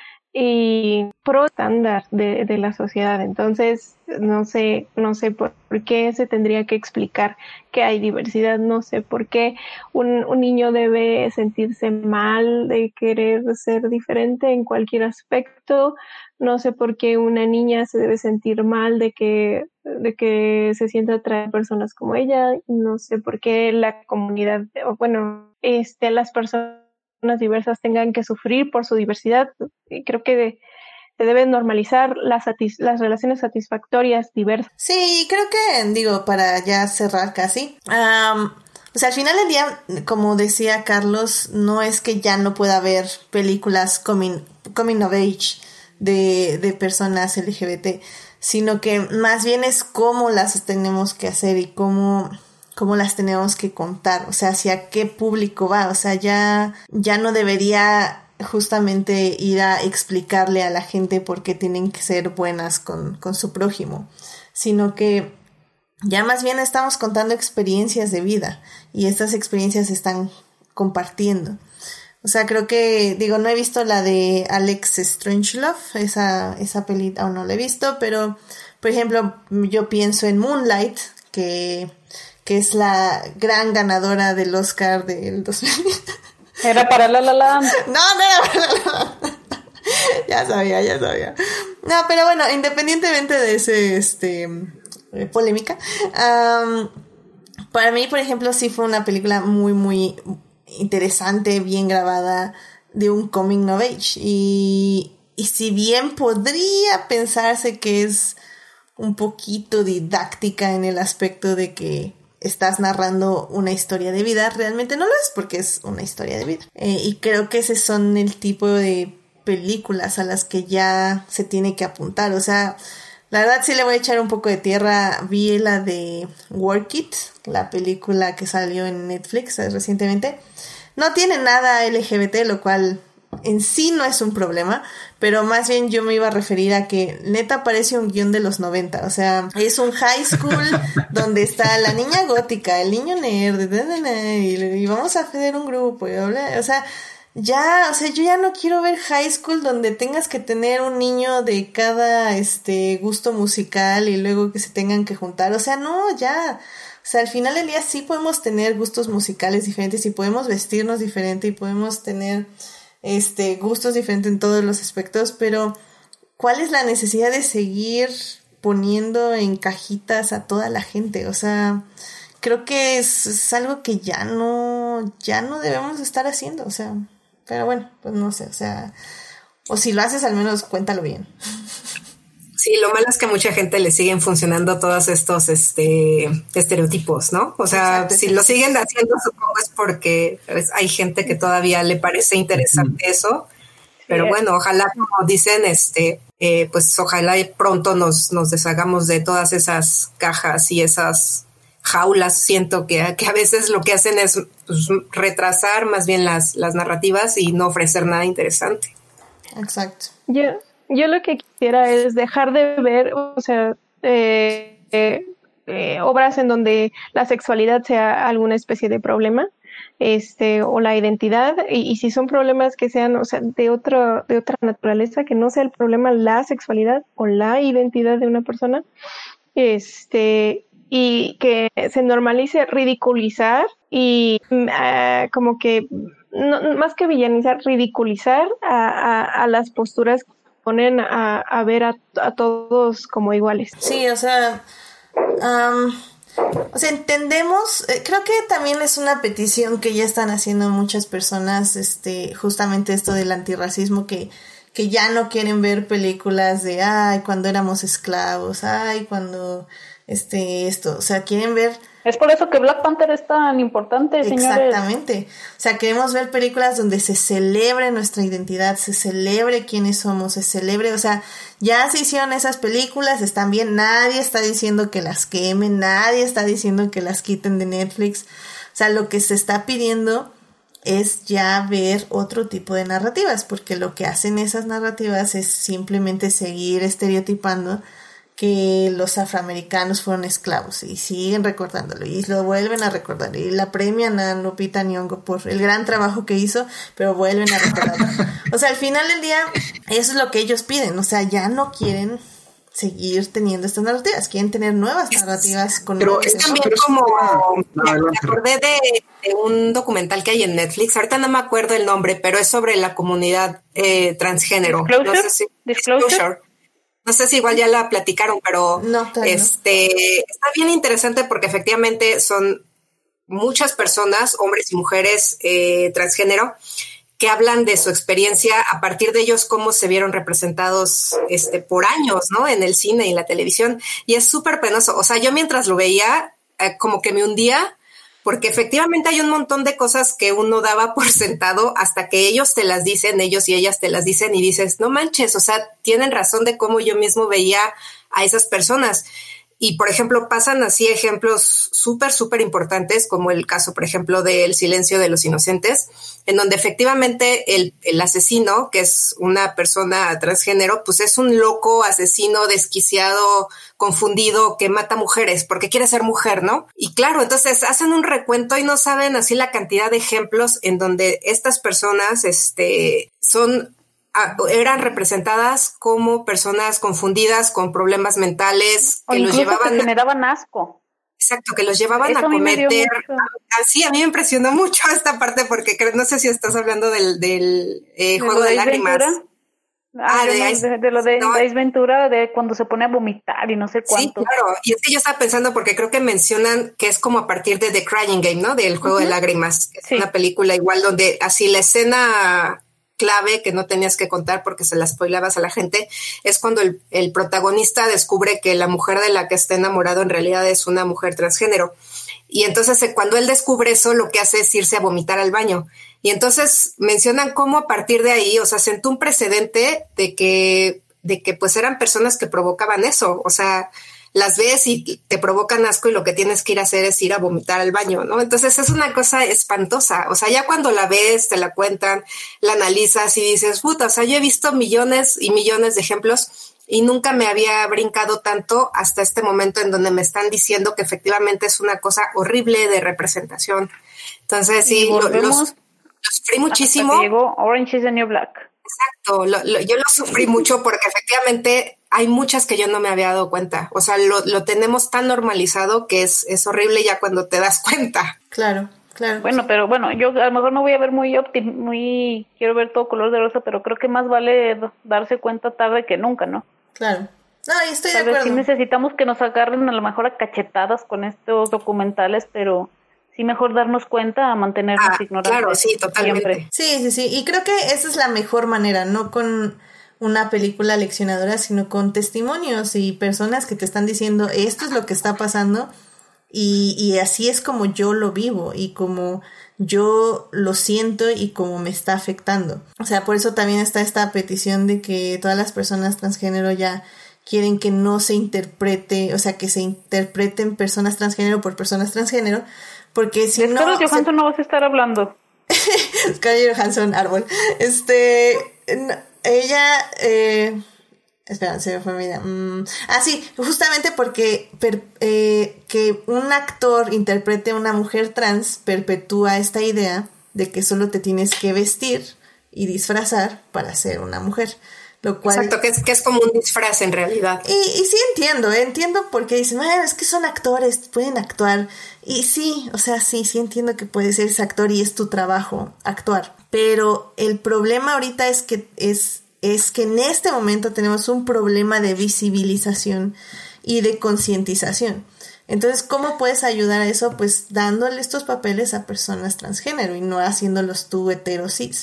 y pro estándar de, de la sociedad. Entonces, no sé, no sé por qué se tendría que explicar que hay diversidad, no sé por qué un, un niño debe sentirse mal de querer ser diferente en cualquier aspecto. No sé por qué una niña se debe sentir mal de que, de que se sienta atraída a personas como ella. No sé por qué la comunidad, o bueno, este, las personas diversas tengan que sufrir por su diversidad. Creo que se deben normalizar las, satis- las relaciones satisfactorias diversas. Sí, creo que, digo, para ya cerrar casi, um, o sea, al final del día, como decía Carlos, no es que ya no pueda haber películas coming, coming of age de, de personas L G B T, sino que más bien es cómo las tenemos que hacer y cómo, cómo las tenemos que contar, o sea, hacia qué público va, o sea, ya, ya no debería justamente ir a explicarle a la gente por qué tienen que ser buenas con, con su prójimo, sino que ya más bien estamos contando experiencias de vida y estas experiencias se están compartiendo. O sea, creo que, digo, no he visto la de Alex Strangelove, esa, esa peli aún no la he visto, pero, por ejemplo, yo pienso en Moonlight, que, que es la gran ganadora del Oscar del dos mil. Era para La La Land. No, no era para La La Land. Ya sabía, ya sabía. No, pero bueno, independientemente de ese, este, eh, polémica, um, para mí, por ejemplo, sí fue una película muy, muy interesante, bien grabada, de un coming of age. Y, y si bien podría pensarse que es un poquito didáctica en el aspecto de que estás narrando una historia de vida, realmente no lo es, porque es una historia de vida. Eh, y creo que ese son el tipo de películas a las que ya se tiene que apuntar. O sea, la verdad sí le voy a echar un poco de tierra. Vi la de Work It, la película que salió en Netflix recientemente. No tiene nada L G B T, lo cual en sí no es un problema, pero más bien yo me iba a referir a que neta parece un guión de los noventa. O sea, es un high school donde está la niña gótica, el niño nerd, y, y vamos a hacer un grupo, y bla, o sea, ya, o sea, yo ya no quiero ver high school donde tengas que tener un niño de cada este gusto musical y luego que se tengan que juntar. O sea, no, ya. O sea, al final del día sí podemos tener gustos musicales diferentes y podemos vestirnos diferente y podemos tener este gustos diferentes en todos los aspectos, pero ¿cuál es la necesidad de seguir poniendo en cajitas a toda la gente? O sea, creo que es, es algo que ya no, ya no debemos estar haciendo, o sea, pero bueno, pues no sé, o sea, o si lo haces al menos cuéntalo bien. Sí, lo malo es que a mucha gente le siguen funcionando todos estos este estereotipos, ¿no? O sea, exacto, si sí. Lo siguen haciendo, supongo es porque pues, hay gente que todavía le parece interesante uh-huh. eso. Pero sí, bueno, ojalá, como dicen, este, eh, pues ojalá pronto nos, nos deshagamos de todas esas cajas y esas jaulas. Siento que, que a veces lo que hacen es pues, retrasar más bien las, las narrativas y no ofrecer nada interesante. Exacto. Yo, yo lo que quisiera es dejar de ver, o sea, eh, eh, eh, obras en donde la sexualidad sea alguna especie de problema, este, o la identidad, y, y si son problemas que sean, o sea, de otro, de otra naturaleza, que no sea el problema la sexualidad o la identidad de una persona, este, y que se normalice ridiculizar y uh, como que no, más que villanizar, ridiculizar a, a, a las posturas que ponen a, a ver a, a todos como iguales. Sí, o sea, um, o sea, entendemos, eh, creo que también es una petición que ya están haciendo muchas personas, este, justamente esto del antirracismo, que, que ya no quieren ver películas de, ay, cuando éramos esclavos, ay, cuando, este, esto, o sea, quieren ver. Es por eso que Black Panther es tan importante, señores. Exactamente. O sea, queremos ver películas donde se celebre nuestra identidad, se celebre quiénes somos, se celebre, o sea, ya se hicieron esas películas, están bien, nadie está diciendo que las quemen, nadie está diciendo que las quiten de Netflix. O sea, lo que se está pidiendo es ya ver otro tipo de narrativas, porque lo que hacen esas narrativas es simplemente seguir estereotipando que los afroamericanos fueron esclavos y siguen recordándolo y lo vuelven a recordar y la premian a Lupita Nyong'o por el gran trabajo que hizo, pero vuelven a recordarlo. O sea, al final del día eso es lo que ellos piden, o sea, ya no quieren seguir teniendo estas narrativas, quieren tener nuevas narrativas con pero es también como me acordé de, de un documental que hay en Netflix, ahorita no me acuerdo el nombre, pero es sobre la comunidad eh, transgénero. Disclosure. No sé si, Disclosure. Disclosure. No sé si igual ya la platicaron, pero no, este no. Está bien interesante porque efectivamente son muchas personas, hombres y mujeres eh, transgénero, que hablan de su experiencia a partir de ellos, cómo se vieron representados este por años, ¿no? En el cine y la televisión. Y es súper penoso. O sea, yo mientras lo veía, eh, como que me hundía, porque efectivamente hay un montón de cosas que uno daba por sentado hasta que ellos te las dicen, ellos y ellas te las dicen y dices, no manches, o sea, tienen razón de cómo yo mismo veía a esas personas. Y, por ejemplo, pasan así ejemplos súper, súper importantes, como el caso, por ejemplo, de El silencio de los inocentes, en donde efectivamente el, el asesino, que es una persona transgénero, pues es un loco, asesino, desquiciado, confundido, que mata mujeres porque quiere ser mujer, ¿no? Y claro, entonces hacen un recuento y no saben así la cantidad de ejemplos en donde estas personas este, son... eran representadas como personas confundidas con problemas mentales que o los llevaban que generaban asco. Exacto, que los llevaban Eso a cometer. A, sí, a mí me impresionó mucho esta parte porque no sé si estás hablando del, del eh, ¿De juego de, de lágrimas. Ah, ah de, de, de, de lo de no. Ace Ventura, de cuando se pone a vomitar y no sé cuánto. Sí, claro, y es que yo estaba pensando porque creo que mencionan que es como a partir de The Crying Game, ¿no? Del juego uh-huh. de lágrimas, que es sí. una película igual donde así la escena clave que no tenías que contar porque se la spoilabas a la gente, es cuando el, el protagonista descubre que la mujer de la que está enamorado en realidad es una mujer transgénero. Y entonces cuando él descubre eso, lo que hace es irse a vomitar al baño. Y entonces mencionan cómo a partir de ahí, o sea, sentó un precedente de que, de que pues eran personas que provocaban eso. O sea, las ves y te provocan asco y lo que tienes que ir a hacer es ir a vomitar al baño, ¿no? Entonces es una cosa espantosa. O sea, ya cuando la ves, te la cuentan, la analizas y dices, puta, o sea, yo he visto millones y millones de ejemplos y nunca me había brincado tanto hasta este momento en donde me están diciendo que efectivamente es una cosa horrible de representación. Entonces, sí, lo, los, lo sufrí muchísimo. Hasta que llegó Orange is the New Black. Exacto, lo, lo, yo lo sufrí mucho porque efectivamente hay muchas que yo no me había dado cuenta. O sea, lo, lo tenemos tan normalizado que es, es horrible ya cuando te das cuenta. Claro, claro. Bueno, pero bueno, yo a lo mejor no voy a ver muy optim- muy quiero ver todo color de rosa, pero creo que más vale darse cuenta tarde que nunca, ¿no? Claro. No, y estoy Tal de acuerdo. vez sí necesitamos que nos agarren a lo mejor a cachetadas con estos documentales, pero sí mejor darnos cuenta a mantenernos ah, ignorantes. Claro, sí, totalmente. Siempre. Sí, sí, sí. Y creo que esa es la mejor manera, no con una película leccionadora, sino con testimonios y personas que te están diciendo esto es lo que está pasando y, y así es como yo lo vivo y como yo lo siento y como me está afectando. O sea, por eso también está esta petición de que todas las personas transgénero ya quieren que no se interprete, o sea, que se interpreten personas transgénero por personas transgénero, porque si no... Scarlett Johansson se... no vas a estar hablando. Scarlett Johansson, árbol. Este... No, ella... Eh, espera, se me fue mi idea. Mm, ah, sí, justamente porque per, eh, que un actor interprete a una mujer trans perpetúa esta idea de que solo te tienes que vestir y disfrazar para ser una mujer. Lo cual... Exacto, que es, que es como un disfraz en realidad. Y, y sí entiendo, ¿eh? entiendo porque dicen, ah, es que son actores, pueden actuar. Y sí, o sea, sí, sí entiendo que puedes ser ese actor y es tu trabajo actuar. Pero el problema ahorita es que es, es que en este momento tenemos un problema de visibilización y de concientización. Entonces, ¿cómo puedes ayudar a eso? Pues dándole estos papeles a personas transgénero y no haciéndolos tú hetero cis.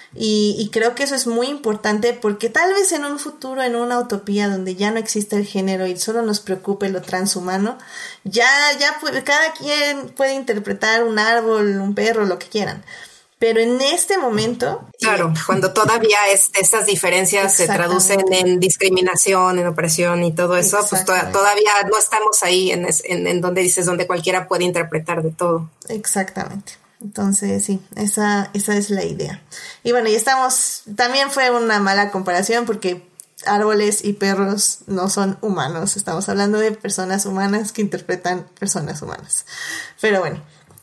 Y, y creo que eso es muy importante porque tal vez en un futuro, en una utopía donde ya no existe el género y solo nos preocupe lo transhumano, ya, ya puede, cada quien puede interpretar un árbol, un perro, lo que quieran. Pero en este momento... Claro, eh, cuando todavía es, esas diferencias se traducen en discriminación, en opresión y todo eso, pues to- todavía no estamos ahí en, en, en donde dices, donde cualquiera puede interpretar de todo. Exactamente. Entonces, sí, esa, esa es la idea. Y bueno, y estamos, también fue una mala comparación porque árboles y perros no son humanos. Estamos hablando de personas humanas que interpretan personas humanas. Pero bueno.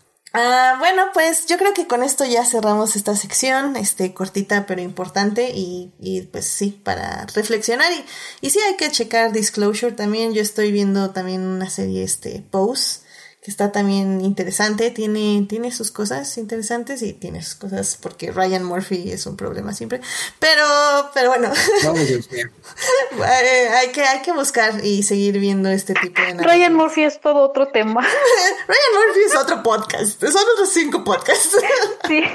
Uh, bueno, pues yo creo que con esto ya cerramos esta sección, este cortita pero importante y, y pues sí, para reflexionar y, y sí hay que checar Disclosure también. Yo estoy viendo también una serie, este, Pose, que está también interesante, tiene, tiene sus cosas interesantes y tiene sus cosas porque Ryan Murphy es un problema siempre, pero, pero bueno, no, Dios mío. hay que, hay que buscar y seguir viendo este tipo de narrativas. Ryan Murphy es todo otro tema. Ryan Murphy es otro podcast, son otros cinco podcasts. Sí.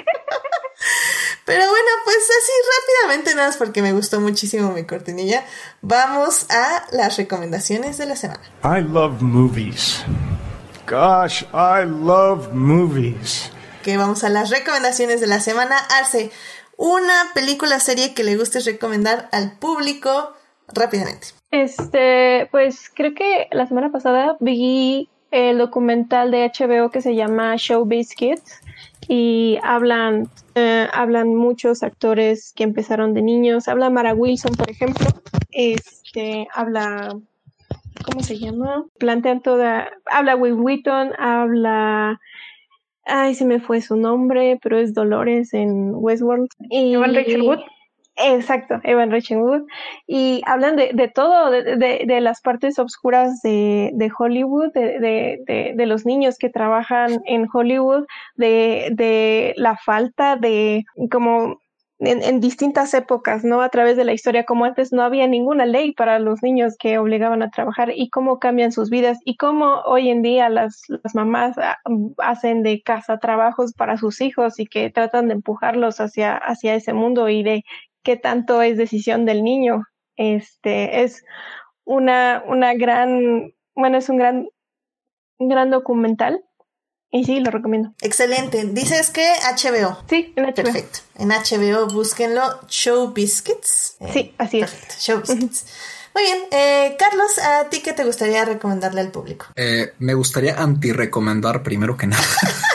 Pero bueno, pues así rápidamente, nada más porque me gustó muchísimo mi cortinilla, vamos a las recomendaciones de la semana. I love movies. Gosh, I love movies. Que vamos a las recomendaciones de la semana. Arce, una película o serie que le guste recomendar al público rápidamente. Este, pues creo que la semana pasada vi el documental de H B O que se llama Showbiz Kids y hablan, eh, hablan muchos actores que empezaron de niños. Habla Mara Wilson, por ejemplo. Este, habla... ¿Cómo se llama? Plantean toda... Habla Will Wheaton, habla... Ay, se me fue su nombre, pero es Dolores en Westworld. Y... Evan Rachel Wood. Exacto, Evan Rachel Wood. Y hablan de, de todo, de, de, de las partes oscuras de, de Hollywood, de, de, de, de los niños que trabajan en Hollywood, de, de la falta de... como en, en distintas épocas, ¿no? A través de la historia, como antes no había ninguna ley para los niños que obligaban a trabajar y cómo cambian sus vidas y cómo hoy en día las, las mamás hacen de casa trabajos para sus hijos y que tratan de empujarlos hacia, hacia ese mundo y de qué tanto es decisión del niño. Este es una, una gran, bueno, es un gran, un gran documental. Y sí, lo recomiendo. Excelente. Dices que H B O. Sí, en H B O. Perfecto. En H B O búsquenlo. Show Biscuits. Eh, sí, así perfecto. es. Show Biscuits. Uh-huh. Muy bien. Eh, Carlos, ¿a ti qué te gustaría recomendarle al público? Eh, me gustaría anti-recomendar primero que nada.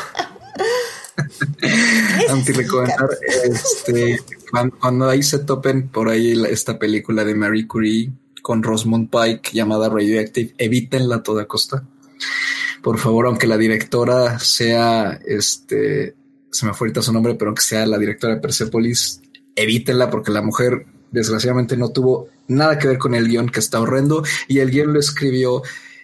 Anti-recomendar. Este, cuando, cuando ahí se topen por ahí la, esta película de Marie Curie con Rosamund Pike llamada Radioactive, evítenla a toda costa. Por favor, aunque la directora sea, este, se me fue ahorita su nombre, pero aunque sea la directora de Persepolis, evítenla porque la mujer desgraciadamente no tuvo nada que ver con el guión, que está horrendo, y el guión lo escribió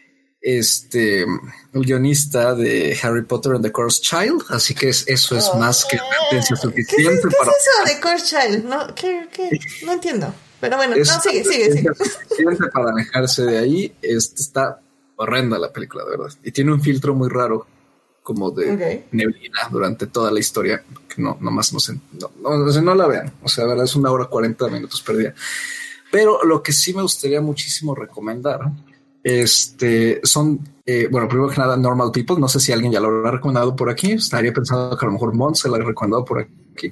este, el guionista de Harry Potter and the Cursed Child, así que es, eso es oh, más que advertencia suficiente. ¿Qué es, para... ¿qué es eso de Cursed Child? No, ¿qué, qué? No entiendo, pero bueno, es, no, sigue, sigue, sigue. Suficiente para alejarse de ahí. Este está horrenda la película, de verdad. Y tiene un filtro muy raro, como de okay. neblina durante toda la historia, que no, nomás no se, no, no, no la vean. O sea, de verdad es una hora cuarenta minutos perdida. Pero lo que sí me gustaría muchísimo recomendar, este, son, eh, bueno, primero que nada, Normal People. No sé si alguien ya lo habrá recomendado por aquí. Estaría pensando que a lo mejor Mont se lo ha recomendado por aquí.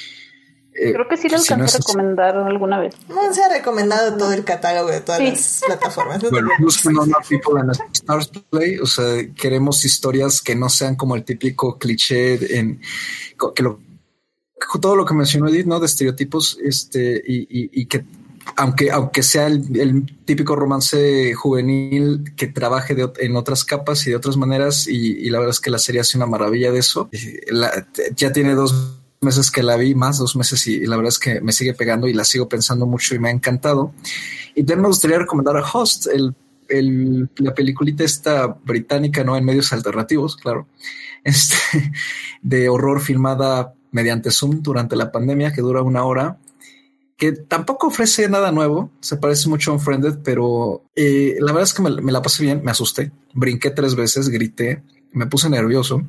Eh, Creo que sí lo alcancé si no a recomendar así. alguna vez. No se ha recomendado todo el catálogo de todas sí. las plataformas. Bueno, busquen Normal People en Stars Play. O sea, queremos historias que no sean como el típico cliché en que lo, todo lo que mencionó Edith, ¿no? De estereotipos, este, y, y, y que aunque, aunque sea el, el típico romance juvenil que trabaje de, en otras capas y de otras maneras, y, y la verdad es que la serie hace una maravilla de eso. La, ya tiene dos meses que la vi, más dos meses, y, y la verdad es que me sigue pegando y la sigo pensando mucho y me ha encantado. Y también me gustaría recomendar a Host, el, el, la peliculita esta británica, ¿no? En medios alternativos, claro, este, de horror filmada mediante Zoom durante la pandemia, que dura una hora, que tampoco ofrece nada nuevo, se parece mucho a Unfriended, pero eh, la verdad es que me, me la pasé bien, me asusté, brinqué tres veces, grité, me puse nervioso.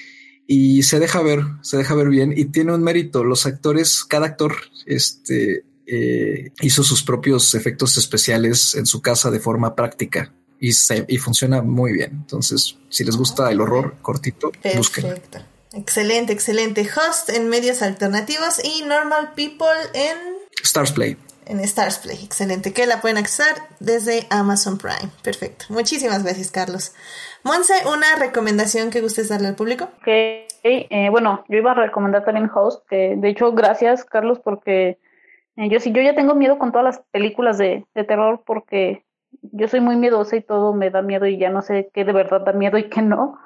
Y se deja ver, se deja ver bien y tiene un mérito. Los actores, cada actor este, eh, hizo sus propios efectos especiales en su casa de forma práctica y, se, y funciona muy bien. Entonces, si les gusta el horror cortito, búsquenlo. Perfecto. Excelente, excelente. Host en medios alternativos y Normal People en Stars Play. En Stars Play, excelente, que la pueden acceder desde Amazon Prime. Perfecto. Muchísimas gracias, Carlos. Monse, ¿una recomendación que gustes darle al público? Ok, eh, bueno, yo iba a recomendar también Host, que de hecho, gracias, Carlos, porque eh, yo sí, yo ya tengo miedo con todas las películas de, de terror, porque yo soy muy miedosa y todo me da miedo y ya no sé qué de verdad da miedo y qué no.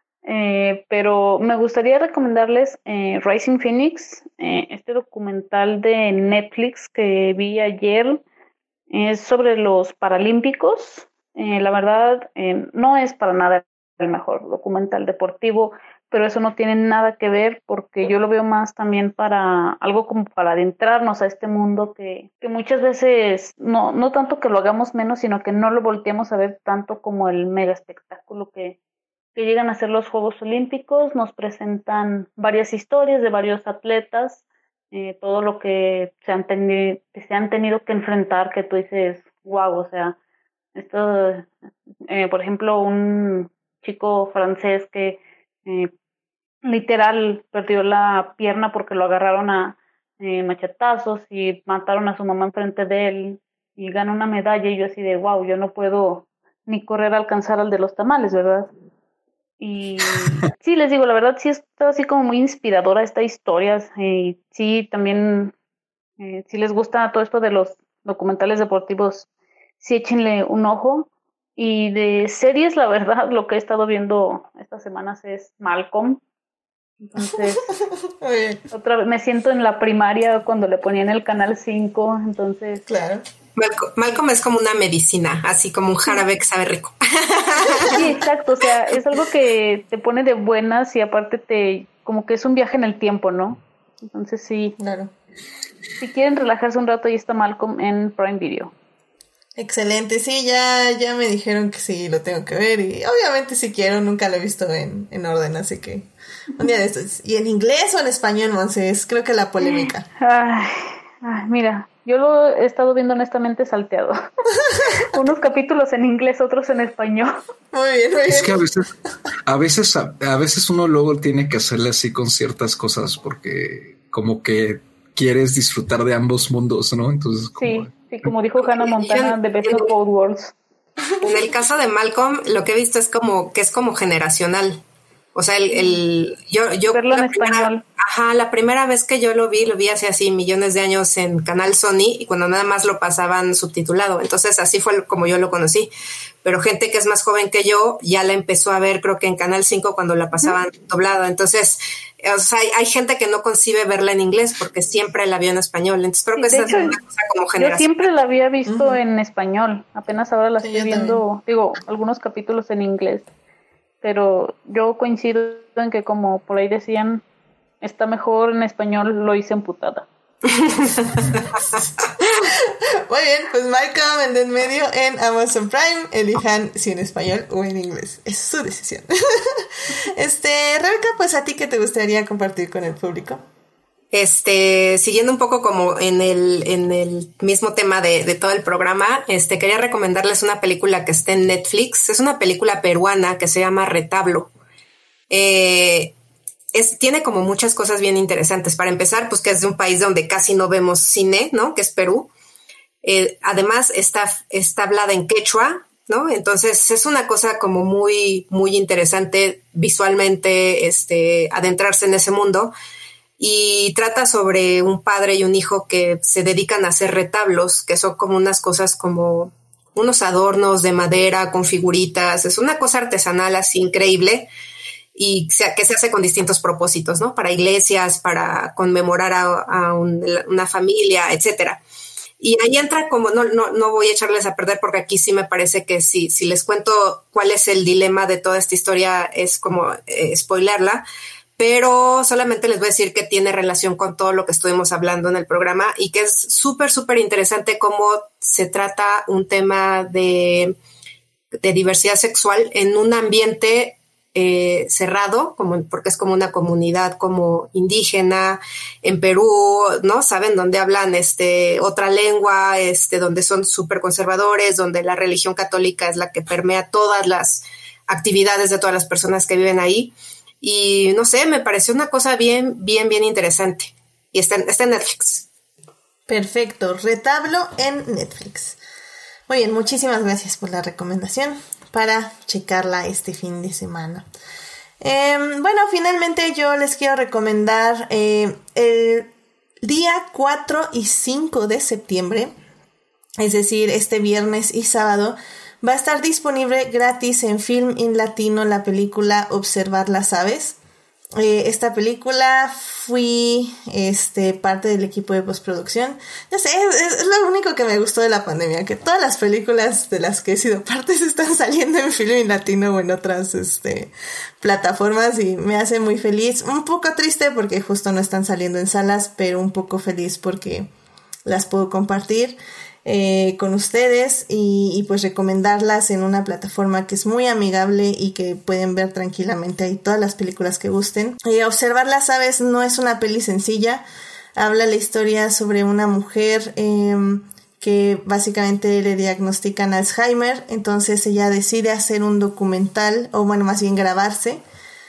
Eh, pero me gustaría recomendarles eh, Rising Phoenix, eh, este documental de Netflix que vi ayer, es sobre los Paralímpicos. Eh, la verdad, eh, no es para nada el mejor documental deportivo, pero eso no tiene nada que ver porque yo lo veo más también para algo como para adentrarnos a este mundo que, que muchas veces, no, no tanto que lo hagamos menos, sino que no lo volteemos a ver tanto como el mega espectáculo que que llegan a ser los Juegos Olímpicos. Nos presentan varias historias de varios atletas, eh, todo lo que se han, teni- que se han tenido que enfrentar, que tú dices, wow, o sea, esto, eh, por ejemplo, un chico francés que eh, literal perdió la pierna porque lo agarraron a eh, machetazos y mataron a su mamá enfrente de él y gana una medalla, y yo así de, wow, yo no puedo ni correr a alcanzar al de los tamales, ¿verdad? Y sí, les digo, la verdad sí está así como muy inspiradora esta historia. Y eh, sí, también, eh, si les gusta todo esto de los documentales deportivos, sí échenle un ojo. Y de series, la verdad, lo que he estado viendo estas semanas es Malcolm. Entonces, otra vez me siento en la primaria cuando le ponían el canal cinco, entonces... Claro. Malcolm, Malcolm es como una medicina, así como un jarabe que sabe rico. Sí, exacto, o sea, es algo que te pone de buenas y aparte te, como que es un viaje en el tiempo, ¿no? Entonces sí, claro. Si quieren relajarse un rato, ahí está Malcolm en Prime Video. Excelente, sí, ya, ya me dijeron que sí, lo tengo que ver y obviamente si quiero, nunca lo he visto en, en orden, así que un día de estos. ¿Y en inglés o en español, Monse? Es creo que la polémica. Ay, ay, mira, yo lo he estado viendo honestamente salteado. Unos capítulos en inglés, otros en español. Muy bien, muy bien. Es que a veces, a veces, a, a veces uno luego tiene que hacerle así con ciertas cosas porque como que quieres disfrutar de ambos mundos, ¿no? Entonces, como... Sí, sí, como dijo Hannah Montana, The Best of Both Worlds. En el caso de Malcolm, lo que he visto es como que es como generacional. O sea, el, el yo, yo verlo en primera, español. Ajá, la primera vez que yo lo vi, lo vi hace así millones de años en Canal Sony y cuando nada más lo pasaban subtitulado. Entonces así fue como yo lo conocí. Pero gente que es más joven que yo ya la empezó a ver, creo que en Canal cinco cuando la pasaban uh-huh. doblada. Entonces, o sea, hay, hay gente que no concibe verla en inglés porque siempre la vio en español. Entonces creo que esa es una cosa como generación. Yo siempre la había visto uh-huh. en español. Apenas ahora la sí, estoy viendo, también. digo, algunos capítulos en inglés. Pero yo coincido en que como por ahí decían, está mejor en español, lo hice emputada. Muy bien, pues Malcolm en en medio en Amazon Prime. Elijan si en español o en inglés. Es su decisión. este, Rebeca, pues a ti, ¿qué te gustaría compartir con el público? Este, siguiendo un poco como en el, en el mismo tema de, de todo el programa, este, quería recomendarles una película que está en Netflix. Es una película peruana que se llama Retablo. Eh, es, tiene como muchas cosas bien interesantes. Para empezar, pues que es de un país donde casi no vemos cine, ¿no? Que es Perú. Eh, además, está, está hablada en quechua, ¿no? Entonces, es una cosa como muy, muy interesante visualmente, este, adentrarse en ese mundo. Y trata sobre un padre y un hijo que se dedican a hacer retablos, que son como unas cosas como unos adornos de madera con figuritas. Es una cosa artesanal así increíble y que se hace con distintos propósitos, ¿no? Para iglesias, para conmemorar a, a un, una familia, etcétera. Y ahí entra como, no, no, no voy a echarles a perder porque aquí sí me parece que si, si les cuento cuál es el dilema de toda esta historia es como eh, spoilerla. Pero solamente les voy a decir que tiene relación con todo lo que estuvimos hablando en el programa y que es súper, súper interesante cómo se trata un tema de, de diversidad sexual en un ambiente eh, cerrado, como, porque es como una comunidad como indígena en Perú, ¿no? Saben, donde hablan este, otra lengua, este, donde son súper conservadores, donde la religión católica es la que permea todas las actividades de todas las personas que viven ahí. Y no sé, me pareció una cosa bien, bien, bien interesante. Y está, está en Netflix. Perfecto, Retablo en Netflix. Muy bien, muchísimas gracias por la recomendación para checarla este fin de semana. Eh, bueno, finalmente yo les quiero recomendar eh, el día cuatro y cinco de septiembre, es decir, este viernes y sábado, va a estar disponible gratis en Film in Latino la película Observar las aves. Eh, esta película fui este, parte del equipo de postproducción. No sé, es, es lo único que me gustó de la pandemia, que todas las películas de las que he sido parte están saliendo en Film in Latino o en otras este, plataformas y me hace muy feliz. Un poco triste porque justo no están saliendo en salas, pero un poco feliz porque las puedo compartir Eh, con ustedes y, y pues recomendarlas en una plataforma que es muy amigable y que pueden ver tranquilamente ahí todas las películas que gusten. Eh, Observar las aves no es una peli sencilla, habla la historia sobre una mujer eh, que básicamente le diagnostican Alzheimer, entonces ella decide hacer un documental, o bueno, más bien grabarse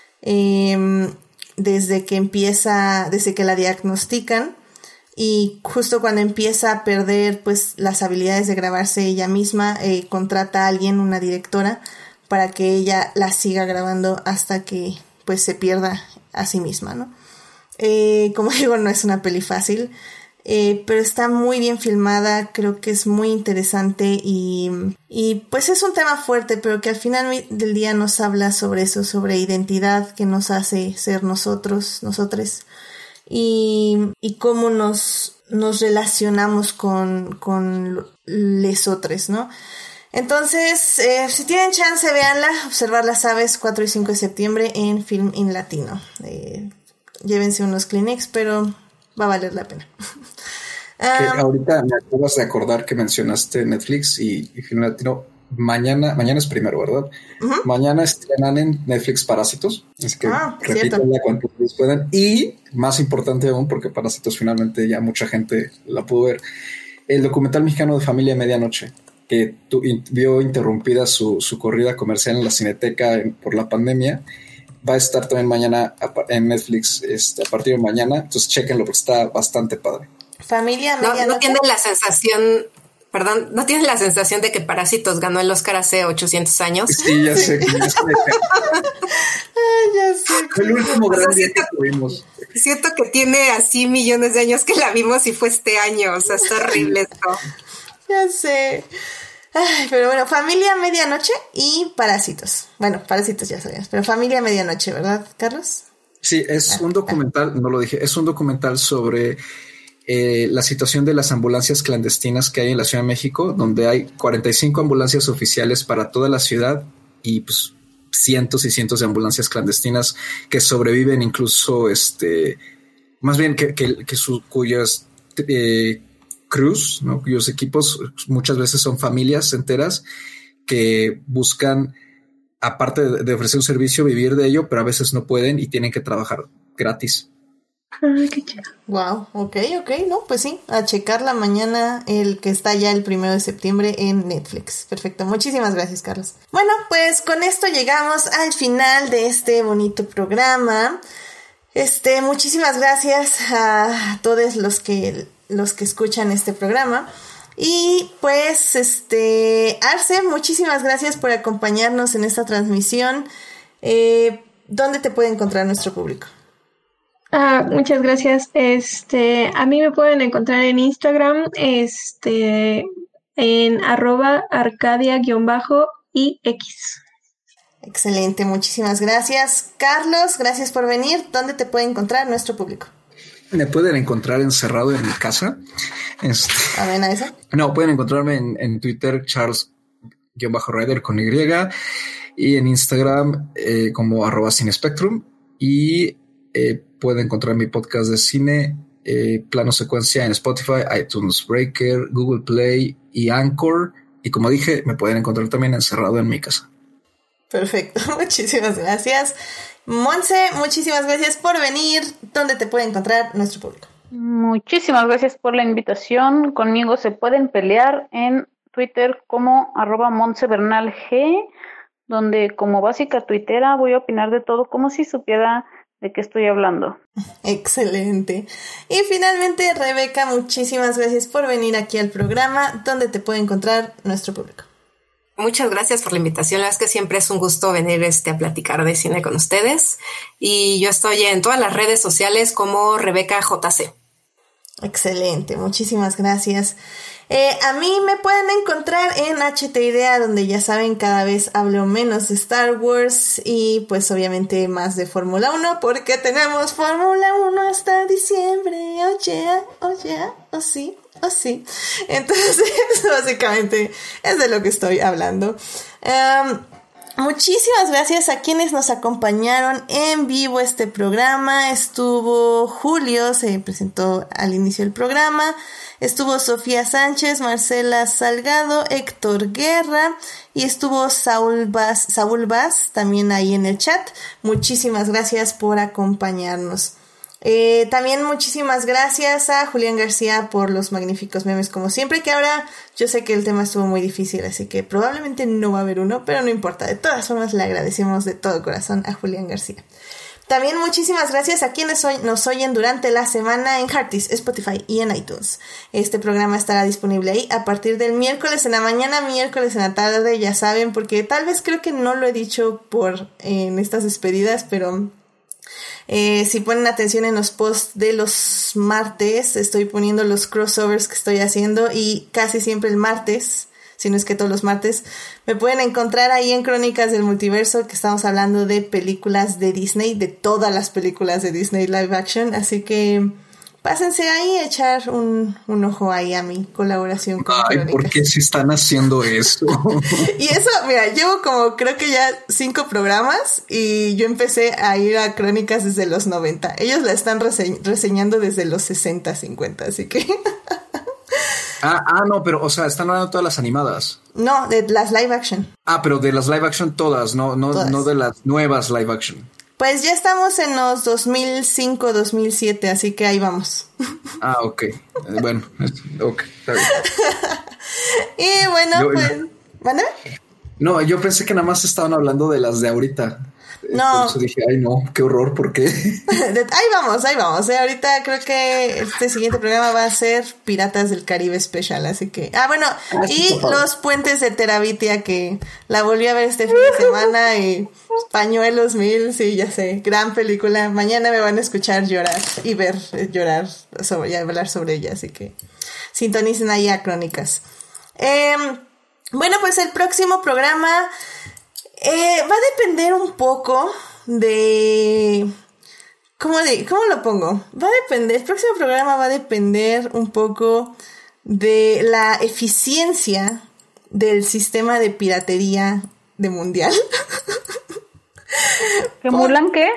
eh, desde que empieza, desde que la diagnostican. Y justo cuando empieza a perder pues las habilidades de grabarse ella misma, eh, contrata a alguien, una directora, para que ella la siga grabando hasta que pues se pierda a sí misma, ¿no? Eh, como digo, no es una peli fácil, eh, pero está muy bien filmada, creo que es muy interesante y, y pues es un tema fuerte, pero que al final del día nos habla sobre eso, sobre identidad, que nos hace ser nosotros, nosotres. Y, y cómo nos, nos relacionamos con, con lesotres, ¿no? Entonces, eh, si tienen chance, véanla, Observar las aves, cuatro y cinco de septiembre en Film in Latino. Eh, llévense unos Kleenex, pero va a valer la pena. Que ahorita me acabas de acordar que mencionaste Netflix y, y Film Latino. Mañana, mañana es primero, ¿verdad? Uh-huh. Mañana estrenan en Netflix Parásitos. Así que ah, repítanla cuanto ustedes puedan. Y más importante aún, porque Parásitos finalmente ya mucha gente la pudo ver, el documental mexicano de Familia Medianoche, que tu, in, vio interrumpida su, su corrida comercial en la Cineteca en, por la pandemia, va a estar también mañana en Netflix este, a partir de mañana. Entonces chéquenlo porque está bastante padre. Familia Medianoche. No, no tienen la sensación, perdón, ¿no tienen la sensación de que Parásitos ganó el Oscar hace ochocientos años? Sí, ya sé. Ya sé. Ay, ya sé. Fue el último gran día que tuvimos. Siento que tiene así millones de años que la vimos y fue este año. O sea, está horrible esto. Ya sé. Ay, pero bueno, Familia Medianoche y Parásitos. Bueno, Parásitos ya sabías, pero Familia Medianoche, ¿verdad, Carlos? Sí, es ah, un documental, ah. no lo dije, es un documental sobre eh, la situación de las ambulancias clandestinas que hay en la Ciudad de México, donde hay cuarenta y cinco ambulancias oficiales para toda la ciudad y pues cientos y cientos de ambulancias clandestinas que sobreviven, incluso este, más bien que, que, que su, cuyas eh, crews, ¿no? Cuyos equipos muchas veces son familias enteras que buscan, aparte de, de ofrecer un servicio, vivir de ello, pero a veces no pueden y tienen que trabajar gratis. Ay, qué chido. Wow, ok, ok, no, pues sí, a checarla mañana, el que está ya el primero de septiembre en Netflix. Perfecto, muchísimas gracias, Carlos. Bueno, pues con esto llegamos al final de este bonito programa. Este, muchísimas gracias a todos los que los que escuchan este programa. Y pues, este, Arce, muchísimas gracias por acompañarnos en esta transmisión. Eh, ¿Dónde te puede encontrar nuestro público? Ah, muchas gracias. Este, a mí me pueden encontrar en Instagram, este, en arroba arcadia-ix. Excelente, muchísimas gracias. Carlos, gracias por venir. ¿Dónde te puede encontrar nuestro público? Me pueden encontrar encerrado en mi casa. Este, ¿A ver, a eso? No, pueden encontrarme en, en Twitter, Charles-Rider con Y, y en Instagram eh, como arroba cinespectrum, y eh, pueden encontrar mi podcast de cine, eh, Plano Secuencia, en Spotify, iTunes, Breaker, Google Play y Anchor. Y como dije, me pueden encontrar también encerrado en mi casa. Perfecto, muchísimas gracias. Monse, muchísimas gracias por venir. ¿Dónde te puede encontrar nuestro público? Muchísimas gracias por la invitación. Conmigo se pueden pelear en Twitter como arroba montsebernalg, donde como básica tuitera voy a opinar de todo como si supiera de qué estoy hablando. Excelente. Y finalmente, Rebeca, muchísimas gracias por venir aquí al programa. ¿Dónde te puede encontrar nuestro público? Muchas gracias por la invitación. La verdad es que siempre es un gusto venir este, a platicar de cine con ustedes. Y yo estoy en todas las redes sociales como Rebeca J C. Excelente, muchísimas gracias. Eh, a mí me pueden encontrar en H T Idea, donde ya saben, cada vez hablo menos de Star Wars y pues obviamente más de Fórmula uno, porque tenemos Fórmula uno hasta diciembre. Oh yeah, oh yeah, oh sí. Oh, sí. Entonces, básicamente es de lo que estoy hablando. Um, muchísimas gracias a quienes nos acompañaron en vivo este programa. Estuvo Julio, se presentó al inicio del programa. Estuvo Sofía Sánchez, Marcela Salgado, Héctor Guerra y estuvo Saúl Vaz, Saúl Vaz también ahí en el chat. Muchísimas gracias por acompañarnos. Eh, también muchísimas gracias a Julián García por los magníficos memes como siempre, que ahora yo sé que el tema estuvo muy difícil, así que probablemente no va a haber uno, pero no importa, de todas formas le agradecemos de todo corazón a Julián García. También muchísimas gracias a quienes hoy nos oyen durante la semana en Heartis, Spotify y en iTunes. Este programa estará disponible ahí a partir del miércoles en la mañana, miércoles en la tarde, ya saben, porque tal vez creo que no lo he dicho por eh, en estas despedidas, pero Eh, si ponen atención en los posts de los martes, estoy poniendo los crossovers que estoy haciendo y casi siempre el martes, si no es que todos los martes, me pueden encontrar ahí en Crónicas del Multiverso, que estamos hablando de películas de Disney, de todas las películas de Disney live action, así que pásense ahí a echar un, un ojo ahí a mi colaboración con Ay, Crónicas. ¿por qué se están haciendo eso? Y eso, mira, llevo como creo que ya cinco programas y yo empecé a ir a Crónicas desde los noventa. Ellos la están rese- reseñando desde los sesenta, cincuenta, así que... ah, ah, no, pero, o sea, están hablando de todas las animadas. No, de las live action. Ah, pero de las live action todas, no, no, Todas. no de las nuevas live action. Pues ya estamos en los dos mil cinco, dos mil siete, así que ahí vamos. Ah, ok. Eh, bueno, ok, está bien. Y bueno, Yo- pues... ¿Vale? No, yo pensé que nada más estaban hablando de las de ahorita. No. Por eso dije, ay no, qué horror, ¿por qué? De- ahí vamos, ahí vamos. ¿eh? Ahorita creo que este siguiente programa va a ser Piratas del Caribe Special, así que... Ah, bueno, y los puentes de Terabitia, que la volví a ver este fin de semana, y Pañuelos Mil, sí, ya sé, gran película. Mañana me van a escuchar llorar y ver eh, llorar sobre, y hablar sobre ella, así que sintonicen ahí a Crónicas. Eh, bueno, pues el próximo programa... Eh, va a depender un poco de... ¿Cómo, de, ¿Cómo lo pongo? Va a depender, el próximo programa va a depender un poco de la eficiencia del sistema de piratería de mundial. ¿Que Mulan qué?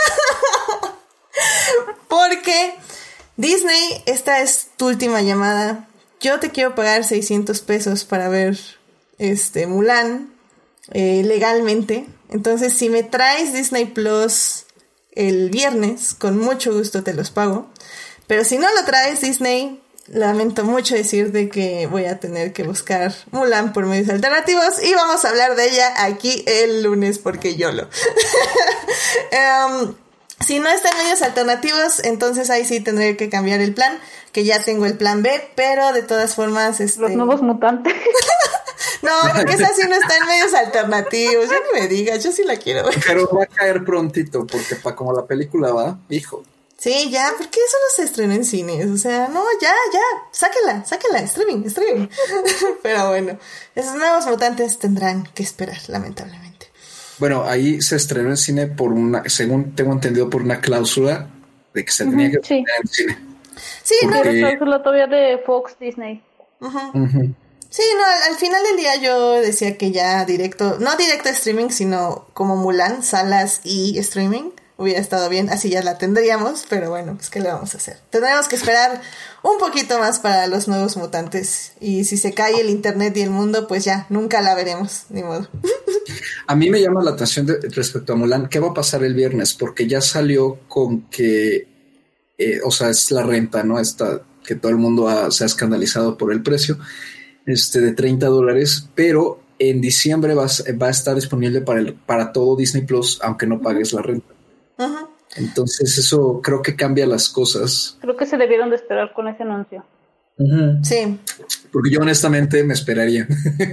Porque Disney, esta es tu última llamada. Yo te quiero pagar seiscientos pesos para ver este Mulan. Eh, legalmente. Entonces, si me traes Disney Plus el viernes, con mucho gusto te los pago. Pero si no lo traes Disney, lamento mucho decirte que voy a tener que buscar Mulan por medios alternativos y vamos a hablar de ella aquí el lunes porque yo lo. um, si no está en medios alternativos, entonces ahí sí tendré que cambiar el plan, que ya tengo el plan B, pero de todas formas... Este... Los nuevos mutantes. No, porque esa sí no está en medios alternativos. Ya ni me digas, yo sí la quiero ver. Pero va a caer prontito, porque para como la película va, hijo. Sí, ya, porque eso no se estrenó en cines. O sea, no, ya, ya, sáquenla, sáquenla, streaming, streaming. Pero bueno, esos nuevos mutantes tendrán que esperar, lamentablemente. Bueno, ahí se estrenó en cine por una, según tengo entendido, por una cláusula de que se tenía Ujú, que sí. estrenar en cine. Sí, no, Porque- Pero cláusula todavía de Fox Disney. ujú. Ujú. Sí, no, al, al final del día yo decía que ya directo, no directo streaming, sino como Mulan, salas y streaming, hubiera estado bien, así ya la tendríamos, pero bueno, pues ¿qué le vamos a hacer? Tendremos que esperar un poquito más para los nuevos mutantes, y si se cae el internet y el mundo, pues ya, nunca la veremos, ni modo. A mí me llama la atención de, respecto a Mulan, ¿qué va a pasar el viernes? Porque ya salió con que, eh, o sea, es la renta, ¿no? Esta, que todo el mundo ha, se ha escandalizado por el precio. Este, de treinta dólares, pero en diciembre va, a- va a estar disponible para, el, para todo Disney Plus, aunque no pagues la renta. Ujú. Entonces eso creo que cambia las cosas. Creo que se debieron de esperar con ese anuncio. Sí. Porque yo honestamente me esperaría.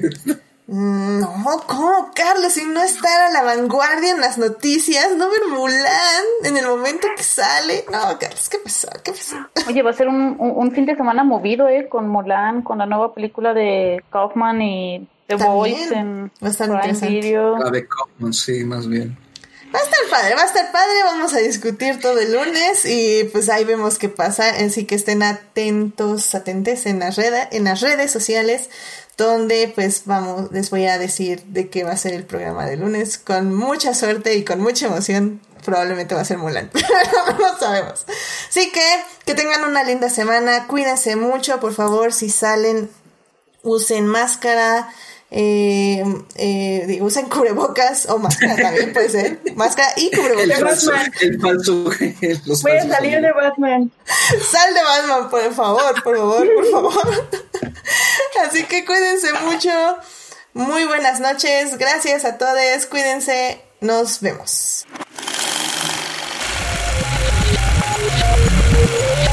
No, ¿cómo, Carlos? Si no estar a la vanguardia en las noticias, no ver Mulan en el momento que sale. No, Carlos, ¿qué pasó? ¿Qué pasó? Oye, va a ser un, un, un fin de semana movido, ¿eh? Con Mulan, con la nueva película de Kaufman y The También. Voice en Va a estar Prime interesante. Video. La de Kaufman, sí, más bien. Va a estar padre, va a estar padre, vamos a discutir todo el lunes y pues ahí vemos qué pasa, así que estén atentos, atentes en las redes, en las redes sociales, donde pues vamos, les voy a decir de qué va a ser el programa de lunes, con mucha suerte y con mucha emoción, probablemente va a ser Mulan, no sabemos. Así que, que tengan una linda semana, cuídense mucho, por favor, si salen, usen máscara, Eh, eh, digo, usen cubrebocas o máscara también puede ser, máscara y El cubrebocas. falso, el falso, los Voy a falsos salir de Batman. Sal de Batman, por favor, por favor, por favor. Así que cuídense mucho, muy buenas noches, gracias a todos, cuídense, nos vemos.